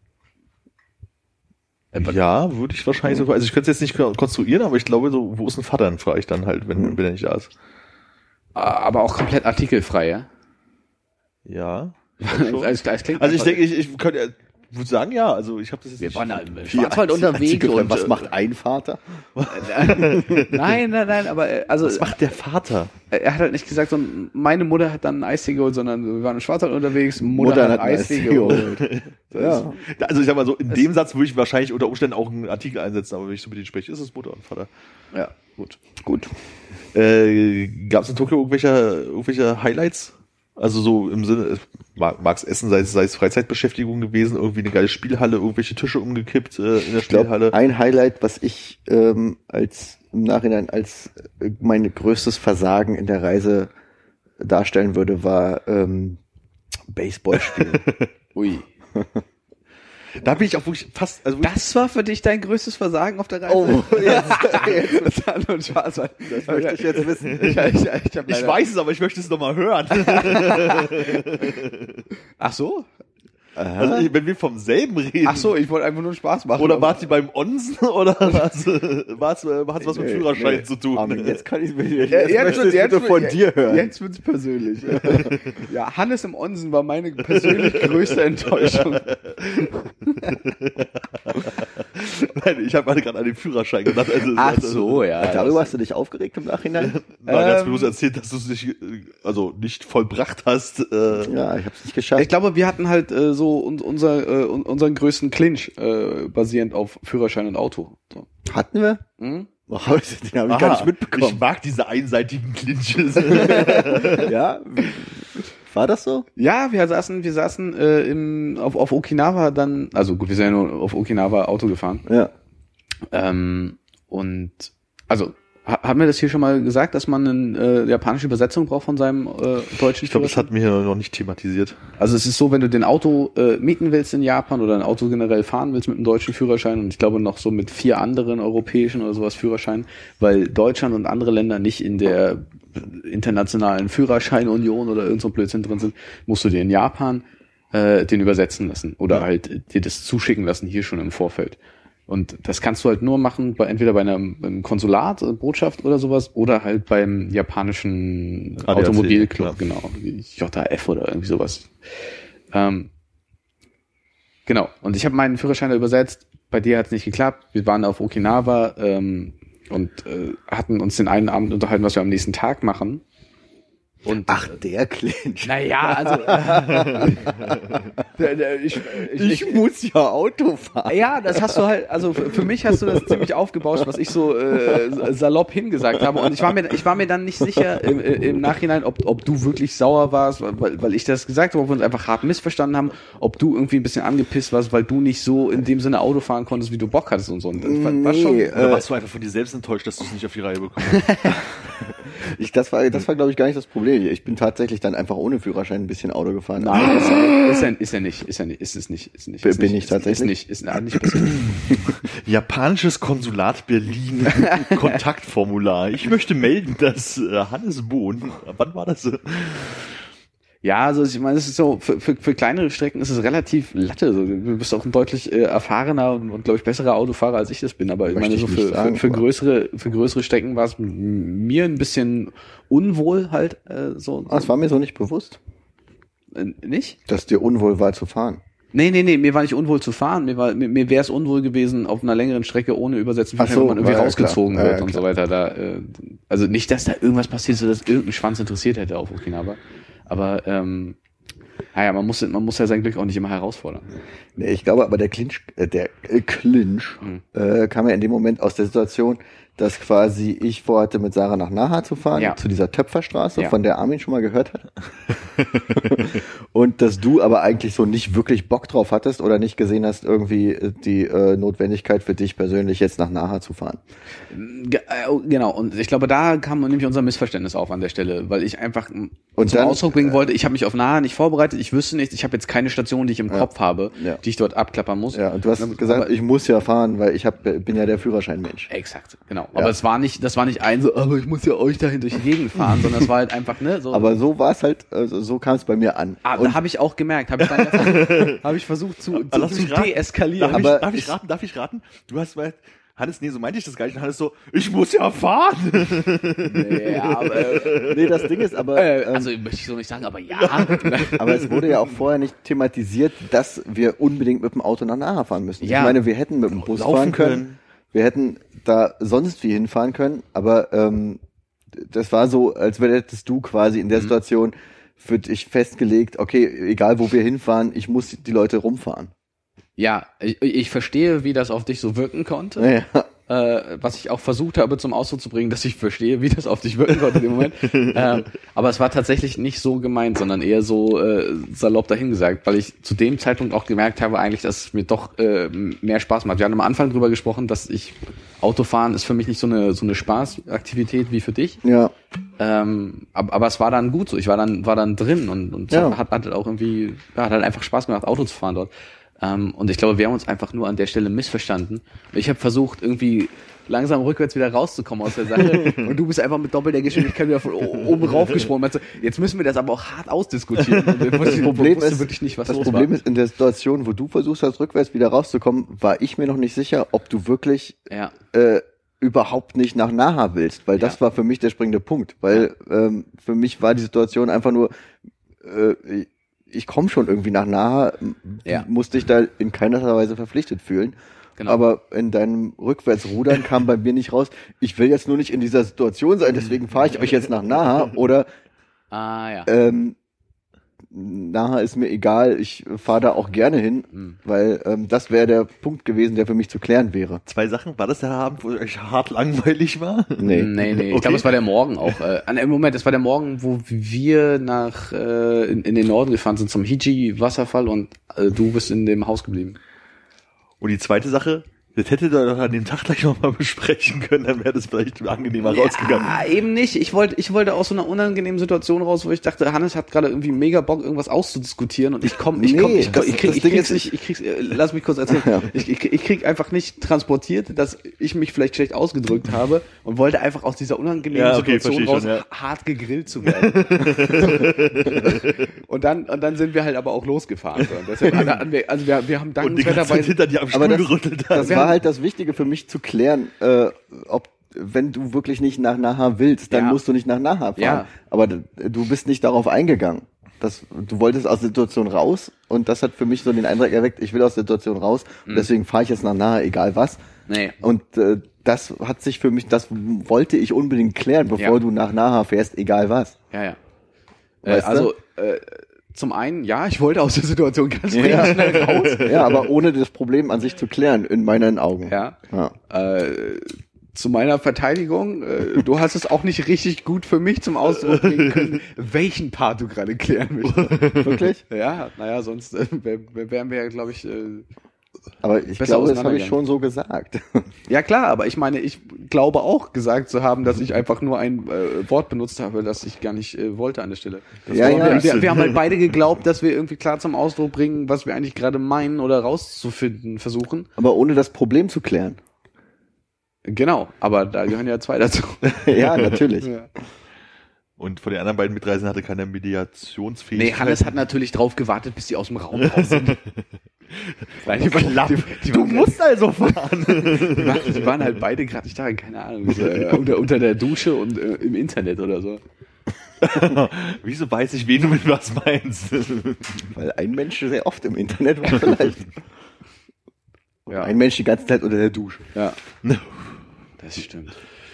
Ja, würde ich wahrscheinlich so, also ich könnte es jetzt nicht konstruieren, aber ich glaube so, wo ist ein Vater, dann frage ich dann halt, wenn, mhm. wenn er nicht da ist. Aber auch komplett artikelfrei, ja? Ja. also, also, also ich denke, ich, ich könnte, würde sagen, ja, also ich habe das jetzt Wir nicht waren da im Schwarzwald unterwegs. Und was macht ein Vater? nein, nein, nein, aber also was macht der Vater? Er hat halt nicht gesagt, so, meine Mutter hat dann einen Eistee geholt, sondern wir waren im Schwarzwald unterwegs, Mutter, Mutter hat, hat einen Eistee geholt. geholt. Ja. Also ich sag mal so, in das dem Satz würde ich wahrscheinlich unter Umständen auch einen Artikel einsetzen, aber wenn ich so mit denen spreche, ist es Mutter und Vater. Ja, gut. Gut. Äh, gab es in Tokio irgendwelche, irgendwelche Highlights? Also so im Sinne, mag's Essen, sei es, sei es Freizeitbeschäftigung gewesen, irgendwie eine geile Spielhalle, irgendwelche Tische umgekippt äh, in der Spielhalle. Ich glaub, ein Highlight, was ich ähm, als im Nachhinein als äh, mein größtes Versagen in der Reise darstellen würde, war ähm, Baseball spielen. Ui. Da bin ich auch wirklich fast, also das war für dich dein größtes Versagen auf der Reise? Oh, jetzt, jetzt. Das, war nur Spaß, das möchte ich jetzt wissen. Ich, ich, ich, ich weiß es, aber ich möchte es noch mal hören. Ach so? Also, wenn wir vom selben reden. Ach so, ich wollte einfach nur Spaß machen. Oder wart ihr beim Onsen oder was, was, hat's was mit nee, Führerschein nee. zu tun? Armin, jetzt kann ich mir jetzt, ja, jetzt, jetzt, jetzt von jetzt, dir hören. Jetzt wird's persönlich. Ja, Hannes im Onsen war meine persönlich größte Enttäuschung. Nein, ich habe gerade an den Führerschein gedacht. Also, Ach also, so, ja. Darüber hast du dich aufgeregt im Nachhinein? Nein, er hat mir bloß erzählt, dass du es nicht, also nicht vollbracht hast. Äh. Ja, ich habe es nicht geschafft. Ich glaube, wir hatten halt äh, so un- unser, äh, unseren größten Clinch äh, basierend auf Führerschein und Auto. So. Hatten wir? Mhm. Oh, den habe ich gar nicht mitbekommen. Ich mag diese einseitigen Clinches. Ja, war das so? Ja, wir saßen, wir saßen äh, im, auf, auf Okinawa dann, also gut, wir sind ja nur auf Okinawa Auto gefahren. Ja. Ähm, und also ha, haben wir das hier schon mal gesagt, dass man eine äh, japanische Übersetzung braucht von seinem äh, deutschen? Ich glaube, das hatten wir hier noch nicht thematisiert. Also es ist so, wenn du den Auto äh, mieten willst in Japan oder ein Auto generell fahren willst mit einem deutschen Führerschein und ich glaube noch so mit vier anderen europäischen oder sowas Führerschein, weil Deutschland und andere Länder nicht in der internationalen Führerscheinunion oder irgend so Blödsinn drin sind, musst du dir in Japan äh, den übersetzen lassen oder ja. halt dir das zuschicken lassen hier schon im Vorfeld. Und das kannst du halt nur machen, bei, entweder bei einem, einem Konsulat, Botschaft oder sowas, oder halt beim japanischen A D A C, Automobilclub, ja. Genau, J A F oder irgendwie sowas. Ähm, genau, und ich habe meinen Führerschein da übersetzt, bei dir hat es nicht geklappt, wir waren auf Okinawa ähm, und äh, hatten uns den einen Abend unterhalten, was wir am nächsten Tag machen. Und Ach, der Clinch. naja, also äh, der, der, ich, ich, Ich muss ja Auto fahren. ja, das hast du halt, also für für mich hast du das ziemlich aufgebauscht, was ich so äh, salopp hingesagt habe. Und ich war mir, ich war mir dann nicht sicher im, im Nachhinein, ob, ob du wirklich sauer warst, weil, weil ich das gesagt habe, ob wir uns einfach hart missverstanden haben, ob du irgendwie ein bisschen angepisst warst, weil du nicht so in dem Sinne Auto fahren konntest, wie du Bock hattest und so. Und das war, war Nee, schon, äh, Oder warst du einfach von dir selbst enttäuscht, dass du es nicht auf die Reihe bekommst? Ich, das war, das war glaube ich gar nicht das Problem. Ich bin tatsächlich dann einfach ohne Führerschein ein bisschen Auto gefahren. nein, ist er, ist er, ist er nicht, ist er nicht, ist es nicht, ist nicht. Ist Bin nicht, ich tatsächlich? Ist nicht, ist nein, nicht bisschen. Japanisches Konsulat Berlin. Kontaktformular. Ich möchte melden, dass äh, Hannes Bohn, wann war das? Ja, also ich meine, es ist so, für, für, für kleinere Strecken ist es relativ latte. So, du bist auch ein deutlich äh, erfahrener und, und glaube ich, besserer Autofahrer, als ich das bin. Aber ich Möchte meine, ich so nicht für, sagen, für, für aber- größere, für größere Strecken war es m- mir ein bisschen unwohl halt äh, so. Ah, das war mir so nicht bewusst, Äh, nicht? dass dir unwohl war zu fahren. Nee, nee, nee, mir war nicht unwohl zu fahren. Mir war, mir, mir wäre es unwohl gewesen auf einer längeren Strecke ohne Übersetzen, Ach so, wenn man irgendwie ja, rausgezogen klar. wird Ja, und klar. so weiter. Da, äh, also nicht, dass da irgendwas passiert, so dass irgendein Schwanz interessiert hätte auf Okinawa. Aber ähm, naja, man muss, man muss ja sein Glück auch nicht immer herausfordern. Nee, ich glaube aber der Clinch, äh, der äh, Clinch Mhm. äh, kam ja in dem Moment aus der Situation, dass quasi ich vorhatte, mit Sarah nach Naha zu fahren, Ja. zu dieser Töpferstraße, Ja. von der Armin schon mal gehört hat. Und dass du aber eigentlich so nicht wirklich Bock drauf hattest oder nicht gesehen hast, irgendwie äh, die äh, Notwendigkeit für dich persönlich jetzt nach Naha zu fahren. Ge- äh, Genau, und ich glaube, da kam nämlich unser Missverständnis auf an der Stelle, weil ich einfach m, Und zum dann, Ausdruck bringen wollte, ich habe mich auf Nahe nicht vorbereitet, ich wüsste nicht, ich habe jetzt keine Station, die ich im Kopf habe, Ja. die ich dort abklappern muss. Ja, und du hast Aber- gesagt, ich muss ja fahren, weil ich hab, bin ja der Führerscheinmensch. Exakt, genau. Ja. Aber es war nicht, das war nicht ein so, aber ich muss ja euch dahin durch die Gegend fahren, sondern es war halt einfach, ne, so. Aber so war es halt, also so kam es bei mir an. Ah, Und da habe ich auch gemerkt, habe ich dann ja, habe ich versucht zu, zu, Lass zu mich raten. deeskalieren. Darf, ich, Aber darf ich ich- raten? Darf ich raten? Du hast mal, Hannes, nee, so meinte ich das gar nicht. Und Hannes so, ich muss ja fahren. Ja, aber, nee, das Ding ist aber, äh, ähm, also möchte ich so nicht sagen, aber ja. aber es wurde ja auch vorher nicht thematisiert, dass wir unbedingt mit dem Auto nach Naha fahren müssen. Ja. Ich meine, wir hätten mit dem Bus Laufen fahren können, können. wir hätten da sonst wie hinfahren können, aber ähm, das war so, als hättest du quasi in der Situation für dich festgelegt, okay, egal wo wir hinfahren, ich muss die Leute rumfahren. Ja, ich, ich verstehe, wie das auf dich so wirken konnte. Ja. Äh, was ich auch versucht habe zum Ausdruck zu bringen, dass ich verstehe, wie das auf dich wirken konnte in dem Moment. ähm, aber es war tatsächlich nicht so gemeint, sondern eher so äh, salopp dahingesagt, weil ich zu dem Zeitpunkt auch gemerkt habe eigentlich, dass es mir doch äh, mehr Spaß macht. Wir hatten am Anfang drüber gesprochen, dass ich Autofahren ist für mich nicht so eine so eine Spaßaktivität wie für dich. Ja. Ähm, aber, aber es war dann gut so. Ich war dann war dann drin und, und Ja. hat, hat auch irgendwie ja, hat halt einfach Spaß gemacht, Auto zu fahren dort. Ähm, und ich glaube, wir haben uns einfach nur an der Stelle missverstanden. Ich habe versucht, irgendwie langsam rückwärts wieder rauszukommen aus der Sache. Und du bist einfach mit doppelter Geschwindigkeit wieder von o- oben raufgesprungen. Meinst du, jetzt müssen wir das aber auch hart ausdiskutieren. Und ich wusste, Das Problem wusste ist, wirklich nicht, was das los Problem war. ist, in der Situation, wo du versuchst hast, rückwärts wieder rauszukommen, war ich mir noch nicht sicher, ob du wirklich Ja, äh, überhaupt nicht nach Naha willst, weil das Ja. war für mich der springende Punkt, weil ähm, für mich war die Situation einfach nur, äh, ich komme schon irgendwie nach Naha, Ja. musste ich da in keiner Weise verpflichtet fühlen. Genau. Aber in deinem Rückwärtsrudern kam bei mir nicht raus, ich will jetzt nur nicht in dieser Situation sein, deswegen fahre ich euch jetzt nach Naha oder ah ja. ähm, Naha ist mir egal, ich fahre da auch gerne hin, Mhm. weil ähm, das wäre der Punkt gewesen, der für mich zu klären wäre. Zwei Sachen. War das der Abend, wo euch hart langweilig war? Nee. Nee, nee. Ich Okay. glaube, es war der Morgen auch. Äh, an- Im Moment, es war der Morgen, wo wir nach äh, in, in den Norden gefahren sind zum Hiji-Wasserfall und äh, du bist in dem Haus geblieben. Und die zweite Sache, das hättet ihr doch an dem Tag gleich nochmal besprechen können, dann wäre das vielleicht angenehmer rausgegangen. Ah, eben nicht. Ich wollte, ich wollte aus so einer unangenehmen Situation raus, wo ich dachte, Hannes hat gerade irgendwie mega Bock, irgendwas auszudiskutieren und ich komme, ich Nee, komme, ich, komm, das- ich krieg, das ich Ding krieg's ist- nicht, ich krieg's, äh, lass mich kurz erzählen. Ja. Ich, ich, ich krieg einfach nicht transportiert, dass ich mich vielleicht schlecht ausgedrückt habe und wollte einfach aus dieser unangenehmen Ja, okay, Situation verstehe raus, schon, ja. hart gegrillt zu werden. und dann, und dann sind wir halt aber auch losgefahren. So. Und deshalb, hatten wir, also wir, wir haben Und die ganze Zeit dankenswerterweise, hinter dir am Aber Stuhl das- gerüttelt Das hast. war halt das Wichtige für mich zu klären, äh, ob wenn du wirklich nicht nach Naha willst, dann Ja. musst du nicht nach Naha fahren. Ja. Aber d- du bist nicht darauf eingegangen. Das, du wolltest aus der Situation raus und das hat für mich so den Eindruck erweckt, ich will aus der Situation raus und Mhm. deswegen fahre ich jetzt nach Naha, egal was. nee. Und äh, das hat sich für mich, das wollte ich unbedingt klären, bevor Ja. du nach Naha fährst, egal was. Ja, ja. Äh, Weißt du? also, äh, zum einen, ja, ich wollte aus der Situation ganz Ja. schnell raus. Ja, aber ohne das Problem an sich zu klären, in meinen Augen. Ja. Ja. Äh, zu meiner Verteidigung, äh, du hast es auch nicht richtig gut für mich zum Ausdruck bringen können, welchen Part du gerade klären möchtest. Wirklich? Ja, naja, sonst äh, wär- wär- wären wir ja, glaube ich, äh, Aber ich Besser glaube, das habe ich auseinandergegangen. schon so gesagt. ja klar, aber ich meine, ich glaube auch gesagt zu haben, dass ich einfach nur ein äh, Wort benutzt habe, das ich gar nicht äh, wollte an der Stelle. Das Ja, war- ja. wir, wir haben halt beide geglaubt, dass wir irgendwie klar zum Ausdruck bringen, was wir eigentlich gerade meinen oder rauszufinden versuchen. Aber ohne das Problem zu klären. Genau, aber da gehören ja zwei dazu. Ja, natürlich. Ja. Und von den anderen beiden Mitreisenden hatte keiner Mediationsfähigkeit. Nee, Hannes hat natürlich drauf gewartet, bis die aus dem Raum raus sind. Nein, die, waren, die, die, Du waren, musst also fahren. die, waren, die waren halt beide gerade nicht da, keine Ahnung, so, äh, unter, unter der Dusche und äh, im Internet oder so. Wieso weiß ich, wen du mit was meinst? Weil ein Mensch sehr oft im Internet war vielleicht. Ja, Ein Mensch die ganze Zeit unter der Dusche. ja. Das stimmt.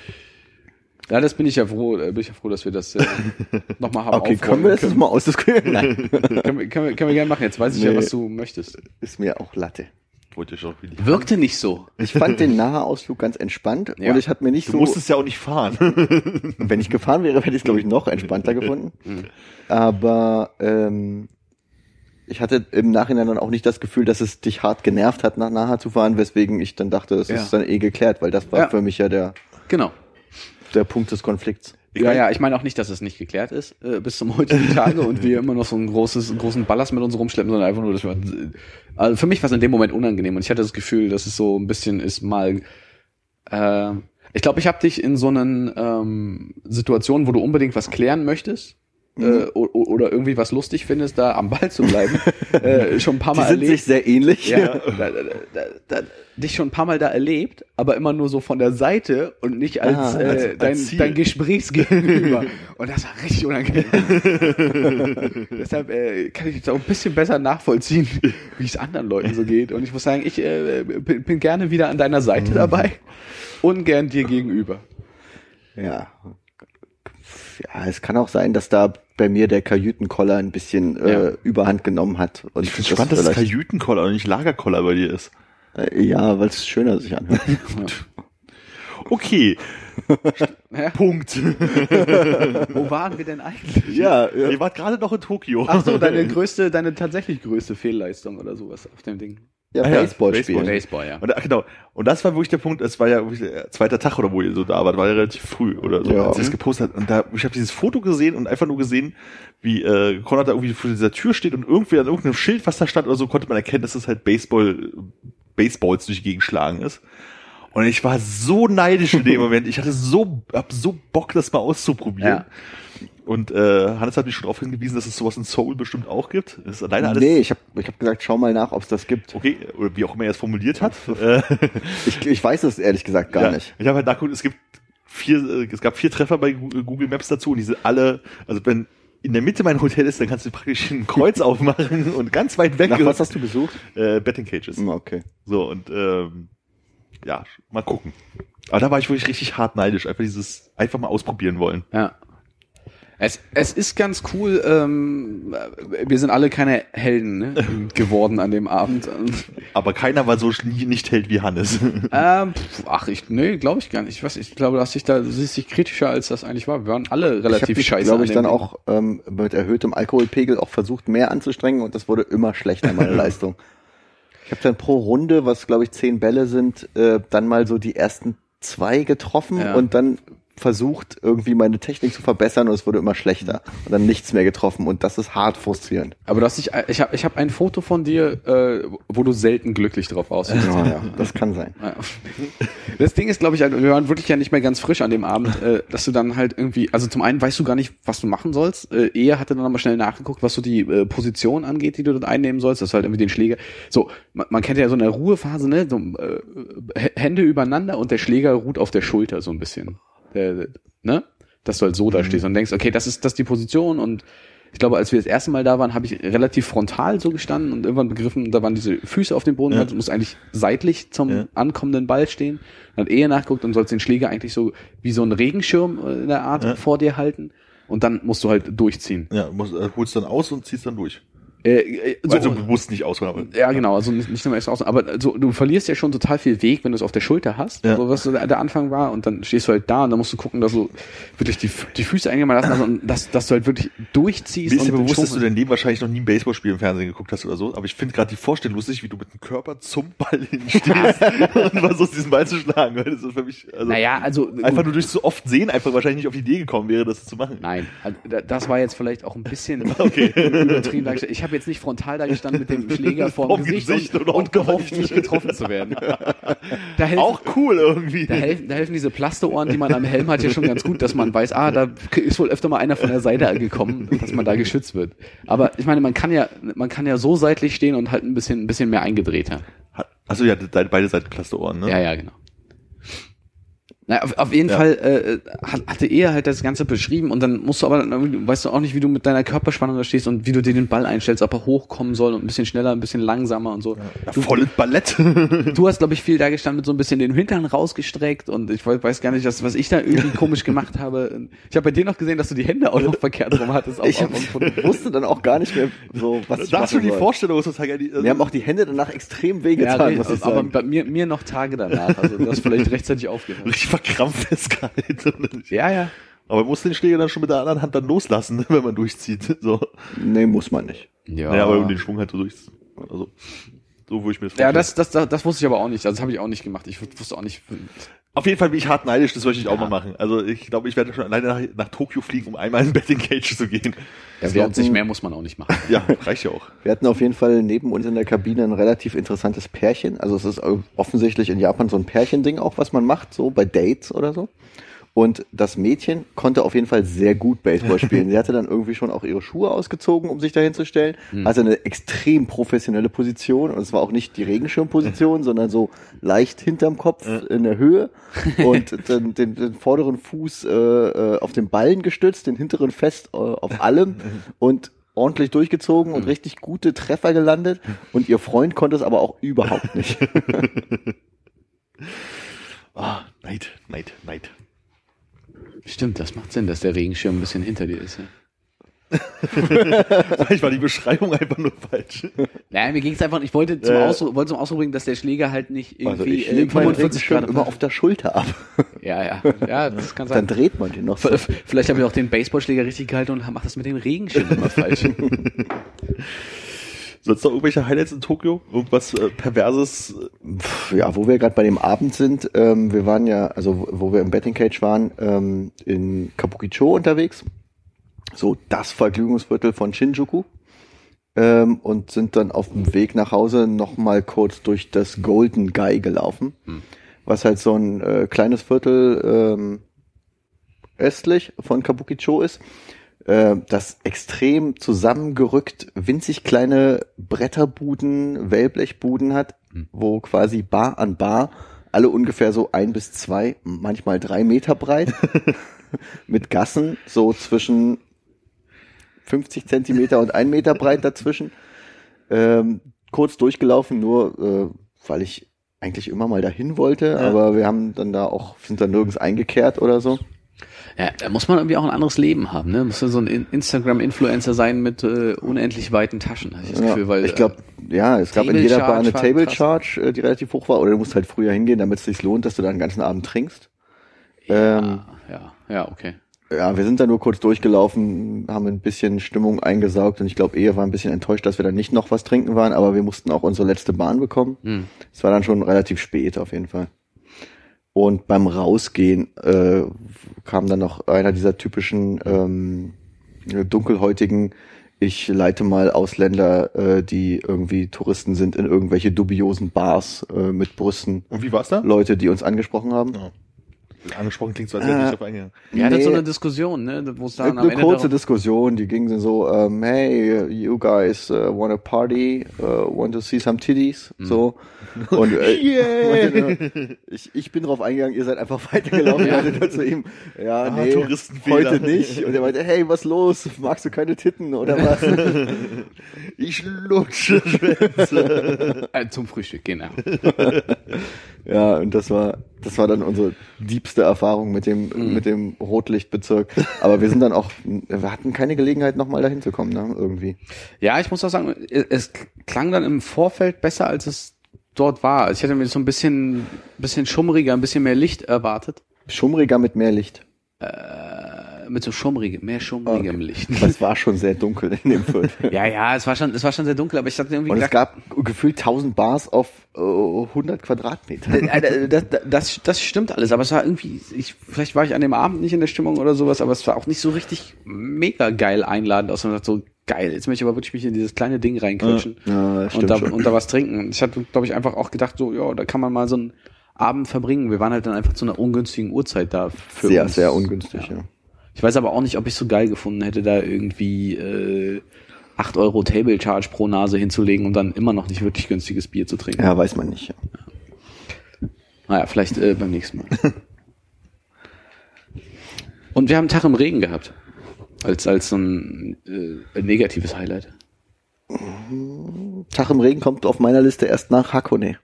Ja, das bin ich ja froh, äh, bin ich ja froh, dass wir das äh, nochmal haben. Okay, aufrollen können wir das jetzt mal ausdiskutieren? Nein, können, wir, können, wir, können wir gerne machen. Jetzt weiß ich ja, Nee. was du möchtest. ist mir auch Latte. Wollte ich auch wieder. Wirkte nicht so. Ich fand den Nahe-Ausflug ganz entspannt Ja. und ich hatte mir nicht Du so, musstest ja auch nicht fahren. wenn ich gefahren wäre, hätte ich es glaube ich noch entspannter gefunden. Mhm. Aber ähm, ich hatte im Nachhinein dann auch nicht das Gefühl, dass es dich hart genervt hat, nach Naha zu fahren, weswegen ich dann dachte, das Ja. ist dann eh geklärt, weil das war Ja. für mich ja der, Genau. der Punkt des Konflikts. Ja, ja, ich meine auch nicht, dass es nicht geklärt ist äh, bis zum heutigen Tage und wir immer noch so ein großes, einen großen Ballast mit uns rumschleppen, sondern einfach nur, dass wir, also für mich war es in dem Moment unangenehm und ich hatte das Gefühl, dass es so ein bisschen ist mal, äh, ich glaube, ich habe dich in so einen ähm, Situationen, wo du unbedingt was klären möchtest, äh, o- o- oder irgendwie was lustig findest, da am Ball zu bleiben, äh, schon ein paar Die Mal sind erlebt. sich sehr ähnlich. Ja, da, da, da, da, dich schon ein paar Mal da erlebt, aber immer nur so von der Seite und nicht als, Ah, äh, als- als dein, Ziel. dein Gesprächsgegenüber. Und das war richtig unangenehm. Deshalb äh, kann ich jetzt auch ein bisschen besser nachvollziehen, wie es anderen Leuten so geht. Und ich muss sagen, ich äh, bin, bin gerne wieder an deiner Seite dabei, ungern dir gegenüber. Ja. Ja, es kann auch sein, dass da bei mir der Kajütenkoller ein bisschen Ja. äh, Überhand genommen hat. Und Ich finde es spannend, dass es vielleicht- Kajütenkoller und nicht Lagerkoller bei dir ist. Äh, ja, weil es schöner sich anhört. Okay, Ja. Punkt. Wo waren wir denn eigentlich? ja, ja. Ihr wart gerade noch in Tokio. Ach so, deine größte, deine tatsächlich größte Fehlleistung oder sowas auf dem Ding. ja, Ah ja, Baseball Baseball. spielen. Baseball, ja. Und, da- genau. Und das war wirklich der Punkt, es war ja wirklich der zweite Tag oder wo ihr so da wart, war ja relativ früh oder so, Ja. als ihr es gepostet hat. Und da, ich habe dieses Foto gesehen und einfach nur gesehen, wie äh, Konrad da irgendwie vor dieser Tür steht und irgendwie an irgendeinem Schild, was da stand oder so, konnte man erkennen, dass es halt Baseball, Baseballs durch die Gegend schlagen ist. Und ich war so neidisch in dem Moment. Ich hatte so, hab so Bock, das mal auszuprobieren. Ja. Und äh, Hannes hat mich schon darauf hingewiesen, dass es sowas in Seoul bestimmt auch gibt. Das ist leider alles. Nee, ich habe ich hab gesagt, schau mal nach, ob es das gibt. Okay, oder wie auch immer er es formuliert hat. Äh, Ich, ich weiß es ehrlich gesagt gar ja, nicht. Ich habe halt nachgeguckt, es gibt vier, äh, es gab vier Treffer bei Gu- Google Maps dazu und die sind alle, also wenn in der Mitte mein Hotel ist, dann kannst du praktisch ein Kreuz aufmachen und ganz weit weg Nach was hast du gesucht? äh, Betting Cages. Hm, okay. So und ähm, ja, mal gucken. Aber da war ich wirklich richtig hart neidisch, einfach dieses einfach mal ausprobieren wollen. Ja. Es, es ist ganz cool, ähm, wir sind alle keine Helden ne, geworden an dem Abend. Aber keiner war so nie nicht Held wie Hannes. Ähm, pf, ach, ich, nee, glaube ich gar nicht. Ich weiß, ich glaube, dass ich da, du siehst dich kritischer, als das eigentlich war. Wir waren alle Ich relativ habe mich, scheiße. glaube an ich, dem dann Ding. auch ähm, mit erhöhtem Alkoholpegel auch versucht, mehr anzustrengen und das wurde immer schlechter, meine Leistung. Ich habe dann pro Runde, was glaube ich zehn Bälle sind, äh, dann mal so die ersten zwei getroffen Ja. und dann versucht, irgendwie meine Technik zu verbessern und es wurde immer schlechter und dann nichts mehr getroffen und das ist hart frustrierend. Aber du hast dich, ich habe ich hab ein Foto von dir, äh, wo du selten glücklich drauf aussiehst. Ja, ja, das kann sein. Ja. Das Ding ist, glaube ich, halt, wir waren wirklich ja nicht mehr ganz frisch an dem Abend, äh, dass du dann halt irgendwie, also zum einen weißt du gar nicht, was du machen sollst. Äh, er hatte dann nochmal schnell nachgeguckt, was so die äh, Position angeht, die du dort einnehmen sollst. Das ist halt irgendwie den Schläger. So, man, man kennt ja so eine Ruhephase, ne? So, äh, H- Hände übereinander und der Schläger ruht auf der Schulter so ein bisschen. Der, ne? Dass du halt so da stehst und denkst, okay, das ist das ist die Position und ich glaube, als wir das erste Mal da waren, habe ich relativ frontal so gestanden und irgendwann begriffen, da waren diese Füße auf dem Boden, Ja. du musst eigentlich seitlich zum Ja. ankommenden Ball stehen. Dann hat eher nachgeguckt und sollst den Schläger eigentlich so wie so einen Regenschirm äh, in der Art Ja. vor dir halten und dann musst du halt durchziehen. Ja, musst, äh, holst dann aus und ziehst dann durch. Äh, äh, so, Also bewusst nicht ausholen. Ja, genau, also nicht, nicht nur extra aus, aber so, du verlierst ja schon total viel Weg, wenn du es auf der Schulter hast, ja. so was so der, der Anfang war, und dann stehst du halt da und dann musst du gucken, dass du wirklich die, die Füße eingemacht hast und dass, dass du halt wirklich durchziehst. Mir ist und ja bewusst, schon, dass du dein Leben wahrscheinlich noch nie ein Baseballspiel im Fernsehen geguckt hast oder so, aber ich finde gerade die Vorstellung lustig, wie du mit dem Körper zum Ball hinstehst und versuchst, diesen Ball zu schlagen. Weil das ist für mich, also, naja, also einfach nur durch so oft sehen, einfach wahrscheinlich nicht auf die Idee gekommen wäre, das zu machen. Nein, also, das war jetzt vielleicht auch ein bisschen okay. übertrieben dargestellt. Ich habe jetzt nicht frontal da gestanden mit dem Schläger vor dem Gesicht, Gesicht und, und gehofft, nicht getroffen zu werden. Da helfen, auch cool irgendwie. Da helfen, da helfen diese Plasterohren, die man am Helm hat, ja schon ganz gut, dass man weiß, ah, da ist wohl öfter mal einer von der Seite gekommen, dass man da geschützt wird. Aber ich meine, man kann ja, man kann ja so seitlich stehen und halt ein bisschen, ein bisschen mehr eingedrehter. Also ja, beide Seiten Plasterohren, ne? Ja, ja, genau. Na, auf, auf jeden ja. Fall äh, hat, hatte er halt das Ganze beschrieben, und dann musst du aber, weißt du auch nicht, wie du mit deiner Körperspannung da stehst und wie du dir den Ball einstellst, ob er hochkommen soll und ein bisschen schneller, ein bisschen langsamer und so. Ja, du, volles Ballett. Du hast, glaube ich, viel da gestanden mit so ein bisschen den Hintern rausgestreckt, und ich weiß gar nicht, dass, was ich da irgendwie komisch gemacht habe. Ich habe bei dir noch gesehen, dass du die Hände auch noch verkehrt rum hattest. Auch, ich auch, auch, wusste dann auch gar nicht mehr, so was ich da hast du die soll. Vorstellung, was total geil. Also, mir haben auch die Hände danach extrem wehgetan, ja, muss ich aber sagen. bei mir, mir noch Tage danach, also das vielleicht rechtzeitig aufgehört. Richtig verkrampft festgehalten. Ja, ja. Aber man muss den Schläger dann schon mit der anderen Hand dann loslassen, wenn man durchzieht. So. Nee, muss man nicht. Ja, ja, aber um den Schwung halt so durch. Also, so würde ich mir das vorstellen. Ja, das, das, das, das wusste ich aber auch nicht. Also, das habe ich auch nicht gemacht. Ich wusste auch nicht. Auf jeden Fall bin ich hart neidisch, das möchte ich ja. auch mal machen. Also, ich glaube, ich werde schon alleine nach, nach Tokio fliegen, um einmal in Betting Cage zu gehen. Ja, lohnt sich, mehr muss man auch nicht machen. Ja, reicht ja auch. Wir hatten auf jeden Fall neben uns in der Kabine ein relativ interessantes Pärchen. Also, es ist offensichtlich in Japan so ein Pärchending auch, was man macht, so bei Dates oder so. Und das Mädchen konnte auf jeden Fall sehr gut Baseball spielen. Sie hatte dann irgendwie schon auch ihre Schuhe ausgezogen, um sich dahin zu stellen. Mhm. Also eine extrem professionelle Position. Und es war auch nicht die Regenschirmposition, sondern so leicht hinterm Kopf mhm. in der Höhe. Und den, den, den vorderen Fuß äh, auf den Ballen gestützt, den hinteren fest äh, auf allem. Und ordentlich durchgezogen und richtig gute Treffer gelandet. Und ihr Freund konnte es aber auch überhaupt nicht. Ah, oh, Neid, Neid, Neid. Stimmt, das macht Sinn, dass der Regenschirm ein bisschen hinter dir ist. Ja. Vielleicht war die Beschreibung einfach nur falsch. Nein, mir ging es einfach, ich wollte zum, äh, Ausdruck, wollte zum Ausdruck bringen, dass der Schläger halt nicht irgendwie also ich äh, fünfundvierzig Grad immer auf der Schulter ab. Ja, ja, ja, das kann sein. Dann dreht man den noch so. Vielleicht habe ich auch den Baseballschläger richtig gehalten und mache das mit dem Regenschirm immer falsch. Sonst noch irgendwelche Highlights in Tokio? Irgendwas äh, Perverses? Ja, wo wir gerade bei dem Abend sind, ähm, wir waren ja, also wo wir im Betting Cage waren, ähm, in Kabukicho unterwegs. So das Vergnügungsviertel von Shinjuku. Ähm, und sind dann auf dem Weg nach Hause nochmal kurz durch das Golden Guy gelaufen. Hm. Was halt so ein äh, kleines Viertel ähm, östlich von Kabukicho ist. Das extrem zusammengerückt, winzig kleine Bretterbuden, Wellblechbuden hat, mhm. wo quasi Bar an Bar alle ungefähr so ein bis zwei, manchmal drei Meter breit, mit Gassen so zwischen fünfzig Zentimeter und ein Meter breit dazwischen. Ähm, kurz durchgelaufen, nur äh, weil ich eigentlich immer mal dahin wollte, ja. aber wir haben dann da auch, sind da nirgends eingekehrt oder so. Ja, da muss man irgendwie auch ein anderes Leben haben, ne? Muss ja so ein Instagram-Influencer sein mit äh, unendlich weiten Taschen, habe ich das ja, Gefühl, weil ich glaube, äh, ja, es gab in jeder Bar eine Table krass. Charge, äh, die relativ hoch war, oder du musst halt früher hingehen, damit es sich lohnt, dass du da einen ganzen Abend trinkst. Ja, ähm, ja, ja, okay. Ja, wir sind da nur kurz durchgelaufen, haben ein bisschen Stimmung eingesaugt und ich glaube, Ehe war ein bisschen enttäuscht, dass wir dann nicht noch was trinken waren, aber wir mussten auch unsere letzte Bahn bekommen. Es hm. war dann schon relativ spät auf jeden Fall. Und beim Rausgehen äh, kam dann noch einer dieser typischen ähm, dunkelhäutigen, ich leite mal Ausländer, äh, die irgendwie Touristen sind, in irgendwelche dubiosen Bars äh, mit Brüsten. Und wie war's da? Leute, die uns angesprochen haben. Ja. Angesprochen klingt so, als wäre ich nicht drauf eingegangen. Ja, das nee, ist so eine Diskussion, ne? Wo es dann eine am Ende kurze darum, Diskussion, die ging so, um, hey, you guys uh, wanna party, uh, want to see some titties, mm. so. Und äh, yeah. ich, ich bin drauf eingegangen, ihr seid einfach weitergelaufen, ja. Meinte zu ihm, ja, ah, nee, heute nicht. Und er meinte, hey, was los, magst du keine Titten oder was? Ich lutsche Schwänze. äh, zum Frühstück, genau. Ja, und das war Das war dann unsere diebste Erfahrung mit dem mhm. mit dem Rotlichtbezirk. Aber wir sind dann auch, wir hatten keine Gelegenheit, nochmal dahin zu kommen, ne? Irgendwie. Ja, ich muss auch sagen, es klang dann im Vorfeld besser, als es dort war. Also ich hätte mir so ein bisschen, bisschen schummriger, ein bisschen mehr Licht erwartet. Schummriger mit mehr Licht. Äh, mit so schummrigem, mehr schummrigem okay. Licht. Aber es war schon sehr dunkel in dem Viertel. ja, ja, es war schon, es war schon sehr dunkel, aber ich hatte irgendwie und gedacht, es gab gefühlt tausend Bars auf äh, hundert Quadratmeter. das, das, das stimmt alles, aber es war irgendwie, ich, vielleicht war ich an dem Abend nicht in der Stimmung oder sowas, aber es war auch nicht so richtig mega geil einladend, außer man sagt so, geil, jetzt möchte ich aber wirklich mich in dieses kleine Ding reinquetschen ja, und, da, und da was trinken. Ich hatte, glaube ich, einfach auch gedacht, so, ja, da kann man mal so einen Abend verbringen. Wir waren halt dann einfach zu einer ungünstigen Uhrzeit da für sehr, uns. Sehr, sehr ungünstig, ja. ja. Ich weiß aber auch nicht, ob ich so geil gefunden hätte, da irgendwie äh, acht Euro Table Charge pro Nase hinzulegen und dann immer noch nicht wirklich günstiges Bier zu trinken. Ja, weiß man nicht. Ja. Ja. Naja, vielleicht äh, beim nächsten Mal. Und wir haben einen Tag im Regen gehabt. Als als so ein äh, negatives Highlight. Tag im Regen kommt auf meiner Liste erst nach Hakone.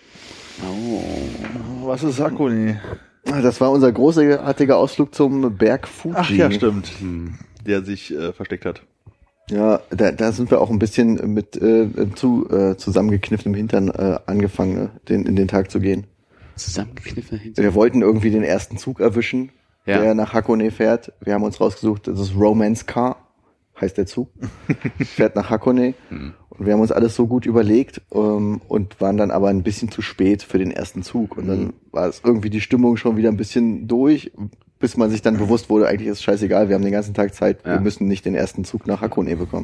Oh. Was ist Hakone? Das war unser großartiger Ausflug zum Berg Fuji. Ach ja, stimmt. Hm. Der sich äh, versteckt hat. Ja, da, da sind wir auch ein bisschen mit äh, zu äh, zusammengekniffenem Hintern äh, angefangen, ne, den, in den Tag zu gehen. Zusammengekniffener Hintern? Wir wollten irgendwie den ersten Zug erwischen, ja. der nach Hakone fährt. Wir haben uns rausgesucht, das ist Romance Car, heißt der Zug, fährt nach Hakone. Hm. Und wir haben uns alles so gut überlegt ähm, und waren dann aber ein bisschen zu spät für den ersten Zug. Und dann war es irgendwie die Stimmung schon wieder ein bisschen durch, bis man sich dann bewusst wurde, eigentlich ist es scheißegal, wir haben den ganzen Tag Zeit, ja. wir müssen nicht den ersten Zug nach Hakone bekommen.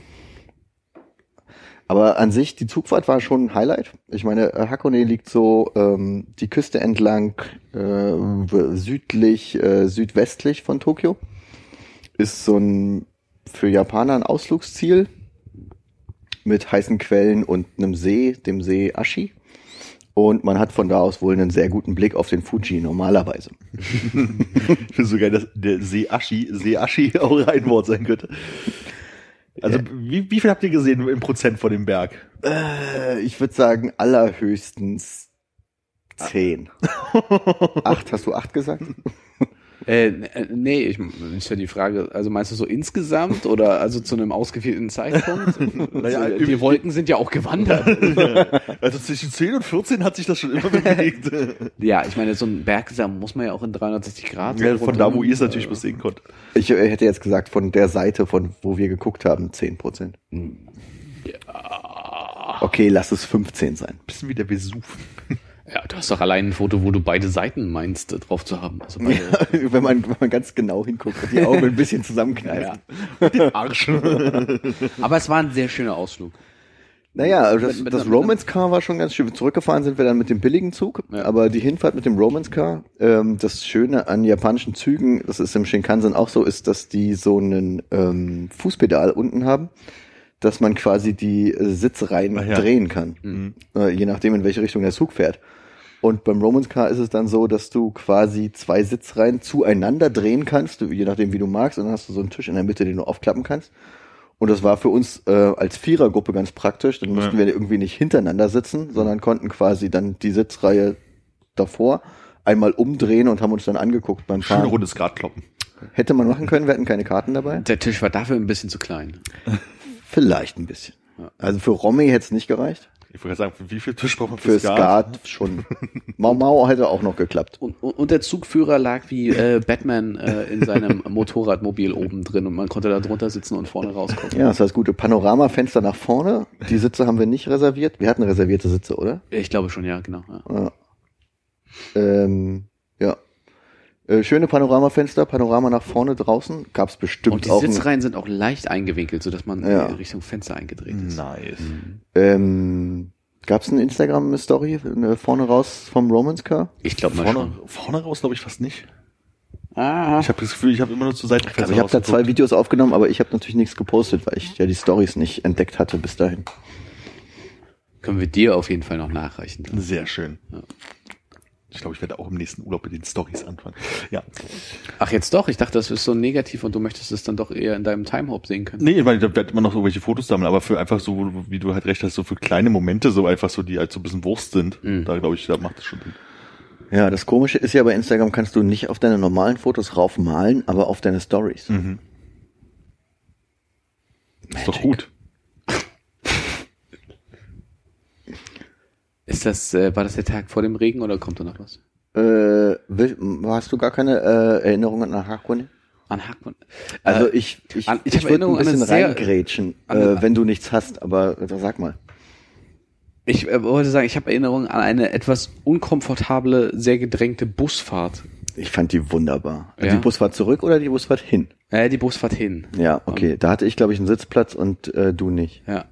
Aber an sich, die Zugfahrt war schon ein Highlight. Ich meine, Hakone liegt so ähm, die Küste entlang, äh, südlich, äh, südwestlich von Tokio. Ist so ein für Japaner ein Ausflugsziel mit heißen Quellen und einem See, dem See Ashi. Und man hat von da aus wohl einen sehr guten Blick auf den Fuji normalerweise. Ich finde so geil, dass der See Ashi, See Ashi auch ein Wort sein könnte. Also ja. wie, wie viel habt ihr gesehen im Prozent von dem Berg? Äh, ich würde sagen allerhöchstens zehn. Acht, hast du acht gesagt? Äh, nee, ich, ist ja die Frage, also meinst du so insgesamt oder also zu einem ausgewählten Zeitpunkt? Naja, also, die Wolken sind ja auch gewandert. Also zwischen zehn und vierzehn hat sich das schon immer bewegt. Ja, ich meine, so ein Berg muss man ja auch in dreihundertsechzig Grad. Ja, von da, wo ihr es natürlich äh, besehen konnt. Ich hätte jetzt gesagt, von der Seite, von wo wir geguckt haben, zehn Prozent. Ja. Okay, lass es fünfzehn sein. Bisschen wie der Vesuv. Ja, du hast doch allein ein Foto, wo du beide Seiten meinst, drauf zu haben. Also beide. Ja, wenn man, wenn man ganz genau hinguckt und die Augen ein bisschen zusammenkneifen. Ja. Den Arsch. Aber es war ein sehr schöner Ausflug. Naja, also das, das Romance Car war schon ganz schön. Zurückgefahren sind wir dann mit dem billigen Zug, ja. aber die Hinfahrt mit dem Romance Car, ähm, das Schöne an japanischen Zügen, das ist im Shinkansen auch so, ist, dass die so einen ähm, Fußpedal unten haben, dass man quasi die äh, Sitzreihen ja. drehen kann, mhm. äh, je nachdem, in welche Richtung der Zug fährt. Und beim Romance Car ist es dann so, dass du quasi zwei Sitzreihen zueinander drehen kannst, je nachdem, wie du magst, und dann hast du so einen Tisch in der Mitte, den du aufklappen kannst. Und das war für uns äh, als Vierergruppe ganz praktisch, dann mussten ja. wir irgendwie nicht hintereinander sitzen, sondern konnten quasi dann die Sitzreihe davor einmal umdrehen und haben uns dann angeguckt beim Fahren. Schöne Runde Skat kloppen. Hätte man machen können, wir hatten keine Karten dabei. Der Tisch war dafür ein bisschen zu klein. Vielleicht ein bisschen. Also für Romy hätte es nicht gereicht. Ich wollte sagen, wie viel Tisch braucht man für, für Skat? Skat schon. Mau Mau hätte auch noch geklappt. Und, und, und der Zugführer lag wie äh, Batman äh, in seinem Motorradmobil oben drin und man konnte da drunter sitzen und vorne rausgucken. Ja, das heißt gute Panoramafenster nach vorne. Die Sitze haben wir nicht reserviert. Wir hatten reservierte Sitze, oder? Ich glaube schon, ja, genau. Ja. Ja. Ähm, ja. Äh, schöne Panoramafenster, Panorama nach vorne draußen, gab's bestimmt auch. Und die auch Sitzreihen sind auch leicht eingewinkelt, sodass man ja. in Richtung Fenster eingedreht ist. Nice. Mhm. Ähm, gab's eine Instagram-Story äh, vorne raus vom Romance Car? Ich glaube mal vorne, schon. Vorne raus glaube ich fast nicht. Ah. Ich habe das Gefühl, ich habe immer nur zur Seitenfenster Also ich habe da zwei Videos aufgenommen, aber ich habe natürlich nichts gepostet, weil ich ja die Stories nicht entdeckt hatte bis dahin. Können wir dir auf jeden Fall noch nachreichen. Dann. Sehr schön. Ja. Ich glaube, ich werde auch im nächsten Urlaub mit den Storys anfangen. Ja. Ach, jetzt doch? Ich dachte, das ist so negativ und du möchtest es dann doch eher in deinem Timehop sehen können. Nee, weil da wird man noch so welche Fotos sammeln, aber für einfach so, wie du halt recht hast, so für kleine Momente, so einfach so, die halt so ein bisschen Wurst sind, mhm. da glaube ich, da macht es schon Sinn. Ja, das Komische ist ja, bei Instagram kannst du nicht auf deine normalen Fotos raufmalen, aber auf deine Stories. Mhm. Ist doch gut. Ist das, äh, war das der Tag vor dem Regen oder kommt da noch was? Äh, will, hast du gar keine äh, Erinnerungen an Hakone? An Hakone? Also äh, ich, ich, an, ich, ich würde ein bisschen sehr, reingrätschen, an, äh, wenn du nichts hast, aber sag mal. Ich äh, wollte sagen, ich habe Erinnerungen an eine etwas unkomfortable, sehr gedrängte Busfahrt. Ich fand die wunderbar. Ja. Die Busfahrt zurück oder die Busfahrt hin? Äh, die Busfahrt hin. Ja, okay. Und, da hatte ich, glaube ich, einen Sitzplatz und äh, du nicht. Ja.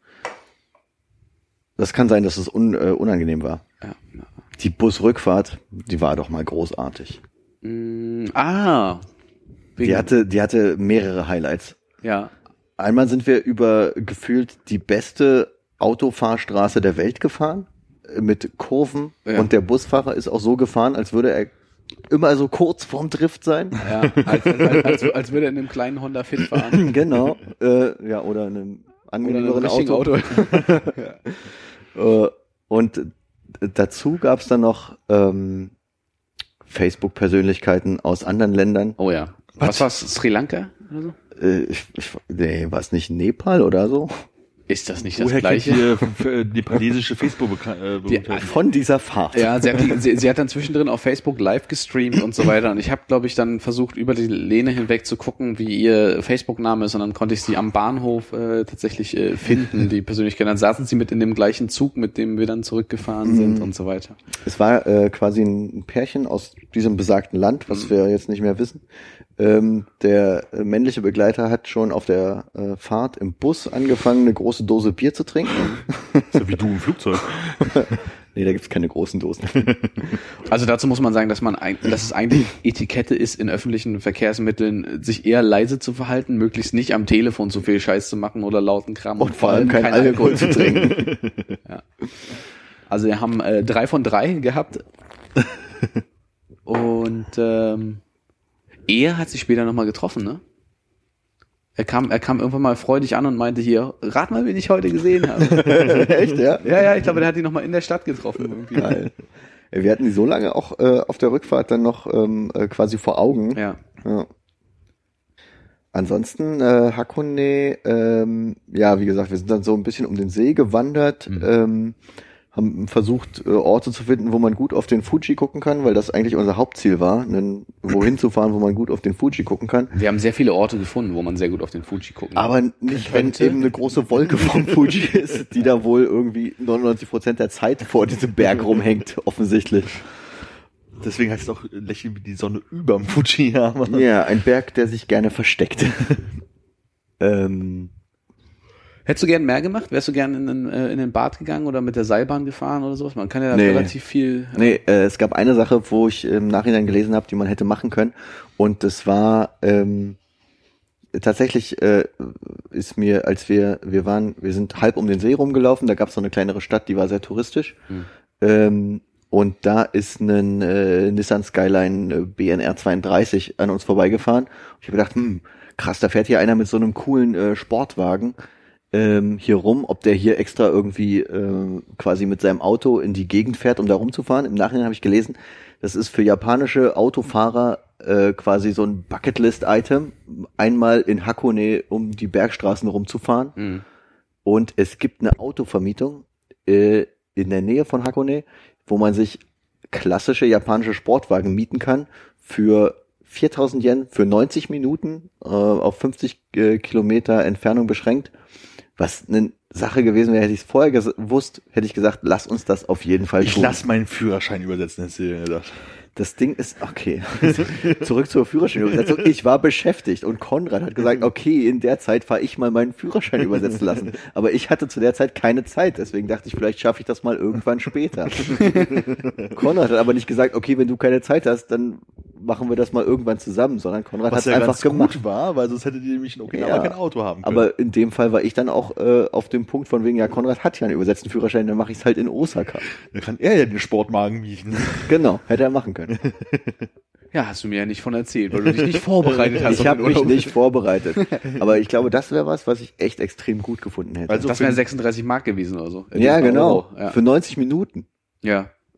Das kann sein, dass es un, äh, unangenehm war. Ja. Die Busrückfahrt, die war doch mal großartig. Mm, ah. Die hatte, die hatte mehrere Highlights. Ja. Einmal sind wir über gefühlt die beste Autofahrstraße der Welt gefahren, mit Kurven. Ja. Und der Busfahrer ist auch so gefahren, als würde er immer so kurz vorm Drift sein. Ja, als, als, als, als würde er in einem kleinen Honda Fit fahren. Genau. Äh, ja, oder in einem angenehmeren oder einem Auto. Auto. Ja. äh, und dazu gab's dann noch ähm, Facebook-Persönlichkeiten aus anderen Ländern. Oh ja. Was, Was war's? Sri Lanka oder so? Äh, ich, ich, nee, war es nicht Nepal oder so? Ist das nicht das Woher Gleiche? kennt ihr die nepalesische Facebook-Berühmtheit? Die- Von dieser Fahrt. Ja, sie hat, die, sie, sie hat dann zwischendrin auf Facebook live gestreamt und so weiter. Und ich habe, glaube ich, dann versucht, über die Lehne hinweg zu gucken, wie ihr Facebook-Name ist. Und dann konnte ich sie am Bahnhof äh, tatsächlich äh, finden, die Persönlichkeit. Dann saßen sie mit in dem gleichen Zug, mit dem wir dann zurückgefahren sind Mhm. und so weiter. Es war äh, quasi ein Pärchen aus diesem besagten Land, was Mhm. wir jetzt nicht mehr wissen. Ähm, der äh, männliche Begleiter hat schon auf der äh, Fahrt im Bus angefangen, eine große Dose Bier zu trinken. So wie du im Flugzeug. Nee, da gibt's keine großen Dosen. Also dazu muss man sagen, dass man ein, dass es eigentlich Etikette ist, in öffentlichen Verkehrsmitteln sich eher leise zu verhalten, möglichst nicht am Telefon zu viel Scheiß zu machen oder lauten Kram Und vor allem kein Alkohol zu trinken. Ja. Also wir haben äh, drei von drei gehabt. Und ähm, er hat sich später nochmal getroffen, ne? Er kam, er kam irgendwann mal freudig an und meinte hier, rat mal, wen ich heute gesehen habe. Echt, ja? Ja, ja, ich glaube, der hat ihn nochmal in der Stadt getroffen. Irgendwie. Geil. Ja, wir hatten die so lange auch äh, auf der Rückfahrt dann noch ähm, äh, quasi vor Augen. Ja. Ja. Ansonsten äh, Hakone, ähm, ja, wie gesagt, wir sind dann so ein bisschen um den See gewandert, Mhm. ähm, haben versucht, äh, Orte zu finden, wo man gut auf den Fuji gucken kann, weil das eigentlich unser Hauptziel war, einen, wohin zu fahren, wo man gut auf den Fuji gucken kann. Wir haben sehr viele Orte gefunden, wo man sehr gut auf den Fuji gucken kann. Aber nicht, wenn Könnte. eben eine große Wolke vom Fuji ist, die da wohl irgendwie neunundneunzig Prozent der Zeit vor diesem Berg rumhängt, offensichtlich. Deswegen heißt es auch lächeln wie die Sonne überm Fujiyama. Ja, ein Berg, der sich gerne versteckt. ähm, Hättest du gern mehr gemacht? Wärst du gern in den, äh, in den Bad gegangen oder mit der Seilbahn gefahren oder sowas? Man kann ja da Nee. relativ viel... nee, äh, es gab eine Sache, wo ich im Nachhinein gelesen habe, die man hätte machen können. Und das war ähm, tatsächlich äh, ist mir, als wir, wir waren, wir sind halb um den See rumgelaufen, da gab es so eine kleinere Stadt, die war sehr touristisch. Hm. Ähm, und da ist ein äh, Nissan Skyline äh, B N R zweiunddreißig an uns vorbeigefahren. Und ich habe gedacht, hm, krass, da fährt hier einer mit so einem coolen äh, Sportwagen ähm, hier rum, ob der hier extra irgendwie äh, quasi mit seinem Auto in die Gegend fährt, um da rumzufahren. Im Nachhinein habe ich gelesen, das ist für japanische Autofahrer äh, quasi so ein Bucketlist-Item, einmal in Hakone um die Bergstraßen rumzufahren. Mhm. Und es gibt eine Autovermietung äh, in der Nähe von Hakone, wo man sich klassische japanische Sportwagen mieten kann für viertausend Yen für neunzig Minuten äh, auf fünfzig äh, Kilometer Entfernung beschränkt. Was eine Sache gewesen wäre, hätte ich es vorher gewusst, hätte ich gesagt, lass uns das auf jeden Fall Ich tun. lass meinen Führerschein übersetzen, hättest du dir gedacht. Das Ding ist, okay, zurück zur Führerscheinübersetzung. Ich war beschäftigt und Konrad hat gesagt, okay, in der Zeit fahre ich mal meinen Führerschein übersetzen lassen. Aber ich hatte zu der Zeit keine Zeit, deswegen dachte ich, vielleicht schaffe ich das mal irgendwann später. Konrad hat aber nicht gesagt, okay, wenn du keine Zeit hast, dann machen wir das mal irgendwann zusammen, sondern Konrad hat Was es ja einfach ganz gemacht. gut war, weil sonst hättet ihr nämlich in Okinawa Ja, kein Auto haben können. Aber in dem Fall war ich dann auch äh, auf dem Punkt von wegen, ja, Konrad hat ja einen übersetzten Führerschein, dann mache ich es halt in Osaka. Dann kann er ja den Sportmagen mieten. Genau, hätte er machen können. Ja, hast du mir ja nicht von erzählt, weil du dich nicht vorbereitet hast. Ich auf habe den mich Urlaub. nicht vorbereitet. Aber ich glaube, das wäre was, was ich echt extrem gut gefunden hätte. Also Das für wären die- sechsunddreißig Mark gewesen oder so. ja, genau. Euro. Ja. Für neunzig Minuten. ja.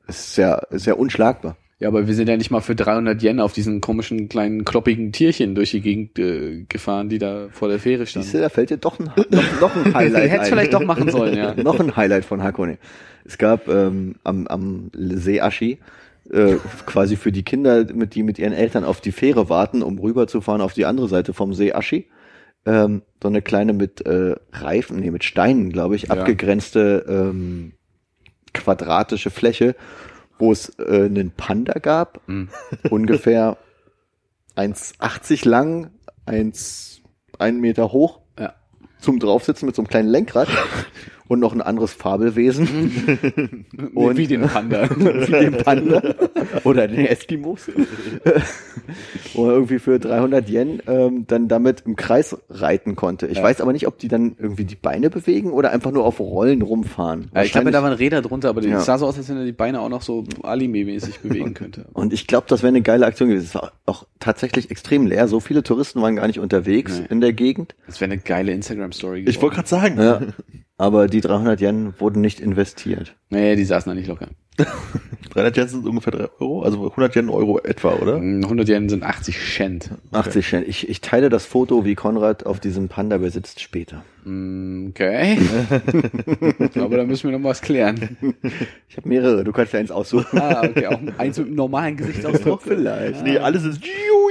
ist sehr, sehr unschlagbar. Ja, aber wir sind ja nicht mal für dreihundert Yen auf diesen komischen kleinen kloppigen Tierchen durch die Gegend äh, gefahren, die da vor der Fähre standen. Siehst du, da fällt dir doch ein, noch, noch ein Highlight ein. Hättest vielleicht doch machen sollen, ja. Noch ein Highlight von Hakone. Es gab ähm, am, am See Ashi äh, quasi für die Kinder, mit die mit ihren Eltern auf die Fähre warten, um rüberzufahren auf die andere Seite vom See Ashi, ähm, so eine kleine mit äh, Reifen, nee, mit Steinen, glaube ich, Ja. abgegrenzte ähm, quadratische Fläche, wo es äh, einen Panda gab, Mhm. ungefähr eins achtzig lang, eins ein Meter hoch, Ja. zum Draufsitzen mit so einem kleinen Lenkrad und noch ein anderes Fabelwesen. Und Wie den Panda. wie den Panda oder den Eskimos. Oder irgendwie für dreihundert Yen ähm, dann damit im Kreis reiten konnte. Ich Ja. weiß aber nicht, ob die dann irgendwie die Beine bewegen oder einfach nur auf Rollen rumfahren. Ja, ich glaube, da Wahrscheinlich- waren Räder drunter, aber Ja. es sah so aus, als wenn er die Beine auch noch so Anime-mäßig bewegen könnte. Und ich glaube, das wäre eine geile Aktion gewesen. Es war auch tatsächlich extrem leer. So viele Touristen waren gar nicht unterwegs Nee. in der Gegend. Das wäre eine geile Instagram-Story gewesen. Ich wollte gerade sagen. Ja. Aber die dreihundert Yen wurden nicht investiert. Nee, die saßen da nicht locker. dreihundert Yen sind ungefähr drei Euro, also hundert Yen Euro etwa, oder? hundert Yen sind achtzig Cent. achtzig Cent. Ich, ich teile das Foto, wie Konrad auf diesem Panda besitzt, später. Mm, Okay. Aber da müssen wir noch was klären. Ich habe mehrere. Du kannst ja eins aussuchen. Ah, okay. Auch eins mit einem normalen Gesichtsausdruck. Vielleicht. Nee, alles ist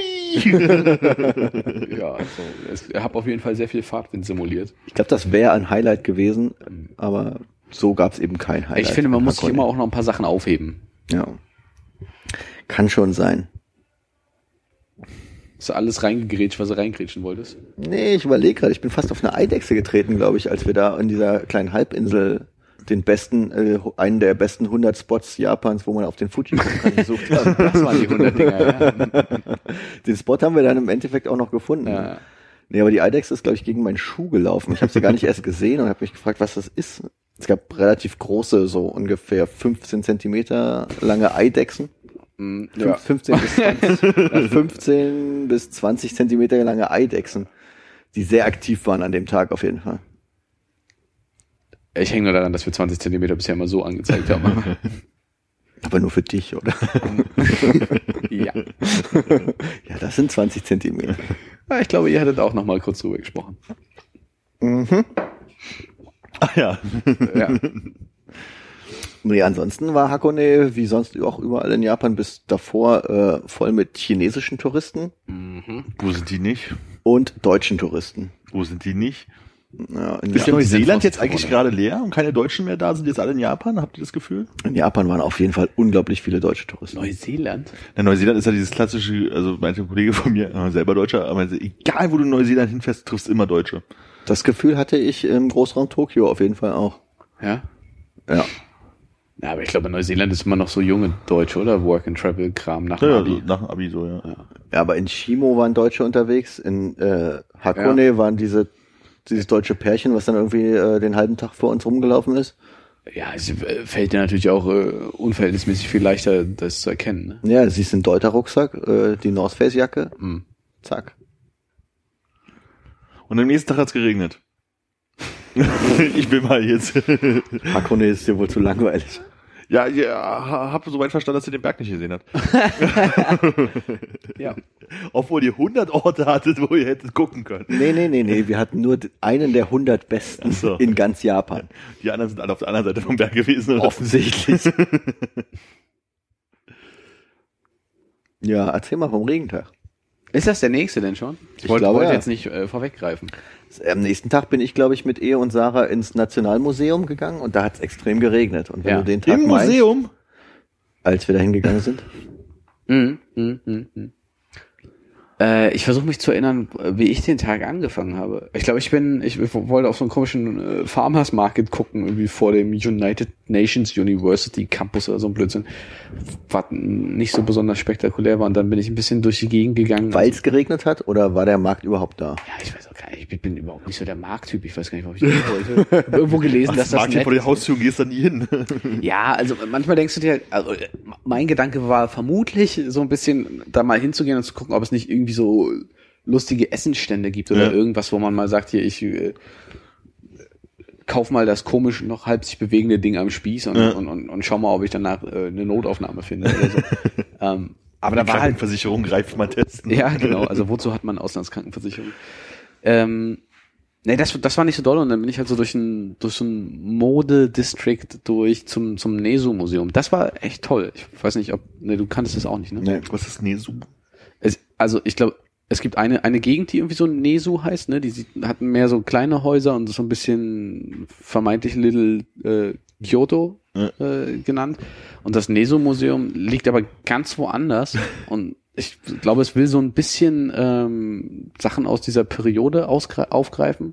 Ja, also, ich habe auf jeden Fall sehr viel Fahrtwind simuliert. Ich glaube, das wäre ein Highlight gewesen, aber so gab es eben kein Highlight. Ich finde, man muss sich Hakone. immer auch noch ein paar Sachen aufheben. Ja. Kann schon sein. Hast du alles reingegrätscht, was du reingrätschen wolltest? Nee, ich überlege gerade. Ich bin fast auf eine Eidechse getreten, glaube ich, als wir da in dieser kleinen Halbinsel den besten, äh, einen der besten hundert Spots Japans, wo man auf den Fuji gucken kann, gesucht haben. Das waren die hundert Dinger, ja. Den Spot haben wir dann im Endeffekt auch noch gefunden. Ja. Nee, aber die Eidechse ist, glaube ich, gegen meinen Schuh gelaufen. Ich habe sie gar nicht erst gesehen und habe mich gefragt, was das ist. Es gab relativ große, so ungefähr fünfzehn Zentimeter lange Eidechsen. Mm, Fünf- ja. fünfzehn, bis zwanzig, äh, fünfzehn bis zwanzig Zentimeter lange Eidechsen, die sehr aktiv waren an dem Tag auf jeden Fall. Ich hänge nur daran, dass wir zwanzig Zentimeter bisher immer so angezeigt haben. Aber nur für dich, oder? Ja. Ja, das sind zwanzig Zentimeter. Ja, ich glaube, ihr hattet auch noch mal kurz drüber gesprochen. Mhm. Ach ja. Ja. Nee, ansonsten war Hakone, wie sonst auch überall in Japan bis davor, äh, voll mit chinesischen Touristen Wo sind die nicht? und deutschen Touristen. Wo sind die nicht? Ja, in, Ist ja Neuseeland jetzt Frost- eigentlich gerade leer und keine Deutschen mehr da? Sind jetzt alle in Japan? Habt ihr das Gefühl? in Japan waren auf jeden Fall unglaublich viele deutsche Touristen. Neuseeland? Na, Neuseeland ist ja dieses klassische, also meinte ein Kollege von mir, äh, selber Deutscher, aber meinte, egal wo du in Neuseeland hinfährst, triffst immer Deutsche. Das Gefühl hatte ich im Großraum Tokio auf jeden Fall auch. Ja. Ja. Ja, aber ich glaube, Neuseeland ist immer noch so junge Deutsche, oder? Work-and-Travel-Kram nach dem Ja, Abi. also nach dem Abi so, ja. Ja, aber in Shimo waren Deutsche unterwegs, in äh, Hakone waren diese dieses deutsche Pärchen, was dann irgendwie äh, den halben Tag vor uns rumgelaufen ist. Ja, es äh, fällt dir natürlich auch äh, unverhältnismäßig viel leichter, das zu erkennen. Ne? Ja, siehst du einen Deuter-Rucksack, äh, die North Face-Jacke, Mhm. zack. Und am nächsten Tag hat's geregnet. Ich will mal jetzt. Hakone ist dir wohl zu langweilig. Ja, ja, hab soweit verstanden, dass ihr den Berg nicht gesehen habt. Ja. Obwohl ihr hundert Orte hattet, wo ihr hättet gucken können. Nee, nee, nee, nee, wir hatten nur d- einen der hundert besten Ach so. in ganz Japan. Die anderen sind alle auf der anderen Seite vom Berg gewesen, oder? Offensichtlich. Ja, erzähl mal vom Regentag. Ist das der nächste denn schon? Ich, Ich wollte, glaube, wollte ja. jetzt nicht äh, vorweggreifen. Am nächsten Tag bin ich, glaube ich, mit Ehe und Sarah ins Nationalmuseum gegangen und da hat es extrem geregnet. Und wenn Ja. du den Tag Im meinst, Museum? als wir da hingegangen sind, Mhm. Mhm. Mhm. Mhm. Äh, ich versuche mich zu erinnern, wie ich den Tag angefangen habe. Ich glaube, ich bin, ich wollte auf so einen komischen äh, Farmers Market gucken, irgendwie vor dem United Nations University Campus oder so ein Blödsinn. Was nicht so besonders spektakulär war. Und dann bin ich ein bisschen durch die Gegend gegangen. weil es geregnet hat, oder war der Markt überhaupt da? Ja, ich weiß auch gar nicht. Ich bin, bin überhaupt nicht so der Markttyp. Ich weiß gar nicht, warum ich das wollte. Ich habe irgendwo gelesen, dass das Markt nett vor der ist. Haustür und gehst da nie hin. Ja, also manchmal denkst du dir, also mein Gedanke war vermutlich so ein bisschen da mal hinzugehen und zu gucken, ob es nicht irgendwie so lustige Essenstände gibt oder Ja. irgendwas, wo man mal sagt, hier, ich äh, kauf mal das komisch noch halb sich bewegende Ding am Spieß und, ja. und, und, und schau mal, ob ich danach äh, eine Notaufnahme finde oder so. ähm, aber da war halt Versicherung greift mal testen. ja, genau. Also wozu hat man Auslandskrankenversicherung? Ähm, nee, das, das war nicht so doll und dann bin ich halt so durch ein, durch so ein Mode-District durch zum, zum Nesu-Museum. Das war echt toll. Ich weiß nicht, ob, ne, du kanntest das auch nicht, ne? Nee. Was ist Nesu? Es, also ich glaube, es gibt eine, eine Gegend, die irgendwie so Nesu heißt, ne? Die sieht, hat mehr so kleine Häuser und so ein bisschen vermeintlich Little äh, Kyoto äh, genannt. Und das Nesu-Museum liegt aber ganz woanders und ich glaube, es will so ein bisschen ähm, Sachen aus dieser Periode ausgre- aufgreifen.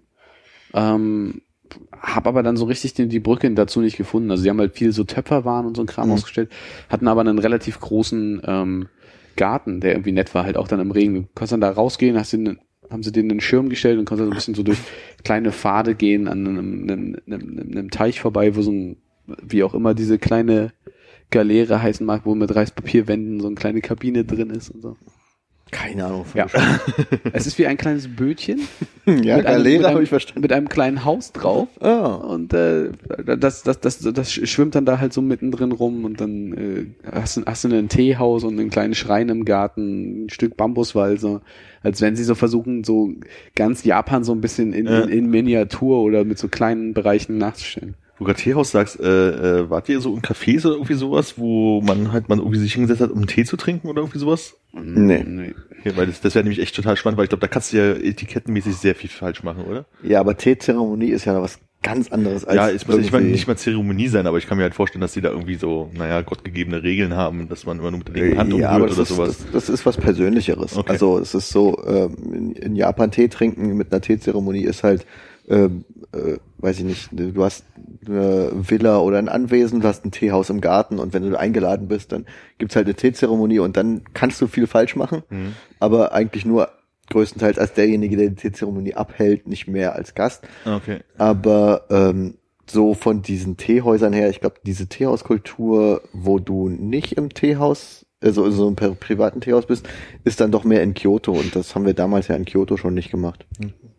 Ähm, hab aber dann so richtig die, die Brücke dazu nicht gefunden. Also sie haben halt viel so Töpferwaren und so ein Kram mhm. ausgestellt, hatten aber einen relativ großen ähm, Garten, der irgendwie nett war, halt auch dann im Regen. Du konntest dann da rausgehen, hast den, haben sie denen einen Schirm gestellt und konntest dann so ein bisschen so durch kleine Pfade gehen, an einem, einem, einem, einem Teich vorbei, wo so ein, wie auch immer diese kleine Galeere heißen mag, wo mit Reispapierwänden so eine kleine Kabine drin ist und so. Keine Ahnung. Von Ja. Es ist wie ein kleines Bötchen. ja, Galeere habe ich verstanden. Mit einem kleinen Haus drauf. Ah. Und äh, das, das, das, das schwimmt dann da halt so mittendrin rum und dann äh, hast du hast du ein Teehaus und einen kleinen Schrein im Garten, ein Stück Bambuswald, so als wenn sie so versuchen, so ganz Japan so ein bisschen in, Ja. in, in Miniatur oder mit so kleinen Bereichen nachzustellen. Wo du gerade Teehaus sagst, äh, äh, wart ihr so in Cafés oder irgendwie sowas, wo man halt mal irgendwie sich hingesetzt hat, um einen Tee zu trinken oder irgendwie sowas? Nee. nee. Okay, weil das, das wäre nämlich echt total spannend, weil ich glaube, da kannst du ja etikettenmäßig sehr viel falsch machen, oder? Ja, aber Teezeremonie ist ja noch was ganz anderes als Ja, es muss nicht mal, irgendwie- nicht mal Zeremonie sein, aber ich kann mir halt vorstellen, dass die da irgendwie so, naja, gottgegebene Regeln haben, dass man immer nur mit der linken Hand ja, aber umrührt das oder ist, sowas. Das, das ist was Persönlicheres. Okay. Also es ist so, ähm, in, in Japan Tee trinken mit einer Teezeremonie ist halt, ähm, äh, weiß ich nicht, du hast eine Villa oder ein Anwesen, du hast ein Teehaus im Garten und wenn du eingeladen bist, dann gibt's halt eine Teezeremonie und dann kannst du viel falsch machen, Mhm. aber eigentlich nur größtenteils als derjenige, der die Teezeremonie abhält, nicht mehr als Gast. Okay. Aber ähm, so von diesen Teehäusern her, ich glaube, diese Teehauskultur, wo du nicht im Teehaus, also so im pri- privaten Teehaus bist, ist dann doch mehr in Kyoto und das haben wir damals ja in Kyoto schon nicht gemacht.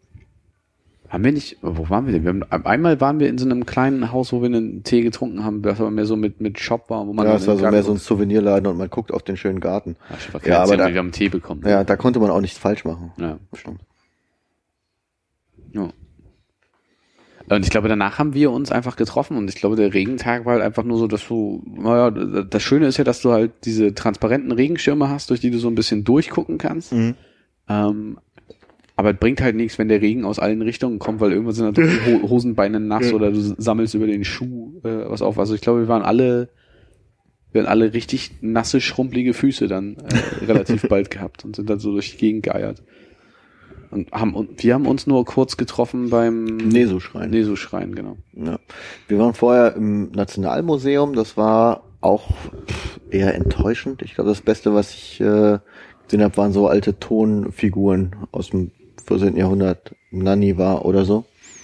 Haben wir nicht, wo waren wir denn? Wir haben, einmal waren wir in so einem kleinen Haus, wo wir einen Tee getrunken haben, das aber mehr so mit, mit Shop war, wo man Ja, dann es war in den so Garten mehr so ein guckt. Souvenirladen und man guckt auf den schönen Garten. Ach, ich war Ja, aber da- wir haben Tee bekommen. Ja, da konnte man auch nichts falsch machen. Ja, stimmt. Ja. Und ich glaube, danach haben wir uns einfach getroffen und ich glaube, der Regentag war halt einfach nur so, dass du, naja, das Schöne ist ja, dass du halt diese transparenten Regenschirme hast, durch die du so ein bisschen durchgucken kannst. Mhm. Ähm, aber es bringt halt nichts, wenn der Regen aus allen Richtungen kommt, weil irgendwann sind dann die Ho- Hosenbeine nass oder du sammelst über den Schuh äh, was auf. Also ich glaube, wir waren alle, wir hatten alle richtig nasse, schrumpelige Füße dann äh, relativ bald gehabt und sind dann so durch die Gegend geeiert. Und haben und wir haben uns nur kurz getroffen beim Nesu-Schrein. Nesu-Schrein, genau. Ja. Wir waren vorher im Nationalmuseum, das war auch pff, eher enttäuschend. Ich glaube, das Beste, was ich äh, gesehen habe, waren so alte Tonfiguren aus dem vierzehnten Jahrhundert, Naniwa oder so.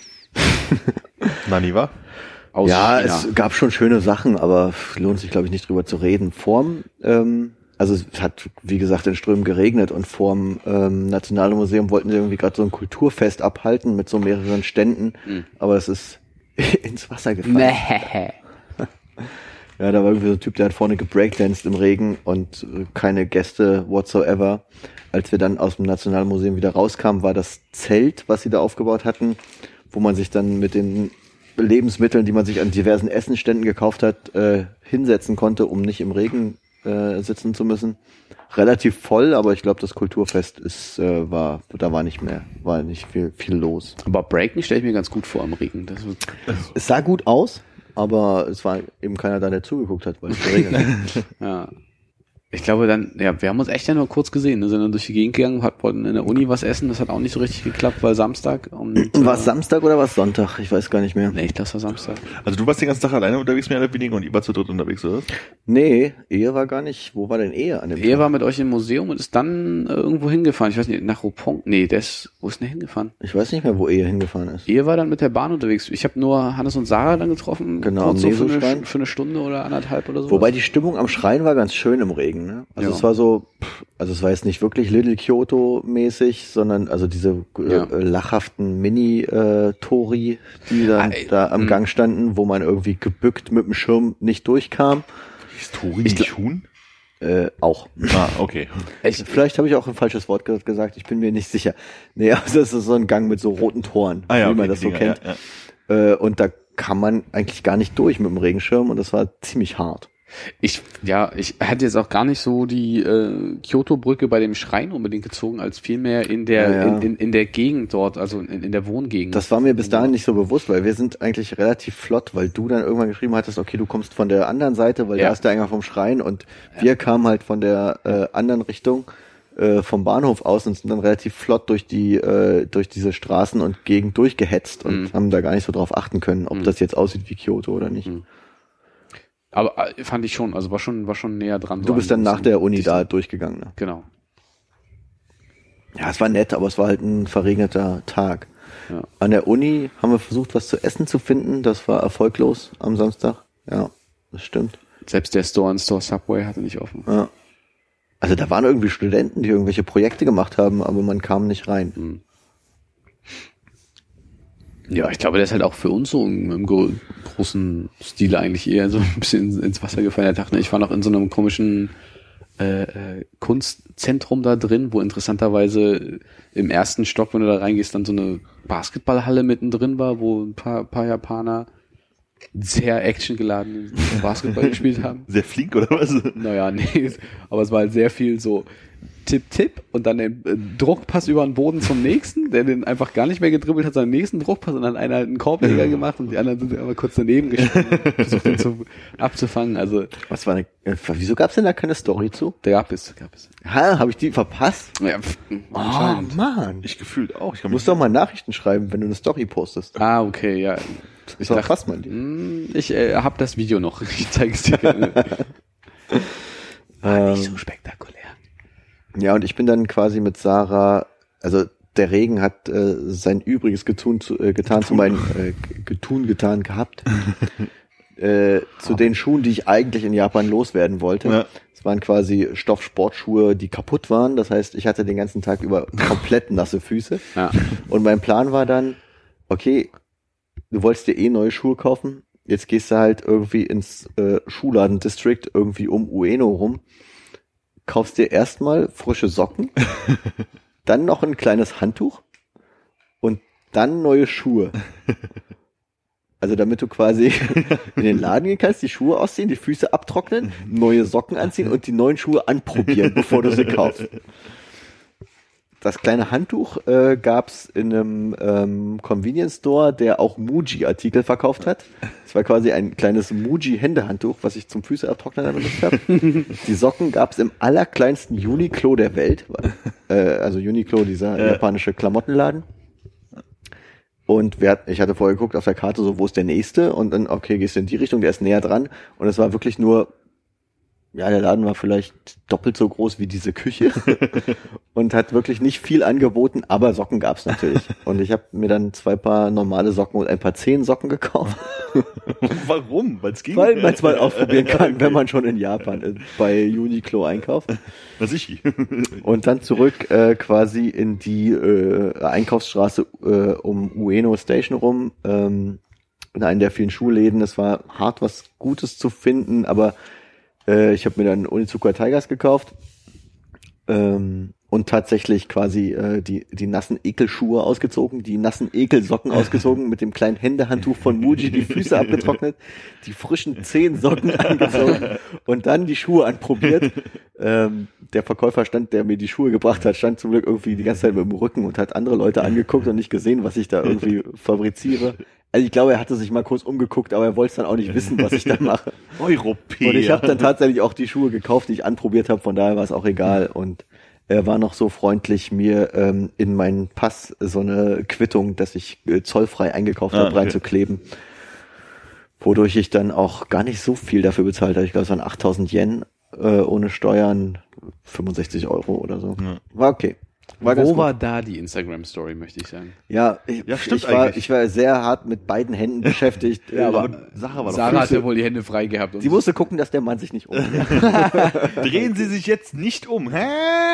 Naniwa? Aus ja, China. es gab schon schöne Sachen, aber lohnt sich, glaube ich, nicht drüber zu reden. Vorm, ähm, also es hat, wie gesagt, in Strömen geregnet und vorm ähm, Nationalmuseum wollten sie irgendwie gerade so ein Kulturfest abhalten mit so mehreren Ständen, Mhm. aber es ist ins Wasser gefallen. Nee. Ja, da war irgendwie so ein Typ, der hat vorne gebreakdanced im Regen und äh, keine Gäste whatsoever. Als wir dann aus dem Nationalmuseum wieder rauskamen, war das Zelt, was sie da aufgebaut hatten, wo man sich dann mit den Lebensmitteln, die man sich an diversen Essenständen gekauft hat, äh, hinsetzen konnte, um nicht im Regen äh, sitzen zu müssen. Relativ voll, aber ich glaube, das Kulturfest ist, äh, war, da war nicht mehr, war nicht viel, viel los. Aber Breaken stelle ich mir ganz gut vor im Regen. Das wird, Es sah gut aus, aber es war eben keiner da, der zugeguckt hat, weil es geregnet hat. ja. Ich glaube dann, ja, wir haben uns echt ja nur kurz gesehen, ne? Sind dann durch die Gegend gegangen, hat, wollten in der Uni was essen, das hat auch nicht so richtig geklappt, weil Samstag und War es Samstag oder war es Sonntag? Ich weiß gar nicht mehr. Nee, ich glaube, es war Samstag. Also du warst den ganzen Tag alleine unterwegs, mehr oder weniger, und ihr wart zu dritt unterwegs, oder? Nee, Ehe war gar nicht. Wo war denn Ehe an dem Er Tag? war mit euch im Museum und ist dann äh, irgendwo hingefahren. Ich weiß nicht, nach Roppongi. Nee, der ist, wo ist denn der hingefahren? Ich weiß nicht mehr, wo Ehe hingefahren ist. Ihr war dann mit der Bahn unterwegs. Ich habe nur Hannes und Sarah dann getroffen. Genau, kurz am so für eine, Nesu-Schrein. für eine Stunde oder anderthalb oder so. Wobei die Stimmung am Schrein war ganz schön im Regen. Ding, ne? Also Ja. es war so, pff, also es war jetzt nicht wirklich Little Kyoto-mäßig, sondern also diese äh, Ja. äh, lachhaften Mini-Tori, die dann Ah, ey, da am mh. Gang standen, wo man irgendwie gebückt mit dem Schirm nicht durchkam. Historie nicht Huhn? Äh, auch. Ah, okay. Echt? Vielleicht habe ich auch ein falsches Wort ge- gesagt, ich bin mir nicht sicher. Nee, also es ist so ein Gang mit so roten Toren, Ah ja, wie okay, man das die so Dinger, kennt. ja, ja. Äh, und da kann man eigentlich gar nicht durch mit dem Regenschirm und das war ziemlich hart. Ich, ja, ich hätte jetzt auch gar nicht so die äh, Kyoto-Brücke bei dem Schrein unbedingt gezogen, als vielmehr in der Ja, ja. In, in, in der Gegend dort, also in, in der Wohngegend. Das war mir bis dahin nicht so bewusst, weil wir sind eigentlich relativ flott, weil du dann irgendwann geschrieben hattest, okay, du kommst von der anderen Seite, weil Ja. da ist der Eingang vom Schrein und wir kamen halt von der äh, anderen Richtung äh, vom Bahnhof aus und sind dann relativ flott durch die äh, durch diese Straßen und Gegend durchgehetzt und Mhm. haben da gar nicht so drauf achten können, ob Mhm. das jetzt aussieht wie Kyoto oder nicht. Mhm. Aber äh, fand ich schon, also war schon, war schon näher dran. Du so bist an dann nach diesem- der Uni diesem- da durchgegangen. Ne? Genau. Ja, es war nett, aber es war halt ein verregneter Tag. Ja. An der Uni haben wir versucht, was zu essen zu finden. Das war erfolglos am Samstag. Ja, das stimmt. Selbst der Store in Store Subway hatte nicht offen. Ja. Also da waren irgendwie Studenten, die irgendwelche Projekte gemacht haben, aber man kam nicht rein. Mhm. Ja, ich glaube, der ist halt auch für uns so im, im gro- großen Stile eigentlich eher so ein bisschen ins, ins Wasser gefallen. Der Tag, ne? Ich war noch in so einem komischen äh, äh, Kunstzentrum da drin, wo interessanterweise im ersten Stock, wenn du da reingehst, dann so eine Basketballhalle mittendrin war, wo ein paar, paar Japaner sehr actiongeladen Basketball gespielt haben. Sehr flink, oder was? Naja, nee, aber es war halt sehr viel so Tipp, Tipp und dann den äh, Druckpass über den Boden zum nächsten, der den einfach gar nicht mehr gedribbelt hat, sondern den nächsten Druckpass und dann einer halt einen Korbleger gemacht und die anderen sind aber kurz daneben gestanden, versucht den zu, abzufangen. Also Was war eine, äh, wieso gab's denn da keine Story zu? da gab es, gab es. Ha, habe ich die verpasst? Ja, pff, Oh, anscheinend. Mann. Ich gefühlt auch. Ich kann Du musst doch mal Nachrichten schreiben, wenn du eine Story postest. Ah, okay, ja. Ich So dachte, fasst man die. hm, ich äh, habe das Video noch. Ich zeige es dir gerne. Ähm, Nicht so spektakulär. Ja, und ich bin dann quasi mit Sarah, also der Regen hat äh, sein Übriges getun, zu, äh, getan zu meinen, äh, g- getun, getan gehabt. äh, zu den Schuhen, die ich eigentlich in Japan loswerden wollte. Ja. Es waren quasi Stoffsportschuhe, die kaputt waren. Das heißt, ich hatte den ganzen Tag über komplett nasse Füße. Ja. Und mein Plan war dann, okay, du wolltest dir eh neue Schuhe kaufen. Jetzt gehst du halt irgendwie ins äh, Schuhladen-District irgendwie um Ueno rum. Kaufst dir erstmal frische Socken, dann noch ein kleines Handtuch und dann neue Schuhe. Also damit du quasi in den Laden gehen kannst, die Schuhe ausziehen, die Füße abtrocknen, neue Socken anziehen und die neuen Schuhe anprobieren, bevor du sie kaufst. Das kleine Handtuch äh, gab's in einem ähm, Convenience Store, der auch Muji-Artikel verkauft hat. Es war quasi ein kleines Muji-Händehandtuch, was ich zum Füße abtrocknen benutzt habe. Die Socken gab's im allerkleinsten Uniqlo der Welt. Äh, also Uniqlo, dieser Ja. japanische Klamottenladen. Und wer hat, ich hatte vorher geguckt auf der Karte, so wo ist der nächste? Und dann, okay, gehst du in die Richtung, der ist näher dran. Und es war wirklich nur, ja, der Laden war vielleicht doppelt so groß wie diese Küche und hat wirklich nicht viel angeboten, aber Socken gab's natürlich. Und ich habe mir dann zwei Paar normale Socken und ein paar zehn Socken gekauft, Warum? Weil es ging? weil man es mal ausprobieren kann, wenn man schon in Japan ist, bei Uniqlo einkauft. Na sicher. Und dann zurück äh, quasi in die äh, Einkaufsstraße äh, um Ueno Station rum, ähm, in einen der vielen Schuhläden. Es war hart, was Gutes zu finden, aber äh, ich habe mir dann Onitsuka Tigers gekauft ähm, und tatsächlich quasi äh, die die nassen Ekelschuhe ausgezogen, die nassen Ekelsocken ausgezogen, mit dem kleinen Händehandtuch von Muji die Füße abgetrocknet, die frischen Zehensocken angezogen und dann die Schuhe anprobiert. Ähm, der Verkäufer stand, der mir die Schuhe gebracht hat, stand zum Glück irgendwie die ganze Zeit mit dem Rücken und hat andere Leute angeguckt und nicht gesehen, was ich da irgendwie fabriziere. Also ich glaube, er hatte sich mal kurz umgeguckt, aber er wollte dann auch nicht wissen, was ich da mache. Europäer. Und ich habe dann tatsächlich auch die Schuhe gekauft, die ich anprobiert habe, von daher war es auch egal. Und er war noch so freundlich, mir ähm, in meinen Pass so eine Quittung, dass ich äh, zollfrei eingekauft Ah, habe, okay. reinzukleben. Wodurch ich dann auch gar nicht so viel dafür bezahlt habe. Ich glaube, es waren achttausend Yen äh, ohne Steuern, fünfundsechzig Euro oder so. Ja. War okay. War ganz Wo gut. war da die Instagram-Story, möchte ich sagen? Ja, ich, Ja, stimmt ich, war, eigentlich. ich war sehr hart mit beiden Händen beschäftigt. Ja, aber Äh, Sarah war doch Sarah hat Füße. ja wohl die Hände frei gehabt. Und sie musste gucken, dass der Mann sich nicht umdreht. Drehen Sie sich jetzt nicht um, hä?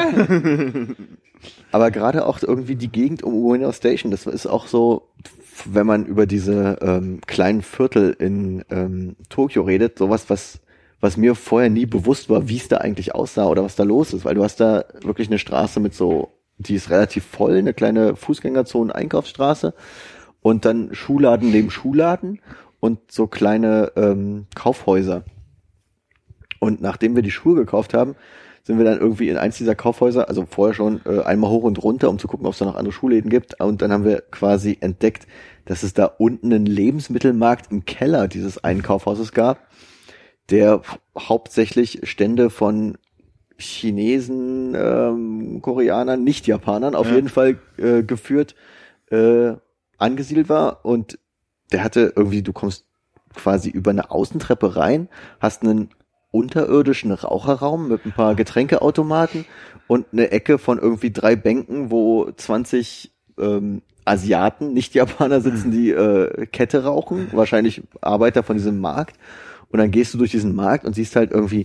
Aber gerade auch irgendwie die Gegend um Ueno Station, das ist auch so, wenn man über diese ähm, kleinen Viertel in ähm, Tokio redet, sowas, was was mir vorher nie bewusst war, wie es da eigentlich aussah oder was da los ist, weil du hast da wirklich eine Straße mit so, die ist relativ voll, eine kleine Fußgängerzone, Einkaufsstraße und dann Schuhladen neben Schuhladen und so kleine ähm, Kaufhäuser. Und nachdem wir die Schuhe gekauft haben, sind wir dann irgendwie in eins dieser Kaufhäuser, also vorher schon äh, einmal hoch und runter, um zu gucken, ob es da noch andere Schuhläden gibt. Und dann haben wir quasi entdeckt, dass es da unten einen Lebensmittelmarkt im Keller dieses einen Kaufhauses gab, der hauptsächlich Stände von Chinesen, ähm, Koreanern, nicht Japanern auf Ja. jeden Fall äh, geführt, äh, angesiedelt war. Und der hatte irgendwie, du kommst quasi über eine Außentreppe rein, hast einen unterirdischen Raucherraum mit ein paar Getränkeautomaten und eine Ecke von irgendwie drei Bänken, wo zwanzig ähm, Asiaten, nicht Japaner sitzen, die äh, Kette rauchen, wahrscheinlich Arbeiter von diesem Markt. Und dann gehst du durch diesen Markt und siehst halt irgendwie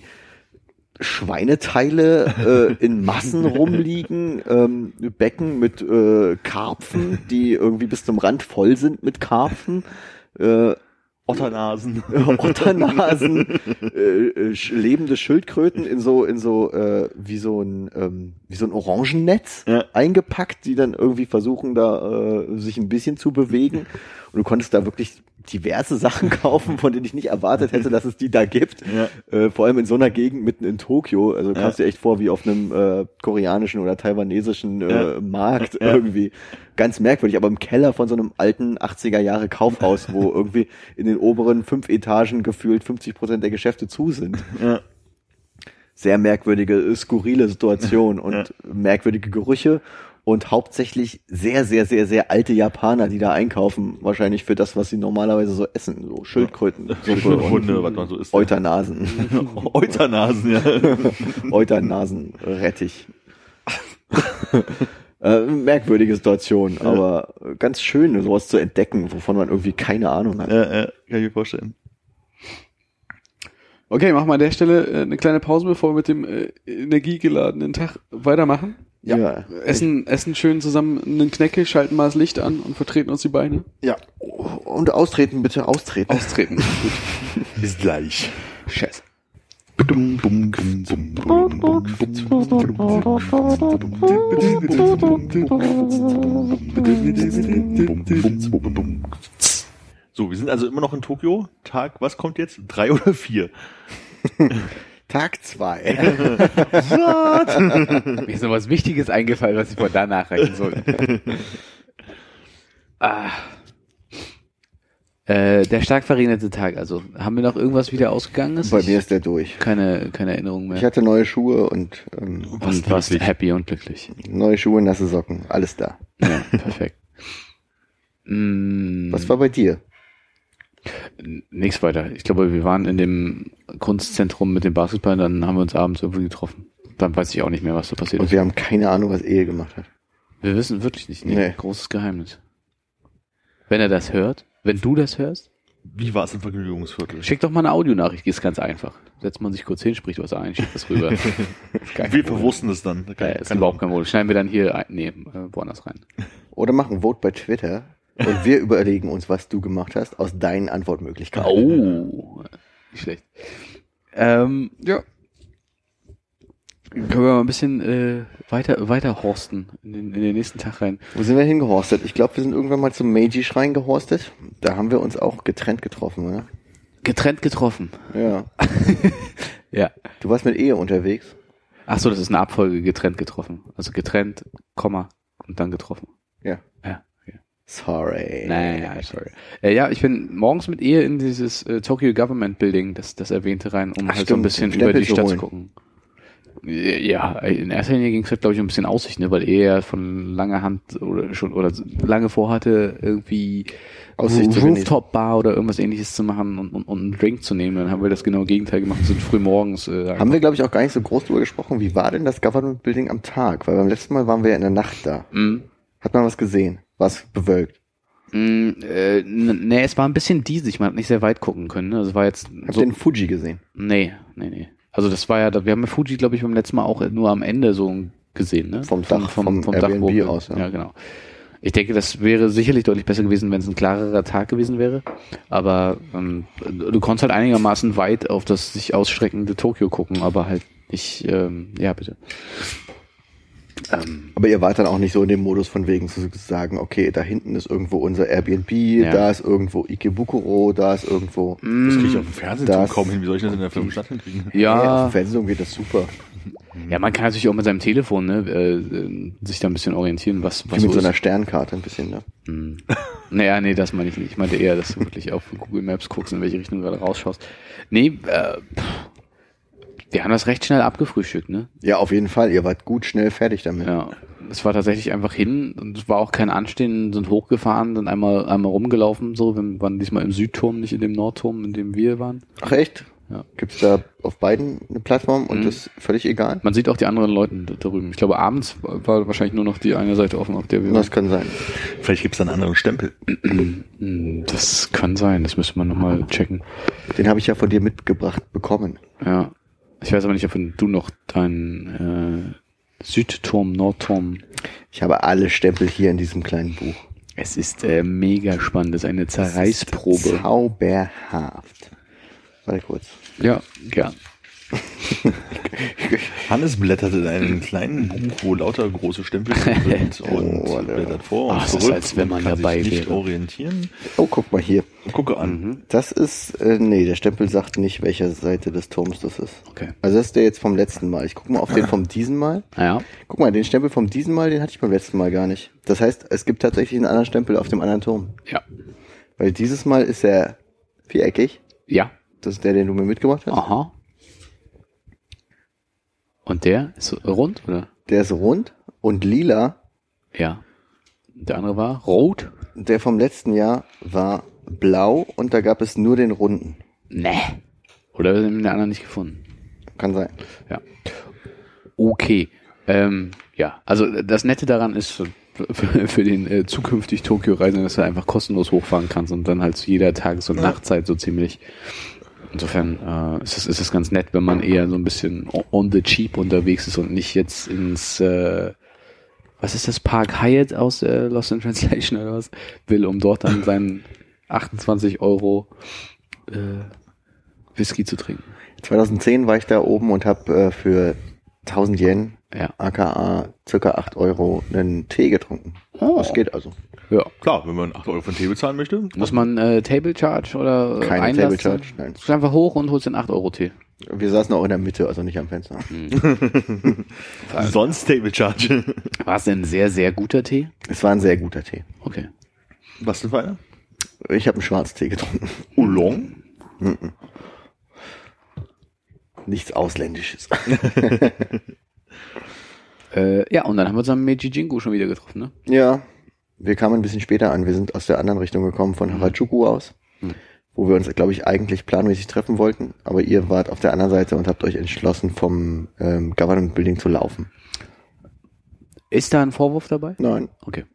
Schweineteile äh, in Massen rumliegen, ähm, Becken mit äh, Karpfen, die irgendwie bis zum Rand voll sind mit Karpfen, äh, Otternasen. Otternasen, äh, äh, sch- lebende Schildkröten in so in so äh, wie so ein ähm, wie so ein Orangennetz Ja. eingepackt, die dann irgendwie versuchen da äh, sich ein bisschen zu bewegen und du konntest da wirklich diverse Sachen kaufen, von denen ich nicht erwartet hätte, dass es die da gibt. Ja. Äh, vor allem in so einer Gegend mitten in Tokio, also du kamst dir echt vor wie auf einem äh, koreanischen oder taiwanesischen äh, Ja. Markt Ja. irgendwie. Ganz merkwürdig, aber im Keller von so einem alten achtziger Jahre Kaufhaus, wo irgendwie in den oberen fünf Etagen gefühlt fünfzig Prozent der Geschäfte zu sind. Ja. Sehr merkwürdige, äh, skurrile Situation und merkwürdige Gerüche und hauptsächlich sehr, sehr, sehr, sehr alte Japaner, die da einkaufen, wahrscheinlich für das, was sie normalerweise so essen, so Schildkröten, Suppe Hunde, und was man so isst. Euternasen, Euternasen, ja. Euternasenrettich. Äh, merkwürdige Situation, Ja. aber ganz schön, sowas zu entdecken, wovon man irgendwie keine Ahnung hat. Ja, ja, kann ich mir vorstellen. Okay, machen wir an der Stelle äh, eine kleine Pause, bevor wir mit dem äh, energiegeladenen Tag weitermachen. Ja. Essen, essen schön zusammen einen Knäcke, schalten mal das Licht an und vertreten uns die Beine. Ja. Und austreten, bitte austreten. Austreten. Gut. Bis gleich. Scheiße. So, wir sind also immer noch in Tokio. Tag, was kommt jetzt? Drei oder vier? Tag zwei. Mir ist noch was Wichtiges eingefallen, was ich von da nachreichen sollte. ah. Äh, der stark verregnete Tag, also haben wir noch irgendwas wieder ausgegangen ist? Bei mir ist der durch. keine, keine Erinnerung mehr. Ich hatte neue Schuhe und ähm, und warst happy und glücklich. neue Schuhe, nasse Socken, alles da. Ja, perfekt. Mm, Was war bei dir? Nichts weiter. Ich glaube, wir waren in dem Kunstzentrum mit dem Basketball, dann haben wir uns abends irgendwie getroffen. Dann weiß ich auch nicht mehr, was da passiert Und ist. wir haben keine Ahnung, was Ehe gemacht hat. Wir wissen wirklich nicht. Nee, Nee. Großes Geheimnis. Wenn er das hört, wenn du das hörst, Wie war es im Vergnügungsviertel? schick doch mal eine Audionachricht, ist ganz einfach. Setzt man sich kurz hin, spricht was ein, schickt das rüber. Ist kein Wir Problem. verwursten es dann. Ja, ist überhaupt kein Problem. Schneiden wir dann hier ein, nee, äh, woanders rein. Oder machen Vote bei Twitter und wir überlegen uns, was du gemacht hast, aus deinen Antwortmöglichkeiten. Oh, nicht schlecht. Ähm, ja. Können wir mal ein bisschen äh, weiter weiter horsten in den, in den nächsten Tag rein. Wo sind wir hingehorstet? Ich glaube, wir sind irgendwann mal zum Meiji-Schrein gehorstet. Da haben wir uns auch getrennt getroffen, oder? Getrennt getroffen. Ja. Ja. Du warst mit Ehe unterwegs. Ach so, das ist eine Abfolge, getrennt getroffen. Also getrennt, Komma und dann getroffen. Ja. Ja. Okay. Sorry. Naja, sorry. Äh, ja, ich bin morgens mit Ehe in dieses äh, Tokyo Government Building, das das erwähnte, rein, um Ach, halt so ein stimmt, bisschen Stempel über die zu Stadt holen. zu gucken. Ja, in erster Linie ging es halt, glaube ich, um ein bisschen Aussicht, ne, weil er ja von langer Hand oder schon oder lange vorhatte, irgendwie Aussicht zu genießen. Rooftop-Bar oder irgendwas ähnliches zu machen und, und, und einen Drink zu nehmen. Dann haben wir das genaue Gegenteil gemacht und sind früh morgens. Äh, Haben wir, glaube ich, auch gar nicht so groß drüber gesprochen. Wie war denn das Government Building am Tag? Weil beim letzten Mal waren wir ja in der Nacht da. Mhm. Hat man was gesehen? Was bewölkt? Mm, äh, n- nee, es war ein bisschen diesig, man hat nicht sehr weit gucken können. Ne? Also es war jetzt Habt so, ihr den Fuji gesehen? nee, nee, nee. Also das war ja, wir haben ja Fuji, glaube ich, beim letzten Mal auch nur am Ende so gesehen, ne? Vom Dach, vom Airbnb wo wir- aus, ja. Ja, genau. Ich denke, das wäre sicherlich deutlich besser gewesen, wenn es ein klarerer Tag gewesen wäre. Aber ähm, du konntest halt einigermaßen weit auf das sich ausstreckende Tokio gucken, aber halt nicht, ähm, ja bitte. Ähm, Aber ihr wart dann auch nicht so in dem Modus von wegen zu sagen, okay, da hinten ist irgendwo unser Airbnb, Ja. da ist irgendwo Ikebukuro, da ist irgendwo... Das kriege ich auf dem Fernsehen Das- kaum hin. Wie soll ich das in der Film Stadt hinkriegen? Hey, auf ja, dem Fernsehen geht das super. ja, man kann natürlich auch mit seinem Telefon ne, äh, äh, sich da ein bisschen orientieren, was Wie was mit so ist. einer Sternkarte ein bisschen, ne? Hm. Naja, nee, das meine ich nicht. Ich meinte eher, dass du wirklich auf Google Maps guckst, in welche Richtung du gerade rausschaust. Nee, äh, pff, wir haben das recht schnell abgefrühstückt, ne? Ja, auf jeden Fall. Ihr wart gut schnell fertig damit. Ja. Es war tatsächlich einfach hin und es war auch kein Anstehen, sind hochgefahren, sind einmal einmal rumgelaufen, so. Wir waren diesmal im Südturm, nicht in dem Nordturm, in dem wir waren. Ach echt? Ja. Gibt's da auf beiden eine Plattform und Mhm. das ist völlig egal? Man sieht auch die anderen Leute da drüben. Ich glaube, abends war wahrscheinlich nur noch die eine Seite offen, auf der wir Das kann sein. Vielleicht gibt es einen anderen Stempel. waren. Das kann sein, das müsste man nochmal checken. Den habe ich ja von dir mitgebracht bekommen. Ja. Ich weiß aber nicht, ob du noch deinen äh, Südturm, Nordturm. Ich habe alle Stempel hier in diesem kleinen Buch. Es ist äh, mega spannend. Das ist eine Zerreißprobe. Zauberhaft. Warte kurz. Ja, gern. Hannes blättert in einem kleinen Buch, wo lauter große Stempel drin sind und Oh, Alter. blättert vor und Ach, das ist, zurück als wenn man und kann dabei sich nicht wäre. orientieren. Oh, guck mal hier. Gucke an. Das ist, äh, nee, der Stempel sagt nicht, welche Seite des Turms das ist. Okay. Also das ist der jetzt vom letzten Mal. Ich guck mal auf den vom diesen Mal. Ja. Guck mal, den Stempel vom diesen Mal, den hatte ich beim letzten Mal gar nicht. Das heißt, es gibt tatsächlich einen anderen Stempel auf dem anderen Turm. Ja. Weil dieses Mal ist er viereckig. Ja. Das ist der, den du mir mitgebracht hast. Aha. Und der ist rund, oder? Der ist rund und lila. Ja. Der andere war rot? Der vom letzten Jahr war blau und da gab es nur den runden. Nee. Oder wir haben den anderen nicht gefunden. Kann sein. Ja. Okay. Ähm, ja, also das Nette daran ist für, für, für den äh, zukünftig Tokio-Reisenden, dass du einfach kostenlos hochfahren kannst und dann halt zu jeder Tages- und Nachtzeit so ziemlich. Insofern äh, ist es ist es ganz nett, wenn man eher so ein bisschen on the cheap unterwegs ist und nicht jetzt ins äh, was ist das, Park Hyatt aus äh, Lost in Translation oder was, will, um dort dann seinen achtundzwanzig Euro äh, Whisky zu trinken. zweitausendzehn war ich da oben und habe äh, für tausend Yen, Ja. aka circa acht Euro, einen Tee getrunken. Oh. Das geht also. Ja. Klar, wenn man acht Euro für einen Tee bezahlen möchte. Muss man äh, Table Charge oder äh, Keine Einlass? Table Charge, nein. Du gehst einfach hoch und holst den acht Euro Tee. Wir saßen auch in der Mitte, also nicht am Fenster. Sonst Table Charge. War es denn ein sehr, sehr guter Tee? Es war ein sehr guter Tee. Okay. Was denn für einer? Ich habe einen Schwarztee getrunken. Oolong? Nichts Ausländisches. Äh, ja, und dann haben wir uns am Meiji Jingu schon wieder getroffen, ne? Ja, wir kamen ein bisschen später an. Wir sind aus der anderen Richtung gekommen, von Harajuku aus, Mhm. wo wir uns, glaube ich, eigentlich planmäßig treffen wollten. Aber ihr wart auf der anderen Seite und habt euch entschlossen, vom ähm, Government Building zu laufen. Ist da ein Vorwurf dabei? Nein. Okay.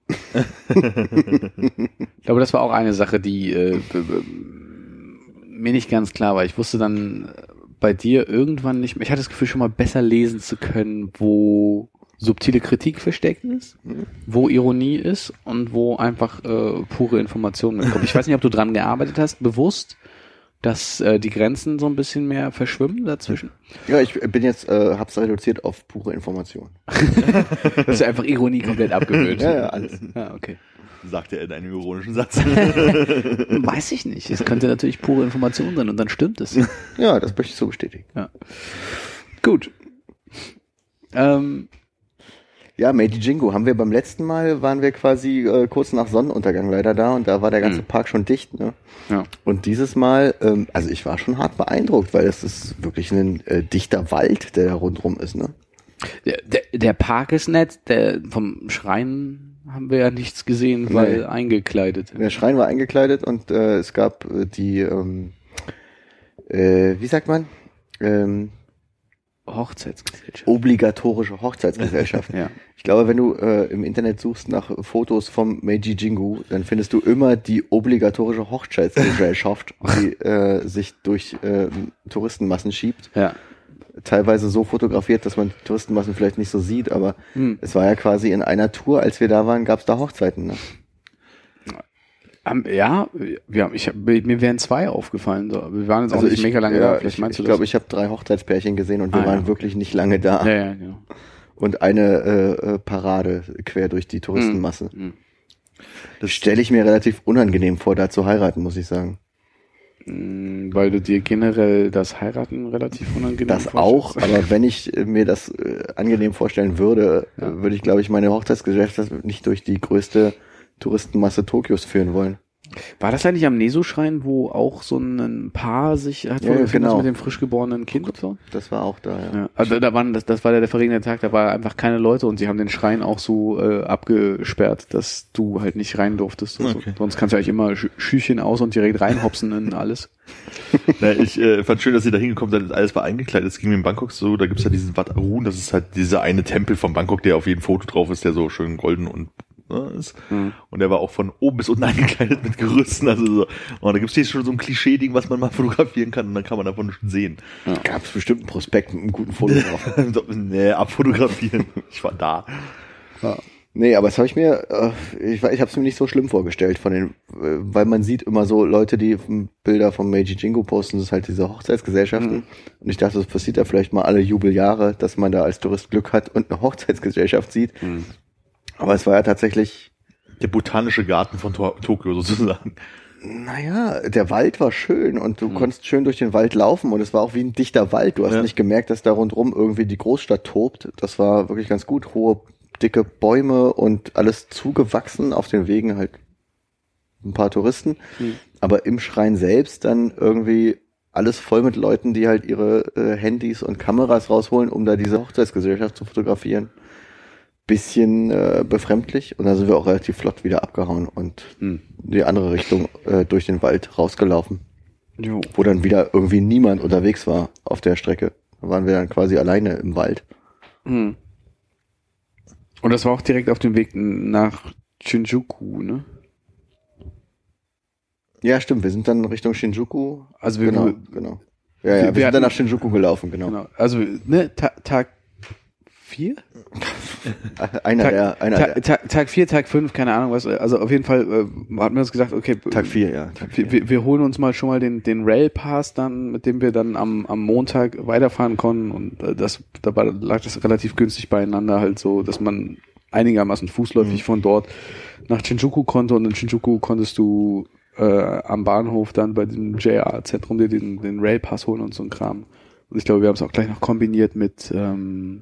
Ich glaube, das war auch eine Sache, die äh, b- b- mir nicht ganz klar war. Ich wusste dann bei dir irgendwann nicht mehr, ich hatte das Gefühl, schon mal besser lesen zu können, wo subtile Kritik versteckt ist, wo Ironie ist und wo einfach äh, pure Information mitkommt. Ich weiß nicht, ob du dran gearbeitet hast, bewusst, dass äh, die Grenzen so ein bisschen mehr verschwimmen dazwischen. Ja, ich bin jetzt, äh, hab's reduziert auf pure Information. Dass du einfach Ironie komplett abgewöhnt. Ja, ja, alles. Ja, okay. Sagt er in einem ironischen Satz. Weiß ich nicht. Es könnte natürlich pure Information sein und dann stimmt es. Ja, das möchte ich so bestätigen. Ja. Gut. Ähm, Ja, Meiji Jingu haben wir beim letzten Mal, waren wir quasi äh, kurz nach Sonnenuntergang leider da und da war der ganze Mhm. Park schon dicht. Ne? ja. Und dieses Mal, ähm, also ich war schon hart beeindruckt, weil es ist wirklich ein äh, dichter Wald, der da rundrum ist. Ne? Der, der, der Park ist nett, der vom Schrein haben wir ja nichts gesehen, weil Nee. eingekleidet. Der Schrein war eingekleidet und äh, es gab äh, die, ähm, äh, wie sagt man, ähm, Hochzeitsgesellschaft. obligatorische Hochzeitsgesellschaft. Ja. Ich glaube, wenn du äh, im Internet suchst nach Fotos vom Meiji Jingu, dann findest du immer die obligatorische Hochzeitsgesellschaft, die äh, sich durch äh, Touristenmassen schiebt. Ja. Teilweise so fotografiert, dass man Touristenmassen vielleicht nicht so sieht, aber Hm. es war ja quasi in einer Tour, als wir da waren, gab es da Hochzeiten. Ne? Um, ja, wir haben, ich hab, mir wären zwei aufgefallen. So. Wir waren jetzt auch nicht ich, mega lange ja, da. Vielleicht ich meinst ich du das? glaube, ich habe drei Hochzeitspärchen gesehen und wir Ah, waren ja. wirklich nicht lange da. Ja, ja, genau. Und eine äh, äh, Parade quer durch die Touristenmasse. Hm. Das stelle ich mir relativ unangenehm vor, da zu heiraten, muss ich sagen. Hm, weil du dir generell das Heiraten relativ unangenehm Das auch, vorstellst. aber wenn ich äh, mir das äh, angenehm vorstellen würde, Ja. äh, würde ich, glaube ich, meine Hochzeitsgesellschaft nicht durch die größte Touristenmasse Tokios führen wollen. War das eigentlich am Neso-Schrein, wo auch so ein Paar sich hat Ja, fotografiert genau. mit dem frisch geborenen Kind und so? Das war auch da, ja. Ja, also da waren, das, das war der, der verregnete Tag, da war einfach keine Leute und sie haben den Schrein auch so äh, abgesperrt, dass du halt nicht rein durftest. Und Okay. so. Sonst kannst du eigentlich immer Schü- Schüchchen aus und direkt reinhopsen in alles. Na, ich äh, fand schön, dass ihr da hingekommen seid, alles war eingekleidet. Es ging mir in Bangkok so, da gibt's ja diesen Wat Arun, das ist halt dieser eine Tempel von Bangkok, der auf jedem Foto drauf ist, der so schön golden und ne, ist. Mhm. Und der war auch von oben bis unten eingekleidet mit Gerüsten. Also so. Und da gibt's hier schon so ein Klischee-Ding, was man mal fotografieren kann und dann kann man davon schon sehen. Gab es bestimmt einen Prospekt mit einem guten Foto drauf. so, nee, abfotografieren. Ich war da. Nee, aber das habe ich mir, äh, ich, ich habe es mir nicht so schlimm vorgestellt, von den, äh, weil man sieht immer so Leute, die Bilder vom Meiji Jingu posten, das ist halt diese Hochzeitsgesellschaften. Mhm. Und ich dachte, das passiert ja vielleicht mal alle Jubeljahre, dass man da als Tourist Glück hat und eine Hochzeitsgesellschaft sieht. Mhm. Aber es war ja tatsächlich, Der botanische Garten von to Tokio sozusagen. naja, der Wald war schön und du konntest schön durch den Wald laufen und es war auch wie ein dichter Wald. Du hast Ja. nicht gemerkt, dass da rundrum irgendwie die Großstadt tobt. Das war wirklich ganz gut. Hohe, dicke Bäume und alles zugewachsen, auf den Wegen halt ein paar Touristen. Mhm. Aber im Schrein selbst dann irgendwie alles voll mit Leuten, die halt ihre äh, Handys und Kameras rausholen, um da diese Hochzeitsgesellschaft zu fotografieren. Bisschen äh, befremdlich und da sind wir auch relativ flott wieder abgehauen und Mhm. in die andere Richtung äh, durch den Wald rausgelaufen, Jo. wo dann wieder irgendwie niemand unterwegs war auf der Strecke. Da waren wir dann quasi alleine im Wald. Mhm. Und das war auch direkt auf dem Weg nach Shinjuku, ne? Ja, stimmt, wir sind dann Richtung Shinjuku. Also wir, Genau, wir, genau. Ja, ja, wir wir, sind hatten- dann nach Shinjuku gelaufen, genau. genau. Also, ne, Ta Tag vier? Einer Tag, der, einer Ta der, Tag, Tag vier, Tag fünf, keine Ahnung was. Also auf jeden Fall äh, hatten wir uns gesagt, okay, Tag vier, ja. Tag wir, wir, wir holen uns mal schon mal den, den Rail Pass dann, mit dem wir dann am, am Montag weiterfahren konnten und äh, das, dabei lag das relativ günstig beieinander halt so, dass man einigermaßen fußläufig von dort nach Shinjuku konnte und in Shinjuku konntest du äh, am Bahnhof dann bei dem J R-Zentrum dir den, den Rail Pass holen und so ein Kram. Und ich glaube, wir haben es auch gleich noch kombiniert mit ähm,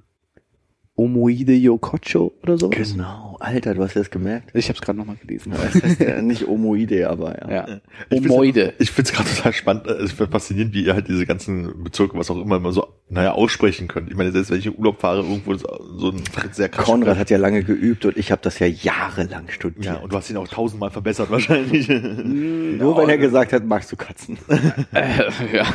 Omoide Yokocho oder so. Genau, Alter, du hast das gemerkt. Ich habe es gerade nochmal gelesen. Das heißt ja nicht Omoide, aber ja. Ja. Ich find's- Omoide. Ich finde es gerade total spannend, äh, es ist faszinierend, wie ihr halt diese ganzen Bezirke, was auch immer, immer so, naja, aussprechen könnt. Ich meine, selbst wenn ich in Urlaub fahre, irgendwo ist so ein sehr krass. Konrad hat ja lange geübt und ich habe das ja jahrelang studiert. Ja, und du hast ihn auch tausendmal verbessert wahrscheinlich. Nur weil er gesagt hat, magst du Katzen. Äh, ja.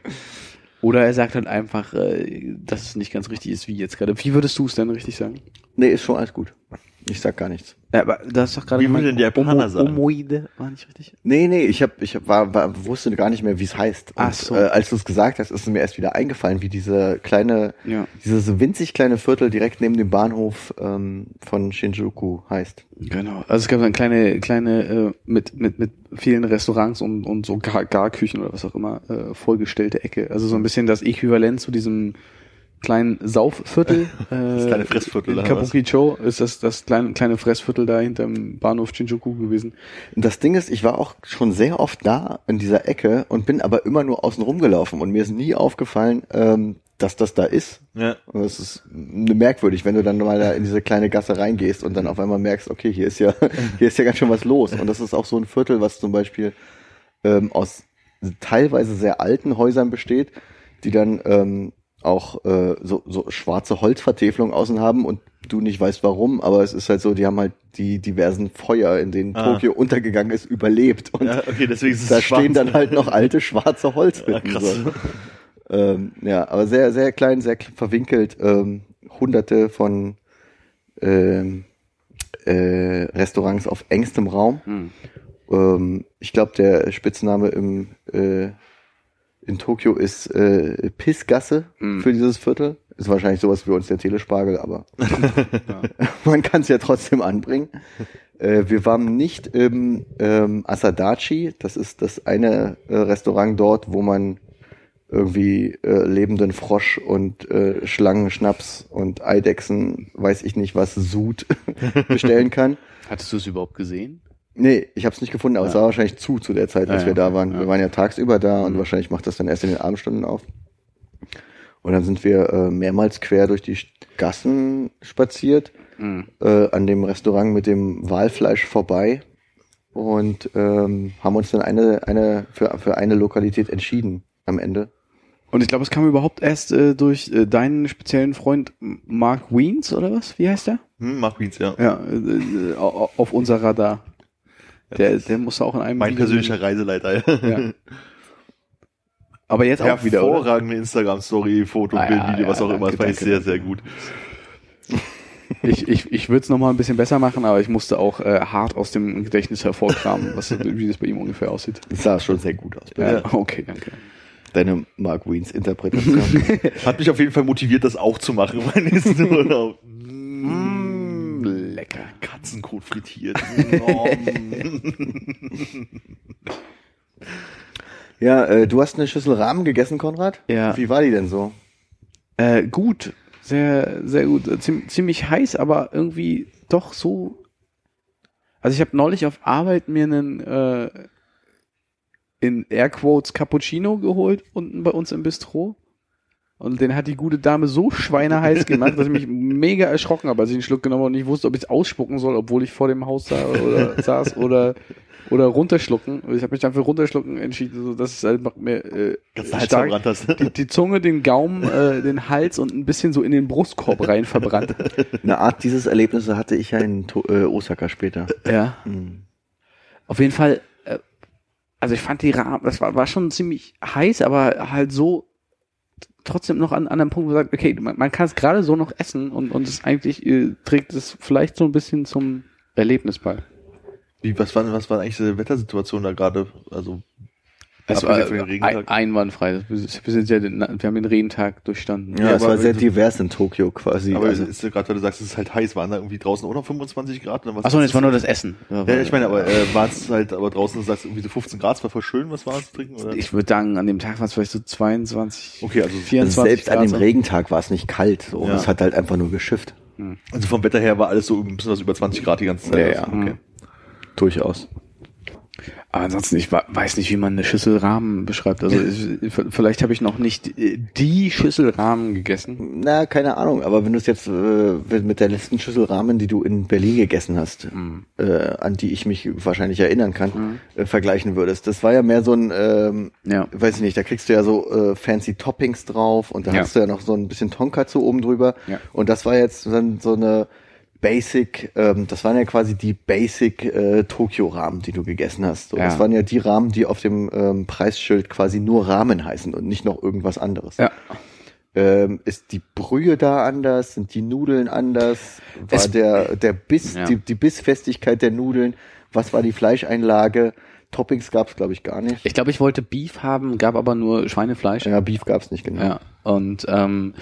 Oder er sagt halt einfach, äh, dass es nicht ganz richtig ist, wie jetzt gerade. Wie würdest du es denn richtig sagen? Nee, ist schon alles gut. Ich sag gar nichts. Ja, aber das ist doch gerade Wie würde denn der Japaner sagen? Omoide war nicht richtig? Nee, nee, ich hab, ich hab, war, war, wusste gar nicht mehr, wie es heißt. Und, Ach so. äh, als du es gesagt hast, ist es mir erst wieder eingefallen, wie diese kleine, Ja. dieses winzig kleine Viertel direkt neben dem Bahnhof ähm, von Shinjuku heißt. Genau. Also es gab so eine kleine, kleine, äh, mit, mit, mit vielen Restaurants und, und so Gar Garküchen oder was auch immer, äh, vollgestellte Ecke. Also so ein bisschen das Äquivalent zu diesem kleinen Saufviertel. Das kleine Fressviertel, In oder Kabukicho ist das das kleine, kleine Fressviertel da hinterm Bahnhof Shinjuku gewesen. Und das Ding ist, ich war auch schon sehr oft da in dieser Ecke und bin aber immer nur außen rumgelaufen und mir ist nie aufgefallen, ähm, dass das da ist. Ja. Und das ist merkwürdig, wenn du dann mal da in diese kleine Gasse reingehst und dann auf einmal merkst, okay, hier ist ja, hier ist ja ganz schön was los. Und das ist auch so ein Viertel, was zum Beispiel ähm, aus teilweise sehr alten Häusern besteht, die dann ähm, auch äh, so, so schwarze Holzvertäfelung außen haben und du nicht weißt warum, aber es ist halt so, die haben halt die diversen Feuer, in denen Ah. Tokio untergegangen ist, überlebt. Und Ja, okay, deswegen ist es da schwarz. stehen dann halt noch alte schwarze Holzhütten. Ah, krass. So. Ähm, ja, aber sehr, sehr klein, sehr kl- verwinkelt. Ähm, hunderte von ähm, äh, Restaurants auf engstem Raum. Hm. Ähm, ich glaube, der Spitzname im äh, in Tokio ist äh, Pissgasse Hm. für dieses Viertel. Ist wahrscheinlich sowas wie uns der Telespargel, aber man kann es ja trotzdem anbringen. Äh, wir waren nicht im ähm, Asadachi. Das ist das eine äh, Restaurant dort, wo man irgendwie äh, lebenden Frosch und äh, Schlangenschnaps und Eidechsen, weiß ich nicht was, Sud bestellen kann. Hattest du es überhaupt gesehen? Nee, ich habe es nicht gefunden, aber es Ja. war wahrscheinlich zu zu der Zeit, als Ja, wir da ja, waren. ja. Wir waren ja tagsüber da und Mhm. wahrscheinlich macht das dann erst in den Abendstunden auf. Und dann sind wir äh, mehrmals quer durch die Gassen spaziert, Hm. äh, an dem Restaurant mit dem Walfleisch vorbei und ähm, haben uns dann eine eine für für eine Lokalität entschieden am Ende. Und ich glaube, es kam überhaupt erst äh, durch äh, deinen speziellen Freund Mark Wiens, oder was? Wie heißt der? Hm, Mark Wiens, ja. Ja, äh, äh, au- auf unser Radar. Der, der musste auch in einem Mein Video- persönlicher Reiseleiter. Ja. Aber jetzt auch wieder, oder? Hervorragende Instagram-Story, Foto, Ah, Bild, ja, Video, was ja, auch immer. Das danke, fand ich danke, sehr, danke. sehr gut. Ich, ich, ich würde es nochmal ein bisschen besser machen, aber ich musste auch äh, hart aus dem Gedächtnis hervorkramen, was, wie das bei ihm ungefähr aussieht. Das sah schon sehr gut aus. Ja, okay, danke. Deine Mark Wiens Interpretation. Hat mich auf jeden Fall motiviert, das auch zu machen, mein nächsten Urlaub. Mm, lecker. Katzenkot frittiert. Ja, äh, du hast eine Schüssel Rahmen gegessen, Konrad? Ja. Wie war die denn so? Äh, gut, sehr, sehr gut. Äh, ziem- ziemlich heiß, aber irgendwie doch so. Also ich habe neulich auf Arbeit mir einen äh, in Airquotes Cappuccino geholt, unten bei uns im Bistro. Und den hat die gute Dame so schweineheiß gemacht, dass ich mich mega erschrocken habe, als ich einen Schluck genommen habe und nicht wusste, ob ich es ausspucken soll, obwohl ich vor dem Haus sah oder saß oder oder runterschlucken. Ich habe mich dann für runterschlucken entschieden, so dass es einfach mir äh, Ganz Hals stark- verbrannt hast. die, die Zunge, den Gaumen, äh, den Hals und ein bisschen so in den Brustkorb rein verbrannt. Eine Art dieses Erlebnisse hatte ich ja in to- äh, Osaka später. Ja. Mhm. Auf jeden Fall, äh, also ich fand die Rahmen, das war, war schon ziemlich heiß, aber halt so trotzdem noch an, an einem Punkt, wo man sagt, okay, man, man kann es gerade so noch essen und, und es eigentlich äh, trägt es vielleicht so ein bisschen zum Erlebnis bei. Wie, was war, was war eigentlich die Wettersituation da gerade? Also, Es abgesehen war von den ein, Regentag? einwandfrei. Wir sind ja den, wir haben den Regentag durchstanden. Ja, Ja, es aber war sehr wenn- divers in Tokio quasi. aber also, ist ja gerade, weil du sagst, es ist halt heiß, waren da irgendwie draußen auch noch fünfundzwanzig Grad? Oder was? Achso, und jetzt war nur das Essen. Ja, ich meine, aber äh, war es halt, aber draußen, du sagst irgendwie so fünfzehn Grad, es war voll schön, was war es zu trinken? Oder? Ich würde sagen, an dem Tag waren es vielleicht so zweiundzwanzig, Okay, also, also vierundzwanzig selbst an Grad dem so. Regentag war es nicht kalt. So. Ja. Es hat halt einfach nur geschifft. also vom Wetter her war alles so ein bisschen was über zwanzig Grad die ganze Zeit. Ja, Also, ja. okay. Durchaus. Aber ansonsten, ich wa- weiß nicht, wie man eine Schüssel Rahmen beschreibt. Also ich, vielleicht habe ich noch nicht äh, die Schüssel Rahmen gegessen. Na, keine Ahnung, aber wenn du es jetzt äh, mit der letzten Schüssel Ramen, die du in Berlin gegessen hast, Mhm. äh, an die ich mich wahrscheinlich erinnern kann, äh, vergleichen würdest. Das war ja mehr so ein, ähm, Ja. weiß ich nicht, da kriegst du ja so äh, fancy Toppings drauf und da Ja. hast du ja noch so ein bisschen Tonkatsu oben drüber. Ja. Und das war jetzt dann so eine Basic, ähm, das waren ja quasi die Basic äh, Tokio-Rahmen, die du gegessen hast. So, Ja. Das waren ja die Rahmen, die auf dem ähm, Preisschild quasi nur Ramen heißen und nicht noch irgendwas anderes. Ja. Ähm, ist die Brühe da anders? Sind die Nudeln anders? War Es- der, der Biss, Ja. die, die Bissfestigkeit der Nudeln? Was war die Fleischeinlage? Toppings gab's glaube ich, gar nicht. Ich glaube, ich wollte Beef haben, gab aber nur Schweinefleisch. Ja, Beef gab's nicht, genau. Ja. Und ähm,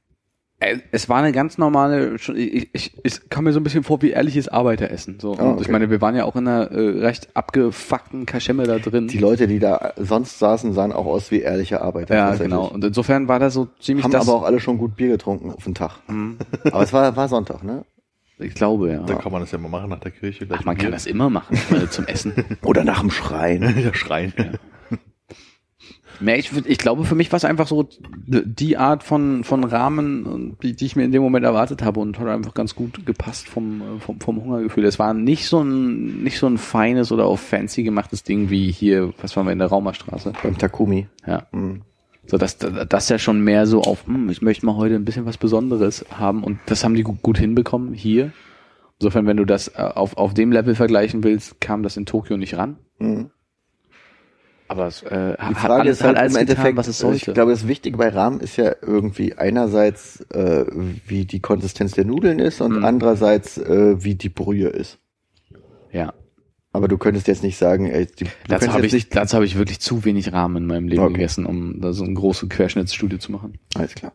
äh, es war eine ganz normale, schon- ich, ich, ich kam mir so ein bisschen vor wie ehrliches Arbeiteressen. So. Und Ah, okay. ich meine, wir waren ja auch in einer äh, recht abgefuckten Kaschemme da drin. Die Leute, die da sonst saßen, sahen auch aus wie ehrliche Arbeiter. ja, tatsächlich. genau. Und insofern war da so ziemlich Haben das. aber auch alle schon gut Bier getrunken auf den Tag. Aber es war, war Sonntag, ne? Ich glaube, ja. Da kann man das ja mal machen nach der Kirche. Ach, man kann das immer machen, ich meine, zum Essen. Oder nach dem Schreien. ja schreien. Nee, ich, würd- ich glaube, für mich war es einfach so die Art von, von Rahmen, die, die ich mir in dem Moment erwartet habe und hat einfach ganz gut gepasst vom, äh, vom, vom Hungergefühl. Es war nicht so ein, nicht so ein feines oder auf fancy gemachtes Ding wie hier, was waren wir in der Raumerstraße. Beim Takumi. Ja. Mhm. So, dass das ja schon mehr so auf, hm, ich möchte mal heute ein bisschen was Besonderes haben und das haben die gut, gut hinbekommen hier. Insofern, wenn du das auf, auf dem Level vergleichen willst, kam das in Tokio nicht ran. Mhm. Aber es äh, Die hat Frage alles, ist halt hat alles im getan, Endeffekt, was es sollte. ich glaube, das Wichtige bei Ramen ist ja irgendwie einerseits, äh, wie die Konsistenz der Nudeln ist und Mhm. andererseits, äh, wie die Brühe ist. Ja. Aber du könntest jetzt nicht sagen, ey, die, du Dazu könntest habe jetzt ich, nicht, dazu habe ich wirklich zu wenig Rahmen in meinem Leben Okay. gegessen, um da so eine große Querschnittsstudie zu machen. alles klar.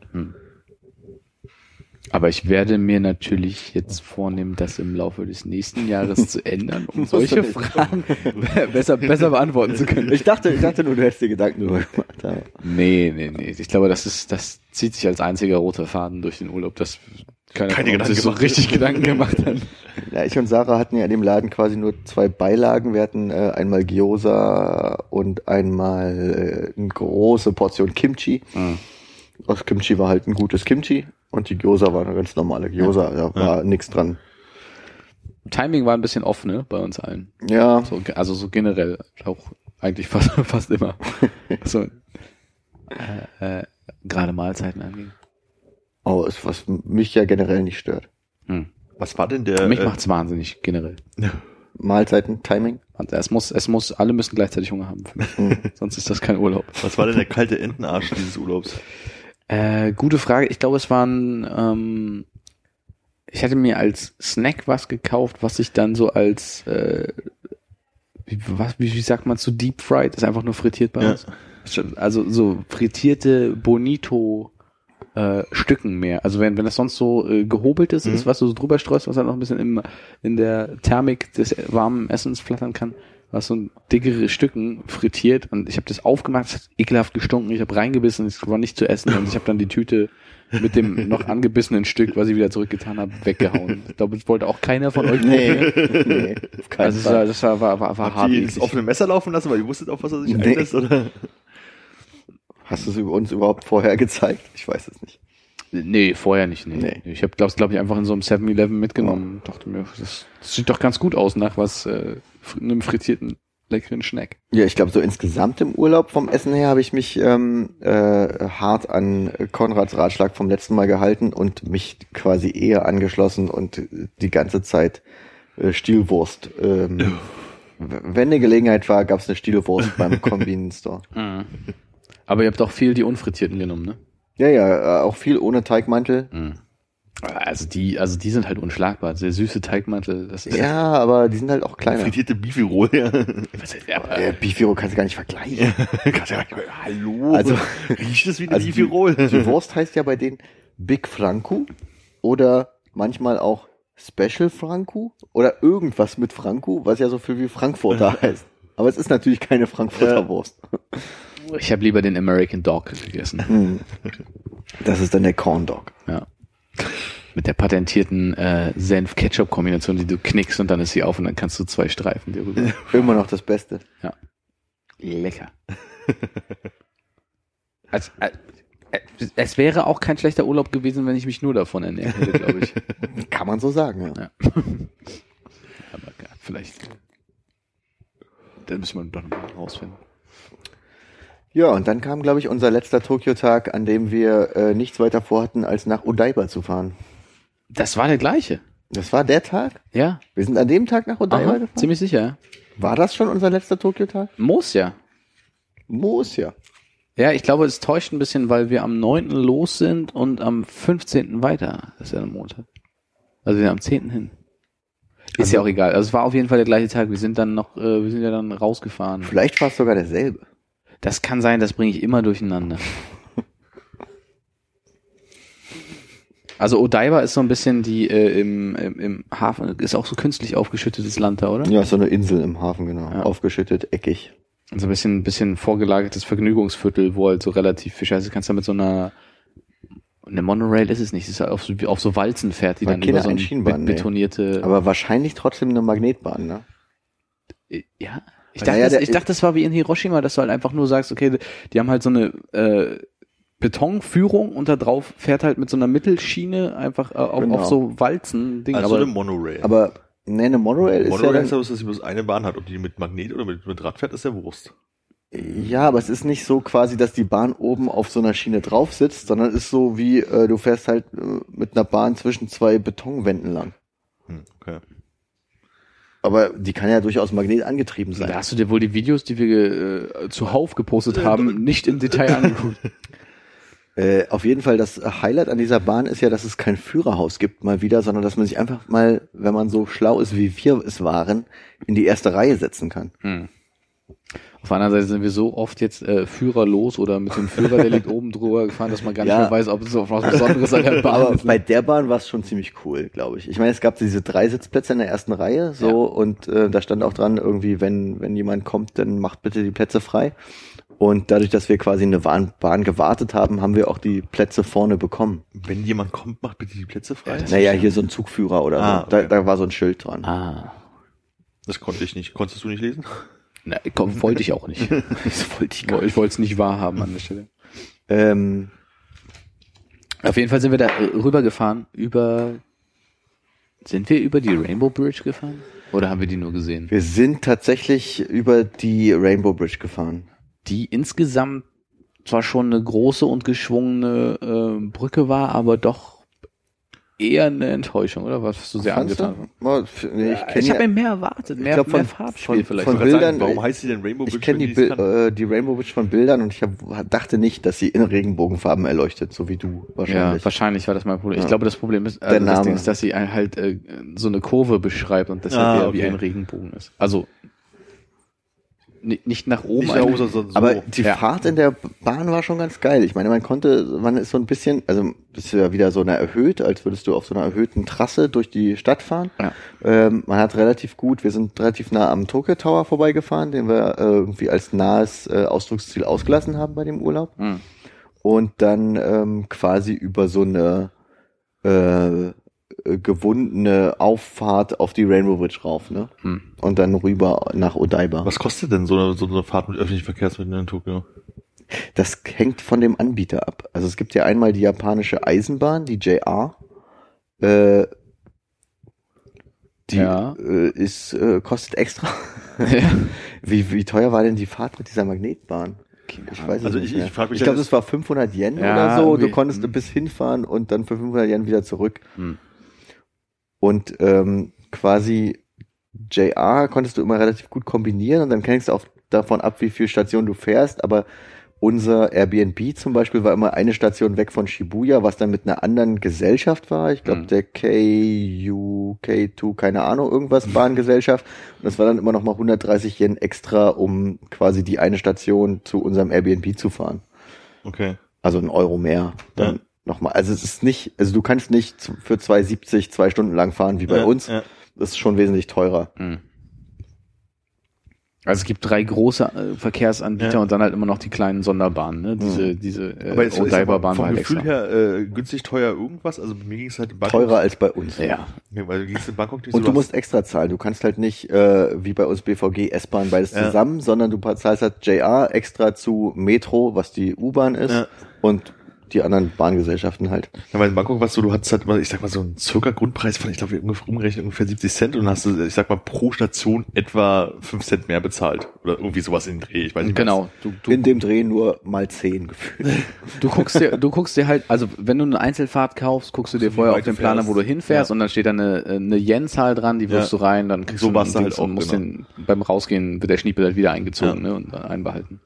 Aber ich werde mir natürlich jetzt vornehmen, das im Laufe des nächsten Jahres zu ändern, um Musst solche du nicht. Fragen besser, besser beantworten zu können. Ich dachte, ich dachte nur, du hättest dir Gedanken darüber gemacht. Aber Nee, nee, nee. Ich glaube, das ist, das zieht sich als einziger roter Faden durch den Urlaub, dass keiner Keine von uns sich Gedanken so gemacht. richtig Gedanken gemacht hat. Ja, ich und Sarah hatten ja in dem Laden quasi nur zwei Beilagen. Wir hatten äh, einmal Gyoza und einmal äh, eine große Portion Kimchi. Mhm. Das Kimchi war halt ein gutes Kimchi und die Gyoza war eine ganz normale Gyoza. Da war Ja. nichts dran. Timing war ein bisschen off, ne, bei uns allen. Ja, So, also so generell, auch eigentlich fast, fast immer. So, äh, äh, gerade Mahlzeiten anging. oh, ist was mich ja generell nicht stört. Hm. Was war denn der... Mich äh, macht's wahnsinnig, generell. Mahlzeiten, Timing. Also es muss, es muss, alle müssen gleichzeitig Hunger haben für mich. Sonst ist das kein Urlaub. Was war denn der kalte Entenarsch dieses Urlaubs? Äh, gute Frage. Ich glaube, es waren, ähm, ich hatte mir als Snack was gekauft, was ich dann so als, äh, wie, was, wie, wie sagt man zu Deep Fried? Ist einfach nur frittiert bei Ja. uns. Also so frittierte Bonito äh, Stücken mehr. Also wenn wenn das sonst so äh, gehobeltes Mhm. ist, was du so drüber streust, was halt noch ein bisschen im, in der Thermik des warmen Essens flattern kann, was so dickere Stücken frittiert und ich habe das aufgemacht, es hat ekelhaft gestunken, ich habe reingebissen, es war nicht zu essen und ich habe dann die Tüte mit dem noch angebissenen Stück, was ich wieder zurückgetan habe, weggehauen. Ich glaube, das wollte auch keiner von euch probieren. nee, auf keinen Also das Fall. war, das war, war, war, war Habt hart ihr ins eklig. offene Messer laufen lassen, weil ihr wusstet, auf was er sich Nee. einlässt, oder? Hast du es über uns überhaupt vorher gezeigt? Ich weiß es nicht. Nee, vorher nicht. Nee. Nee. Ich habe, glaube glaub ich, einfach in so einem seven eleven mitgenommen. Dachte mir, das, das sieht doch ganz gut aus nach was, äh, fr- einem frittierten, leckeren Snack. Ja, ich glaube, so insgesamt im Urlaub vom Essen her habe ich mich ähm, äh, hart an Konrads Ratschlag vom letzten Mal gehalten und mich quasi eher angeschlossen und die ganze Zeit äh, Stielwurst. Ähm, w- wenn eine Gelegenheit war, gab es eine Stielwurst beim Convenience Store. Mhm. Aber ihr habt auch viel die unfrittierten genommen, ne? Ja, ja, äh, auch viel ohne Teigmantel. Mhm. Also die, also die sind halt unschlagbar. Der süße Teigmantel, das ist Ja, aber die sind halt auch kleiner. Frittierte Beefy-Roll, ja. Was heißt, ja, aber, Äh, Beefy-Roll kannst du gar nicht vergleichen. Kannst ja gar nicht- Hallo. Also- riecht es wie eine Also die, Beefy-Roll? die Wurst heißt ja bei denen Big Franco oder manchmal auch Special Franco oder irgendwas mit Franco, was ja so viel wie Frankfurter heißt. Aber es ist natürlich keine Frankfurter Ja. Wurst. ich habe lieber den American Dog gegessen. Hm. Das ist dann der Corn Dog. Ja. Mit der patentierten äh, Senf-Ketchup-Kombination, die du knickst und dann ist sie auf und dann kannst du zwei Streifen dir rüber. Immer noch das Beste. Ja. Lecker. Also, äh, äh, es wäre auch kein schlechter Urlaub gewesen, wenn ich mich nur davon ernährt hätte, glaube ich. Kann man so sagen, ja. Ja. Aber ja, vielleicht. Da müssen wir doch noch mal rausfinden. Ja, und dann kam, glaube ich, unser letzter Tokio-Tag, an dem wir äh, nichts weiter vorhatten, als nach Odaiba zu fahren. Das war der gleiche. Das war der Tag? Ja. Wir sind an dem Tag nach Odaiba Aha, gefahren? ziemlich sicher. War das schon unser letzter Tokio-Tag? Muss ja. Muss ja. Ja, ich glaube, es täuscht ein bisschen, weil wir am neunten los sind und am fünfzehnten weiter. Das ist ja ein Montag. Also wir sind am zehnten hin. Ist Also- ja auch egal. Also es war auf jeden Fall der gleiche Tag. Wir sind dann noch, äh, wir sind ja dann rausgefahren. Vielleicht war es sogar derselbe. Das kann sein, das bringe ich immer durcheinander. Also Odaiba ist so ein bisschen die äh, im, im, im Hafen, ist auch so künstlich aufgeschüttetes Land da, oder? Ja, so eine Insel im Hafen, genau. Ja. Aufgeschüttet, eckig. So ein bisschen, bisschen vorgelagertes Vergnügungsviertel, wo halt so relativ viel Scheiße, kannst du mit so einer, eine Monorail ist es nicht, es ist halt auf so, auf so Walzen fährt, die War dann keine über so ein Einschienenbahn, be- nee. betonierte, Aber wahrscheinlich trotzdem eine Magnetbahn, ne? ja. Ich Naja, dachte, das, der- ich dachte, das war wie in Hiroshima, dass du halt einfach nur sagst, okay, die haben halt so eine äh, Betonführung und da drauf fährt halt mit so einer Mittelschiene einfach äh, auf, Genau. auf so Walzen-Ding. Also aber eine Monorail. Aber, ne, eine Monorail ist Monorail ja ist dann, ja, dass sie bloß eine Bahn hat. Ob die mit Magnet oder mit, mit Rad fährt, ist ja Wurst. Ja, aber es ist nicht so quasi, dass die Bahn oben auf so einer Schiene drauf sitzt, sondern es ist so wie, äh, du fährst halt äh, mit einer Bahn zwischen zwei Betonwänden lang. Hm, okay. Aber die kann ja durchaus magnet angetrieben sein. Da hast du dir wohl die Videos, die wir äh, zuhauf gepostet haben, nicht im Detail angeguckt. Äh, auf jeden Fall, das Highlight an dieser Bahn ist ja, dass es kein Führerhaus gibt mal wieder, sondern dass man sich einfach mal, wenn man so schlau ist, wie wir es waren, in die erste Reihe setzen kann. Hm. Auf der anderen Seite sind wir so oft jetzt äh, führerlos oder mit dem Führer, der liegt oben drüber gefahren, dass man gar nicht Ja. mehr weiß, ob es auf was Besonderes an der Bahn Aber ist. bei der Bahn war es schon ziemlich cool, glaube ich. Ich meine, es gab diese drei Sitzplätze in der ersten Reihe, so, Ja. und äh, da stand auch dran, irgendwie, wenn wenn jemand kommt, dann macht bitte die Plätze frei. Und dadurch, dass wir quasi eine Bahn, Bahn gewartet haben, haben wir auch die Plätze vorne bekommen. Wenn jemand kommt, macht bitte die Plätze frei. Ja, das- Naja, hier so ein Zugführer oder Ah, so. Da, okay. da war so ein Schild dran. Ah. Das konnte ich nicht. Konntest du nicht lesen? Na, komm, wollte ich auch nicht. Das wollte ich gar Ich wollte es nicht wahrhaben an der Stelle. Ähm, Auf jeden Fall sind wir da äh, rübergefahren über... Sind wir über die Rainbow Bridge gefahren? Oder haben wir die nur gesehen? wir sind tatsächlich über die Rainbow Bridge gefahren. Die insgesamt zwar schon eine große und geschwungene äh, Brücke war, aber doch eher eine Enttäuschung, oder? Was hast du sehr Fandst du? angetan? Oh, f- nee, ich Ja, kenn ich ja, habe mir mehr erwartet, mehr, glaub, von- mehr Farbspiel von- vielleicht. von Ich wollte gerade Bildern, sagen, warum äh, heißt sie denn Rainbow Bridge? ich kenne wenn die, die es Bil- kann? äh, die Rainbow Bridge von Bildern und ich hab, dachte nicht, dass sie in Regenbogenfarben erleuchtet, so wie du wahrscheinlich. Ja, wahrscheinlich war das mein Problem. Ja. Ich glaube, das Problem ist, Der also das Name. Ding ist, dass sie ein- halt äh, so eine Kurve beschreibt und deshalb Ah, eher okay. wie ein Regenbogen ist. Also ni- nicht nach oben. Nicht nach ein- oben, sondern so. Aber die Ja. Fahrt in der Bahn war schon ganz geil. Ich meine, man konnte, man ist so ein bisschen, also bist du ja wieder so eine erhöht, als würdest du auf so einer erhöhten Trasse durch die Stadt fahren. Ja. Ähm, man hat relativ gut, wir sind relativ nah am Tokyo Tower vorbeigefahren, den wir äh, irgendwie als nahes äh, Ausdrucksziel ausgelassen haben bei dem Urlaub. Hm. Und dann ähm, quasi über so eine äh, gewundene Auffahrt auf die Rainbow Bridge rauf, ne? Hm. Und dann rüber nach Odaiba. Was kostet denn so eine, so eine Fahrt mit öffentlichen Verkehrsmitteln in Tokio? Das hängt von dem Anbieter ab. Also es gibt ja einmal die japanische Eisenbahn, die J R. Äh, die Ja. äh, ist äh, kostet extra. Ja. Wie wie teuer war denn die Fahrt mit dieser Magnetbahn? Ich weiß es Also nicht ich- mehr. ich frag mich ich glaube, ja, das war fünfhundert Yen Ja, oder so. Du irgendwie. konntest Hm. bis hinfahren und dann für fünfhundert Yen wieder zurück. Hm. Und ähm, quasi J R konntest du immer relativ gut kombinieren und dann hängst du auch davon ab, wie viel Stationen du fährst, aber unser Airbnb zum Beispiel war immer eine Station weg von Shibuya, was dann mit einer anderen Gesellschaft war. Ich glaube, Mhm. der K U, K zwei, keine Ahnung, irgendwas Bahngesellschaft. Und das war dann immer noch mal hundertdreißig Yen extra, um quasi die eine Station zu unserem Airbnb zu fahren. Okay. Also ein Euro mehr. Dann Ja. nochmal. Also es ist nicht, also du kannst nicht zu- für zwei siebzig zwei Stunden lang fahren wie bei Ja, uns. ja. Das ist schon wesentlich teurer. Hm. Also es gibt drei große äh, Verkehrsanbieter Ja. und dann halt immer noch die kleinen Sonderbahnen, ne? Diese, diese äh, Aber jetzt ist aber Odaiba-Bahn vom war halt Gefühl extra. her äh, günstig, teuer irgendwas. Also bei mir ging es halt in Bangkok. Teurer als bei uns. Ja. Ja, weil du gingst in Bangkok nicht Und so, du hast- musst extra zahlen. Du kannst halt nicht, äh, wie bei uns B V G, S-Bahn, beides Ja. zusammen, sondern du zahlst halt J R extra zu Metro, was die U-Bahn ist, Ja. und die anderen Bahngesellschaften halt. Ja, weil in Bangkok warst du, du hattest halt mal, ich sag mal, so einen circa Grundpreis von, ich glaube, ungefähr umgerechnet ungefähr siebzig Cent und dann hast du, ich sag mal, pro Station etwa fünf Cent mehr bezahlt. Oder irgendwie sowas in den Dreh. Ich weiß nicht, Genau. Du, du, In dem Dreh nur mal zehn gefühlt. du guckst dir, du guckst dir halt, also wenn du eine Einzelfahrt kaufst, guckst du dir wie vorher weit auf den du Planer, fährst. wo du hinfährst Ja. und dann steht da eine, eine Yen-Zahl dran, die wirfst Ja. du rein, dann kriegst So du war's da Dings halt auch, und musst genau. den, beim Rausgehen wird der Schniepel halt wieder eingezogen, Ja. ne, und dann einbehalten.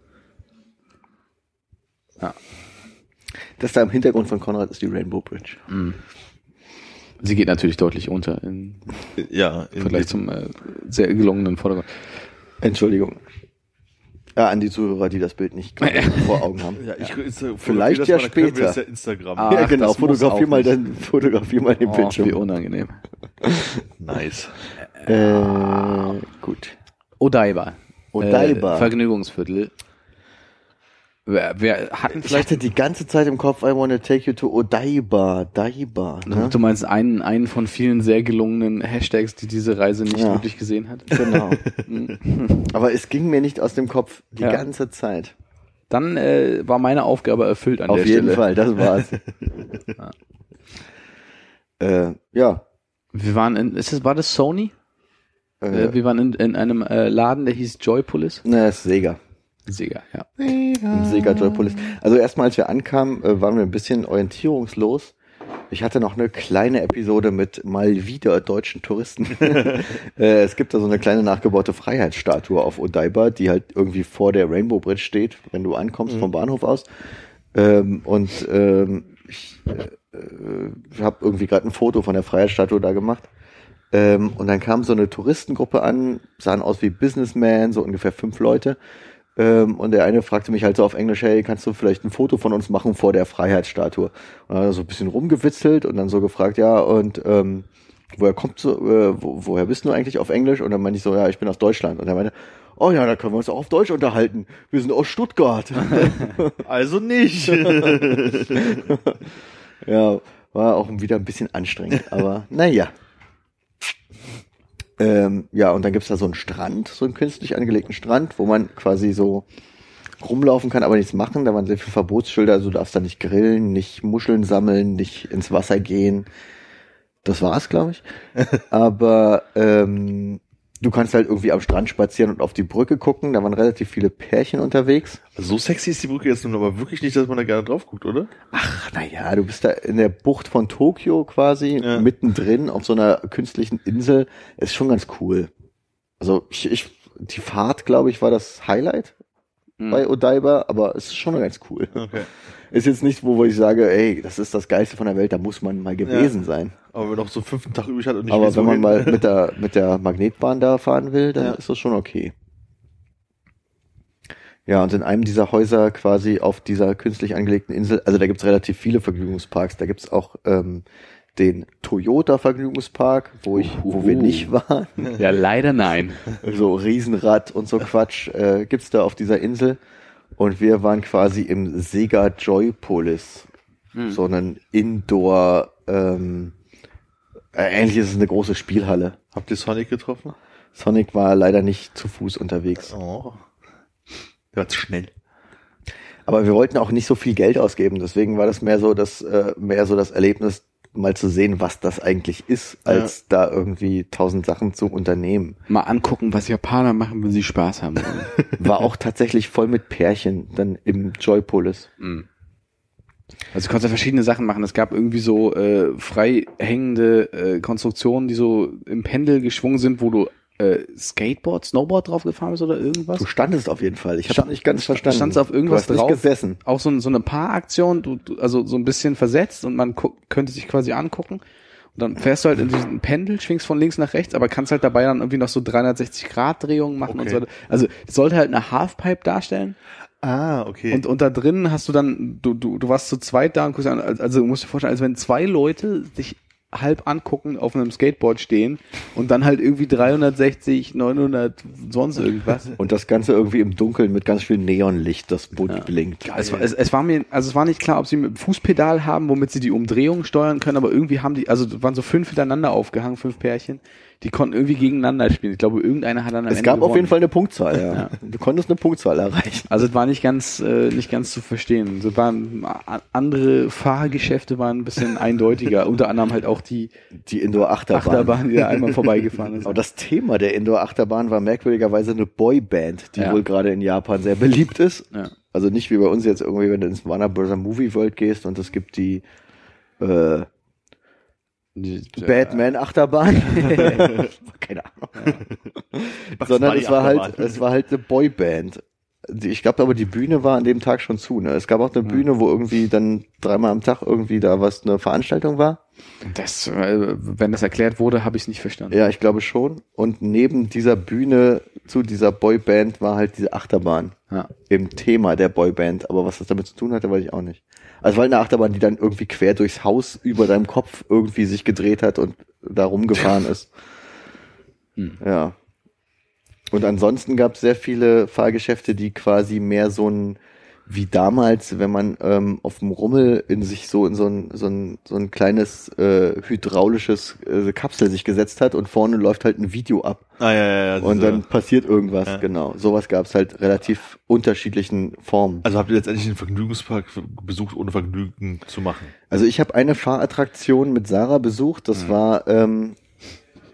Ja. Das da im Hintergrund von Konrad ist die Rainbow Bridge. Mhm. Sie geht natürlich deutlich unter im ja, in Vergleich zum äh, sehr gelungenen Vordergrund. Entschuldigung. Ja, an die Zuhörer, die das Bild nicht gerade vor Augen haben. Ja, ich, ist, äh, Vielleicht fotografier ja das mal, dann können wir später. das ja Instagram. Ah. ja, Ach, genau. das muss Fotografier auch mal nicht. dann, fotografier mal den Oh, wie Bildschirm. unangenehm. Nice. Äh, gut. Odaiba. Odaiba. Äh, Vergnügungsviertel. Wir, wir hatten Ich vielleicht, hatte die ganze Zeit im Kopf, I wanna take you to Odaiba, Daiba, ne? du meinst einen, einen von vielen sehr gelungenen Hashtags, die diese Reise nicht Ja. wirklich gesehen hat. Genau. Aber es ging mir nicht aus dem Kopf die Ja. ganze Zeit. Dann äh, war meine Aufgabe erfüllt an Auf der jeden Stelle. Fall, das war's. äh, ja. Wir waren in, ist das, war das Sony? Äh, Äh, wir waren in, in einem äh, Laden, der hieß Joypolis. na, ist Sega. Sega, ja. Im Sega Joypolis. Also erstmal, als wir ankamen, äh, waren wir ein bisschen orientierungslos. Ich hatte noch eine kleine Episode mit mal wieder deutschen Touristen. äh, es gibt da so eine kleine nachgebaute Freiheitsstatue auf Odaiba, die halt irgendwie vor der Rainbow Bridge steht, wenn du ankommst mhm. vom Bahnhof aus. Ähm, und ähm, ich äh, äh, habe irgendwie gerade ein Foto von der Freiheitsstatue da gemacht. Ähm, und dann kam so eine Touristengruppe an, sahen aus wie Businessmen, so ungefähr fünf Leute. Ähm, und der eine fragte mich halt so auf Englisch, hey, kannst du vielleicht ein Foto von uns machen vor der Freiheitsstatue? Und dann hat er so ein bisschen rumgewitzelt und dann so gefragt, ja, und ähm, woher kommt so, äh, wo, woher bist du eigentlich auf Englisch? Und dann meinte ich so, ja, ich bin aus Deutschland. Und er meinte, oh ja, da können wir uns auch auf Deutsch unterhalten. Wir sind aus Stuttgart. Also nicht. Ja, war auch wieder ein bisschen anstrengend, aber naja. Ähm, ja, und dann gibt's da so einen Strand, so einen künstlich angelegten Strand, wo man quasi so rumlaufen kann, aber nichts machen. Da waren sehr viele Verbotsschilder, also du darfst da nicht grillen, nicht Muscheln sammeln, nicht ins Wasser gehen. Das war's, glaube ich. Aber ähm, du kannst halt irgendwie am Strand spazieren und auf die Brücke gucken. Da waren relativ viele Pärchen unterwegs. So sexy ist die Brücke jetzt nun aber wirklich nicht, dass man da gerne drauf guckt, oder? Ach, naja, du bist da in der Bucht von Tokio quasi, ja. mittendrin auf so einer künstlichen Insel. Ist schon ganz cool. Also ich, ich die Fahrt, glaube ich, war das Highlight mhm. bei Odaiba, aber es ist schon ganz cool. Okay. Ist jetzt nicht, wo ich sage, ey, das ist das Geilste von der Welt, da muss man mal gewesen ja. sein. Aber wenn man noch so fünften Tag übrig hat und nicht Aber wenn so man hin. mal mit der mit der Magnetbahn da fahren will, dann ja. ist das schon okay. Ja, und in einem dieser Häuser quasi auf dieser künstlich angelegten Insel, also da gibt's relativ viele Vergnügungsparks, da gibt's auch ähm, den Toyota Vergnügungspark, wo ich, uh, wo uh. wir nicht waren. Ja, leider nein. So Riesenrad und so Quatsch äh, gibt's da auf dieser Insel. Und wir waren quasi im Sega Joypolis. Hm. So ein Indoor, ähm, äh, eigentlich ist es eine große Spielhalle. Habt ihr Sonic getroffen? Sonic war leider nicht zu Fuß unterwegs. Oh. Der war zu schnell. Aber wir wollten auch nicht so viel Geld ausgeben, deswegen war das mehr so das, äh, mehr so das Erlebnis, mal zu sehen, was das eigentlich ist, als ja. da irgendwie tausend Sachen zu unternehmen. Mal angucken, was Japaner machen, wenn sie Spaß haben. War auch tatsächlich voll mit Pärchen dann im Joypolis. Mhm. Also du konntest ja verschiedene Sachen machen. Es gab irgendwie so äh, frei hängende äh, Konstruktionen, die so im Pendel geschwungen sind, wo du äh, Skateboard, Snowboard drauf gefahren bist oder irgendwas? Du standest auf jeden Fall. Ich habe nicht ganz verstanden. Standst du auf irgendwas du hast drauf? Nicht gesessen. Auch so, so eine Paaraktion, du, du, also so ein bisschen versetzt und man gu- könnte sich quasi angucken. Und dann fährst du halt in diesen Pendel, schwingst von links nach rechts, aber kannst halt dabei dann irgendwie noch so dreihundertsechzig Grad Drehungen machen okay. und so. Also es sollte halt eine Halfpipe darstellen. Ah, okay. Und, und da drin hast du dann, du, du, du warst zu zweit da und guckst an, also du musst dir vorstellen, als wenn zwei Leute sich halb angucken, auf einem Skateboard stehen und dann halt irgendwie dreihundertsechzig, neunhundert, sonst irgendwas. Und das Ganze irgendwie im Dunkeln mit ganz viel Neonlicht, das bunt ja. blinkt. Es, es, es war mir, also es war nicht klar, ob sie mit dem Fußpedal haben, womit sie die Umdrehung steuern können, aber irgendwie haben die, also waren so fünf hintereinander aufgehangen, fünf Pärchen, die konnten irgendwie gegeneinander spielen. Ich glaube, irgendeiner hat dann am Es Ende gab gewonnen. auf jeden Fall eine Punktzahl, ja. ja. Du konntest eine Punktzahl erreichen. Also es war nicht ganz, äh, nicht ganz zu verstehen. So waren andere Fahrgeschäfte waren ein bisschen eindeutiger. Unter anderem halt auch die die Indoor-Achterbahn. Achterbahn, die da einmal vorbeigefahren ist. Aber das Thema der Indoor-Achterbahn war merkwürdigerweise eine Boyband, die ja. wohl gerade in Japan sehr beliebt ist. Ja. Also nicht wie bei uns jetzt irgendwie, wenn du ins Warner Bros. Movie World gehst und es gibt die äh, Batman-Achterbahn. Keine Ahnung. Ja. Sondern es war halt, es war halt eine Boyband. Ich glaube aber, die Bühne war an dem Tag schon zu. Ne? Es gab auch eine mhm. Bühne, wo irgendwie dann dreimal am Tag irgendwie da was eine Veranstaltung war. Das, wenn das erklärt wurde, habe ich es nicht verstanden. Ja, ich glaube schon. Und neben dieser Bühne zu dieser Boyband war halt diese Achterbahn. Ja. Im Thema der Boyband. Aber was das damit zu tun hatte, weiß ich auch nicht. Also es war halt eine Achterbahn, die dann irgendwie quer durchs Haus über deinem Kopf irgendwie sich gedreht hat und da rumgefahren ist. Hm. Ja. Und ansonsten gab es sehr viele Fahrgeschäfte, die quasi mehr so ein, wie damals, wenn man ähm, auf dem Rummel in sich so in so ein so ein so ein kleines äh, hydraulisches äh, Kapsel sich gesetzt hat und vorne läuft halt ein Video ab. Ah ja ja. ja und dann passiert irgendwas, ja. Genau. Sowas gab es halt relativ unterschiedlichen Formen. Also habt ihr letztendlich den Vergnügungspark besucht, ohne Vergnügen zu machen? Also ich habe eine Fahrattraktion mit Sarah besucht, das mhm. war ähm,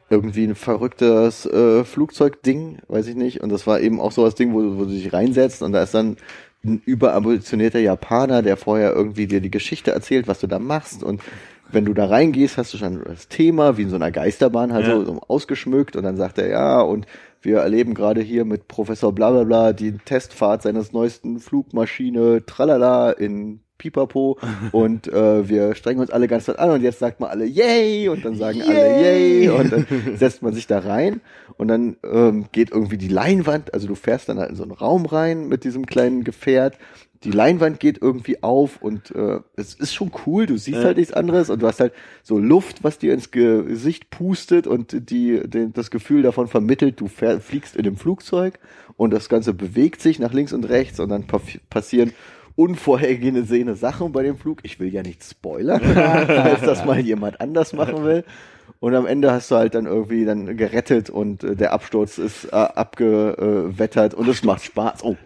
irgendwie ein verrücktes äh, Flugzeugding, weiß ich nicht. Und das war eben auch so das Ding, wo, wo du dich reinsetzt und da ist dann ein überambitionierter Japaner, der vorher irgendwie dir die Geschichte erzählt, was du da machst. Und wenn du da reingehst, hast du schon das Thema, wie in so einer Geisterbahn halt ja. so, so ausgeschmückt. Und dann sagt er, ja, und wir erleben gerade hier mit Professor Blablabla die Testfahrt seines neuesten Flugmaschine Tralala in Pipapo und äh, wir strengen uns alle ganz doll an und jetzt sagt man alle Yay und dann sagen yay. alle Yay und dann setzt man sich da rein und dann ähm, geht irgendwie die Leinwand, also du fährst dann halt in so einen Raum rein mit diesem kleinen Gefährt, die Leinwand geht irgendwie auf und äh, es ist schon cool, du siehst ja. halt nichts anderes und du hast halt so Luft, was dir ins Gesicht pustet und die, die das Gefühl davon vermittelt, du fähr, fliegst in dem Flugzeug und das Ganze bewegt sich nach links und rechts und dann pa- passieren unvorhergesehene Sachen bei dem Flug. Ich will ja nicht spoilern, falls das mal jemand anders machen will. Und am Ende hast du halt dann irgendwie dann gerettet und äh, der Absturz ist äh, abgewettert und es macht Spaß. Oh.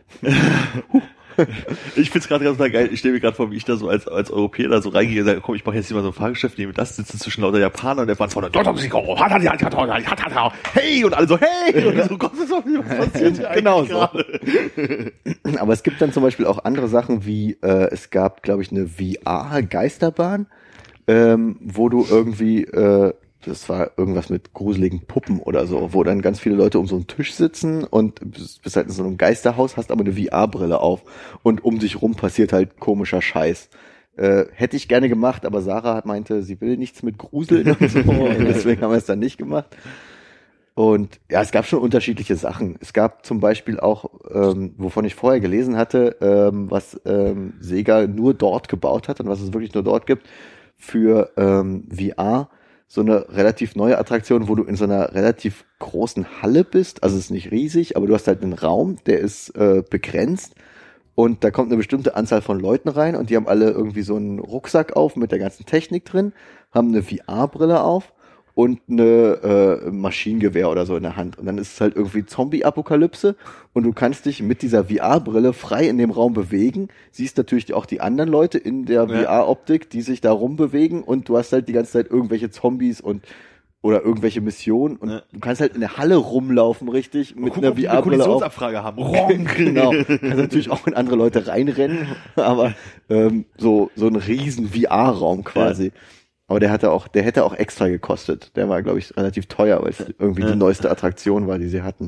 Ich find's gerade ganz geil. Ich stelle mir gerade vor, wie ich da so als als Europäer da so reingehe und sage, komm, ich mache jetzt hier mal so ein Fahrgeschäft, nehme das, sitze zwischen lauter Japaner und der Fahrt vorne, hey, und alle so, hey, und so, Gott, was passiert hier genau eigentlich so. gerade? Aber es gibt dann zum Beispiel auch andere Sachen wie, äh, es gab, glaube ich, eine V R-Geisterbahn, ähm, wo du irgendwie, äh, das war irgendwas mit gruseligen Puppen oder so, wo dann ganz viele Leute um so einen Tisch sitzen und bist halt in so einem Geisterhaus, hast aber eine V R-Brille auf und um dich rum passiert halt komischer Scheiß. Äh, hätte ich gerne gemacht, aber Sarah meinte, sie will nichts mit Gruseln und so, und deswegen haben wir es dann nicht gemacht. Und ja, es gab schon unterschiedliche Sachen. Es gab zum Beispiel auch, ähm, wovon ich vorher gelesen hatte, ähm, was ähm, Sega nur dort gebaut hat und was es wirklich nur dort gibt, für ähm, V R, so eine relativ neue Attraktion, wo du in so einer relativ großen Halle bist. Also es ist nicht riesig, aber du hast halt einen Raum, der ist äh, begrenzt und da kommt eine bestimmte Anzahl von Leuten rein und die haben alle irgendwie so einen Rucksack auf mit der ganzen Technik drin, haben eine V R-Brille auf und eine äh, Maschinengewehr oder so in der Hand. Und dann ist es halt irgendwie Zombie-Apokalypse und du kannst dich mit dieser V R-Brille frei in dem Raum bewegen. Siehst natürlich auch die anderen Leute in der ja. V R-Optik, die sich da rumbewegen und du hast halt die ganze Zeit irgendwelche Zombies und oder irgendwelche Missionen und ja. du kannst halt in der Halle rumlaufen, richtig, mit gucken, einer V R-Brille auf. Kollisionsabfrage haben. Genau. Du kannst natürlich auch in andere Leute reinrennen, aber ähm, so so ein riesen V R-Raum quasi. Ja. Aber der hatte auch, der hätte auch extra gekostet. Der war, glaube ich, relativ teuer, weil es irgendwie ja. die neueste Attraktion war, die sie hatten.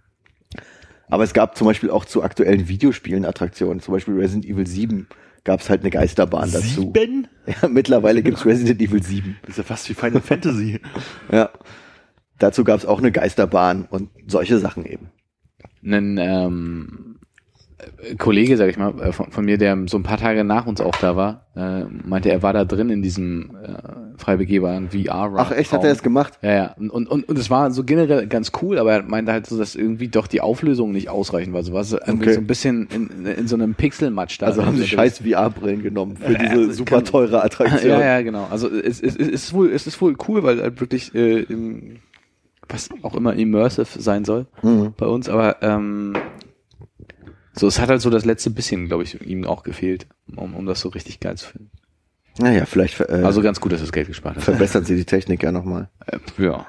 Aber es gab zum Beispiel auch zu aktuellen Videospielen Attraktionen. Zum Beispiel Resident Evil sieben gab es halt eine Geisterbahn dazu. Sieben? Ja, mittlerweile gibt's Resident Evil sieben. Das ist ja fast wie Final Fantasy. Ja. Dazu gab's auch eine Geisterbahn und solche Sachen eben. Ein ähm, Kollege, sag ich mal, von, von mir, der so ein paar Tage nach uns auch da war, äh, meinte, er war da drin in diesem äh, frei begehbaren V R-Raum. Ach echt, hat er das gemacht? Ja, ja. Und, und, und es war so generell ganz cool, aber er meinte halt so, dass irgendwie doch die Auflösung nicht ausreichend war. So war es okay. so ein bisschen in, in so einem Pixelmatch da. Also haben sie scheiß V R-Brillen genommen für diese ja, super kann, teure Attraktion. Ja, ja, genau. Also es, es, es, ist wohl, es ist wohl cool, weil halt wirklich äh, im, was auch immer immersive sein soll mhm. bei uns, aber ähm, so, es hat halt so das letzte bisschen, glaube ich, ihm auch gefehlt, um, um das so richtig geil zu finden. Naja, vielleicht äh, also ganz gut, dass das Geld gespart hat. Verbessern sie die Technik ja nochmal. Äh, ja.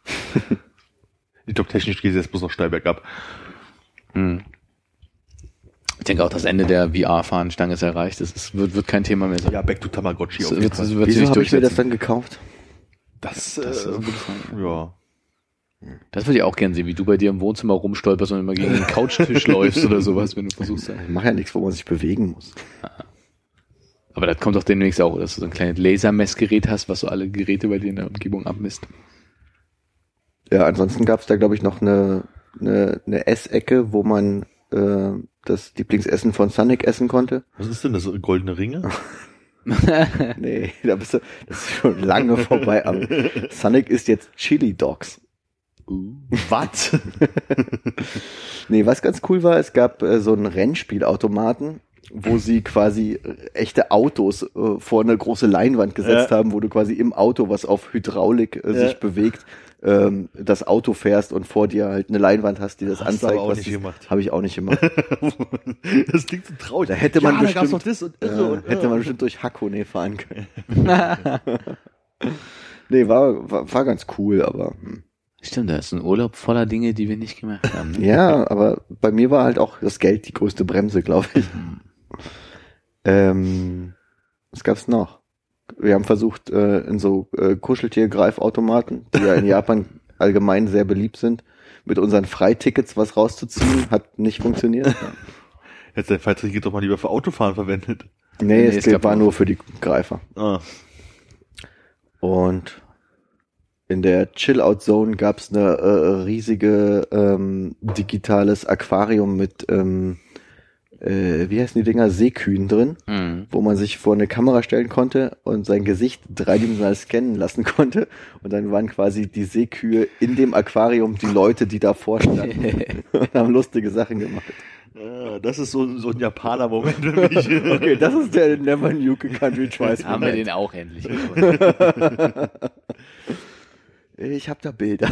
Ich glaube, technisch geht es jetzt bloß noch steil bergab. Hm. Ich denke auch, das Ende der V R-Fahnenstange ist erreicht. Das ist, wird, wird kein Thema mehr sein. Ja, back to Tamagotchi. Das wird, das wird Wieso habe ich mir das dann gekauft? Das, das äh, äh, ja. Das würde ich auch gerne sehen, wie du bei dir im Wohnzimmer rumstolperst und immer gegen den Couchtisch läufst oder sowas, wenn du versuchst. Ich mache ja nichts, wo man sich bewegen muss. Aber das kommt doch demnächst auch, dass du so ein kleines Lasermessgerät hast, was so alle Geräte bei dir in der Umgebung abmisst. Ja, ansonsten gab es da, glaube ich, noch eine, eine, eine Essecke, wo man äh, das Lieblingsessen von Sonic essen konnte. Was ist denn das? Goldene Ringe? Nee, da bist du, das ist schon lange vorbei. Aber Sonic isst jetzt Chili Dogs. Uh, was? Nee, was ganz cool war, es gab äh, so einen Rennspielautomaten, wo sie quasi echte Autos äh, vor eine große Leinwand gesetzt ja. haben, wo du quasi im Auto, was auf Hydraulik äh, sich ja. bewegt, ähm, das Auto fährst und vor dir halt eine Leinwand hast, die das hast anzeigt. Habe ich auch nicht gemacht. Habe ich auch nicht gemacht. Das klingt so traurig. Da hätte man ja, bestimmt, da noch das und irre äh, und, hätte man bestimmt durch Hakone fahren können. Nee, war, war, war ganz cool, aber hm. Stimmt, da ist ein Urlaub voller Dinge, die wir nicht gemacht haben. Ne? Ja, aber bei mir war halt auch das Geld die größte Bremse, glaube ich. ähm, was gab's noch? Wir haben versucht, äh, in so äh, Kuscheltier-Greifautomaten, die ja in Japan allgemein sehr beliebt sind, mit unseren Freitickets was rauszuziehen. Hat nicht funktioniert. Jetzt dein Freiticket doch mal lieber für Autofahren verwendet. Nee, Nee, es es geht- gab war auch- nur für die Greifer. Ah. Und in der Chill-Out-Zone gab's eine äh, riesige ähm, digitales Aquarium mit, ähm, äh, wie heißen die Dinger, Seekühen drin, Mhm. wo man sich vor eine Kamera stellen konnte und sein Gesicht dreidimensional scannen lassen konnte. Und dann waren quasi die Seekühe in dem Aquarium die Leute, die davor standen und haben lustige Sachen gemacht. Ah, das ist so, so ein Japaner-Moment für mich. Okay, das ist der Never Nuke a Country Twice. Haben wir den auch endlich gefunden. Ich hab da Bilder.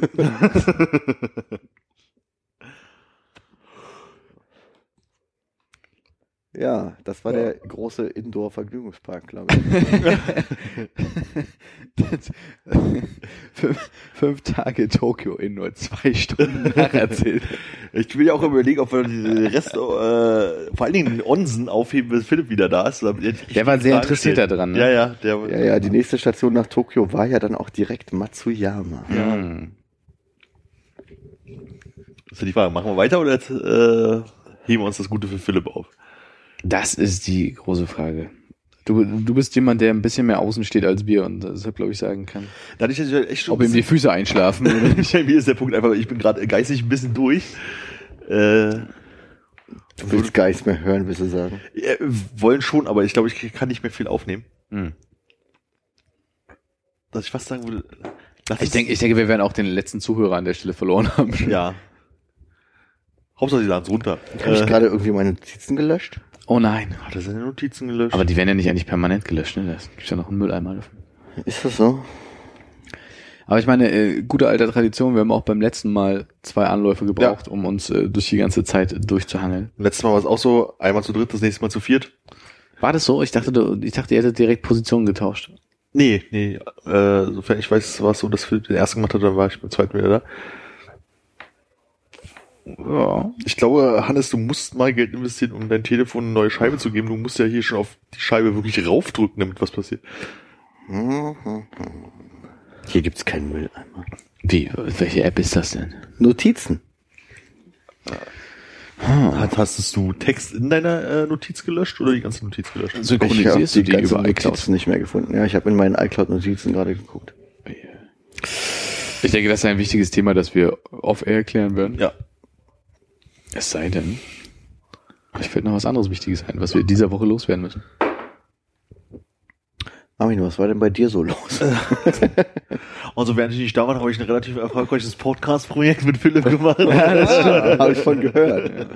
Ja, das war der große Indoor-Vergnügungspark, glaube ich. fünf, fünf Tage Tokio in nur zwei Stunden nacherzählt. Ich will ja auch überlegen, ob wir den Rest, äh, vor allen Dingen den Onsen aufheben, bis Philipp wieder da ist. Der war sehr interessiert daran, ne? Ja, ja, der, Ja, ja, die nächste Station nach Tokio war ja dann auch direkt Matsuyama. Ja. Mhm. Das ist ja die Frage, machen wir weiter oder jetzt, äh, heben wir uns das Gute für Philipp auf? Das ist die große Frage. Du, du bist jemand, der ein bisschen mehr außen steht als wir und deshalb, glaube ich, sagen kann, Dadurch, dass ich halt echt schon ob ihm die Füße einschlafen oder nicht. Mir ist der Punkt einfach, ich bin gerade geistig ein bisschen durch. Äh, Du willst gar nichts mehr hören, willst du sagen? äh, wollen schon, aber ich glaube, ich kann nicht mehr viel aufnehmen. Mhm. Dass ich fast sagen würde, lass Ich es- denke, ich denke, wir werden auch den letzten Zuhörer an der Stelle verloren haben. ja. Hauptsache, sie laden es runter. Habe ich gerade irgendwie meine Notizen gelöscht? Oh nein. Hat er seine Notizen gelöscht? Aber die werden ja nicht eigentlich permanent gelöscht, ne? Das gibt ja noch einen Mülleimer dafür. Ist das so? Aber ich meine, äh, gute alte Tradition, wir haben auch beim letzten Mal zwei Anläufe gebraucht, um uns äh, durch die ganze Zeit durchzuhangeln. Letztes Mal war es auch so, einmal zu dritt, das nächste Mal zu viert. War das so? Ich dachte, du, ich dachte, ihr hättet direkt Positionen getauscht. Nee, nee, äh, sofern ich weiß, war es so, dass Philipp den ersten gemacht hat, dann war ich beim zweiten wieder da. Ja. Ich glaube, Hannes, du musst mal Geld investieren, um dein Telefon eine neue Scheibe zu geben. Du musst ja hier schon auf die Scheibe wirklich raufdrücken, damit was passiert. Hier gibt's keinen Mülleimer. Wie? Welche App ist das denn? Notizen. Hat, hast du Text in deiner äh, Notiz gelöscht oder die ganze Notiz gelöscht? Ich habe Synchronisierst du die die ganzen über iCloud? Notizen nicht mehr gefunden. Ja, ich habe in meinen iCloud-Notizen gerade geguckt. Ich denke, das ist ein wichtiges Thema, das wir off-air klären werden. Ja. Es sei denn, euch fällt noch was anderes Wichtiges ein, was wir dieser Woche loswerden müssen. Armin, was war denn bei dir so los? Also während ich nicht da war, habe ich ein relativ erfolgreiches Podcast-Projekt mit Philipp gemacht. Habe ich von gehört.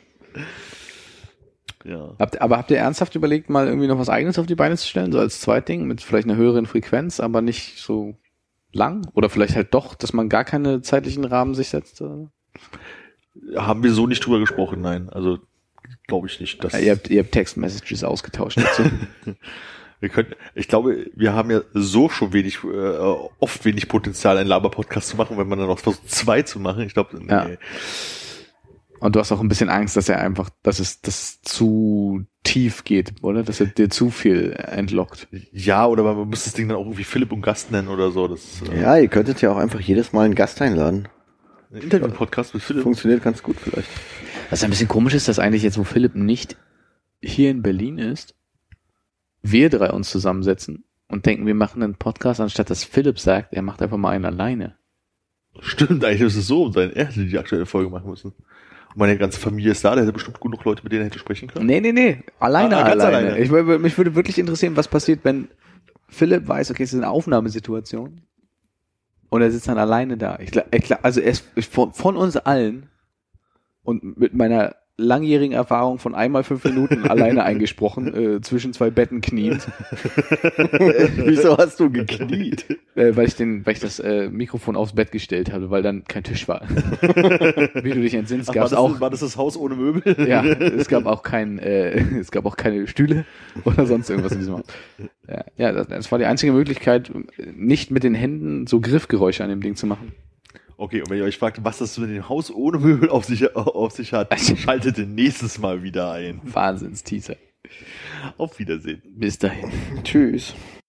Ja. Habt, aber habt ihr ernsthaft überlegt, mal irgendwie noch was Eigenes auf die Beine zu stellen, so als Zweitding, mit vielleicht einer höheren Frequenz, aber nicht so lang? Oder vielleicht halt doch, dass man gar keine zeitlichen Rahmen sich setzt? Oder? Haben wir so nicht drüber gesprochen, nein. Also glaube ich nicht. Dass Ja, ihr habt, ihr habt Text-Messages ausgetauscht dazu. wir können, ich glaube, wir haben ja so schon wenig, äh, oft wenig Potenzial, einen Laber-Podcast zu machen, wenn man dann noch versucht, zwei zu machen. Ich glaube, nee. Ja. Und du hast auch ein bisschen Angst, dass er einfach, dass es, dass es zu tief geht, oder? Dass er dir zu viel entlockt. Ja, oder man muss das Ding dann auch irgendwie Philipp und Gast nennen oder so. Das äh, Ja, ihr könntet ja auch einfach jedes Mal einen Gast einladen. ein Interview-Podcast mit Philipp. Funktioniert ganz gut vielleicht. Was ein bisschen komisch ist, dass eigentlich jetzt, wo Philipp nicht hier in Berlin ist, wir drei uns zusammensetzen und denken, wir machen einen Podcast, anstatt dass Philipp sagt, er macht einfach mal einen alleine. Stimmt, eigentlich ist es so, sein er hätte die aktuelle Folge machen müssen. Und meine ganze Familie ist da, der hätte bestimmt genug Leute, mit denen er hätte sprechen können. Nee, nee, nee. Alleine, Ah, ganz alleine. alleine. Ich, wür- mich würde wirklich interessieren, was passiert, wenn Philipp weiß, okay, es ist eine Aufnahmesituation und er sitzt dann alleine da. Ich, gla- ich, gla- also er ist ich, von, von uns allen und mit meiner langjährigen Erfahrung von einmal fünf Minuten alleine eingesprochen, äh, zwischen zwei Betten kniend, Wieso hast du gekniet? äh, weil ich den, weil ich das äh, Mikrofon aufs Bett gestellt habe, weil dann kein Tisch war. Wie du dich entsinnst, Ach, gab war, es das, auch war das das Haus ohne Möbel? ja, es gab auch kein, äh, es gab auch keine Stühle oder sonst irgendwas in diesem Haus. Ja, ja das, das war die einzige Möglichkeit, nicht mit den Händen so Griffgeräusche an dem Ding zu machen. Okay, und wenn ihr euch fragt, was das mit dem Haus ohne Möbel auf sich, auf sich hat, schaltet ihr nächstes Mal wieder ein. Wahnsinns-Teaser. Auf Wiedersehen. Bis dahin. Tschüss.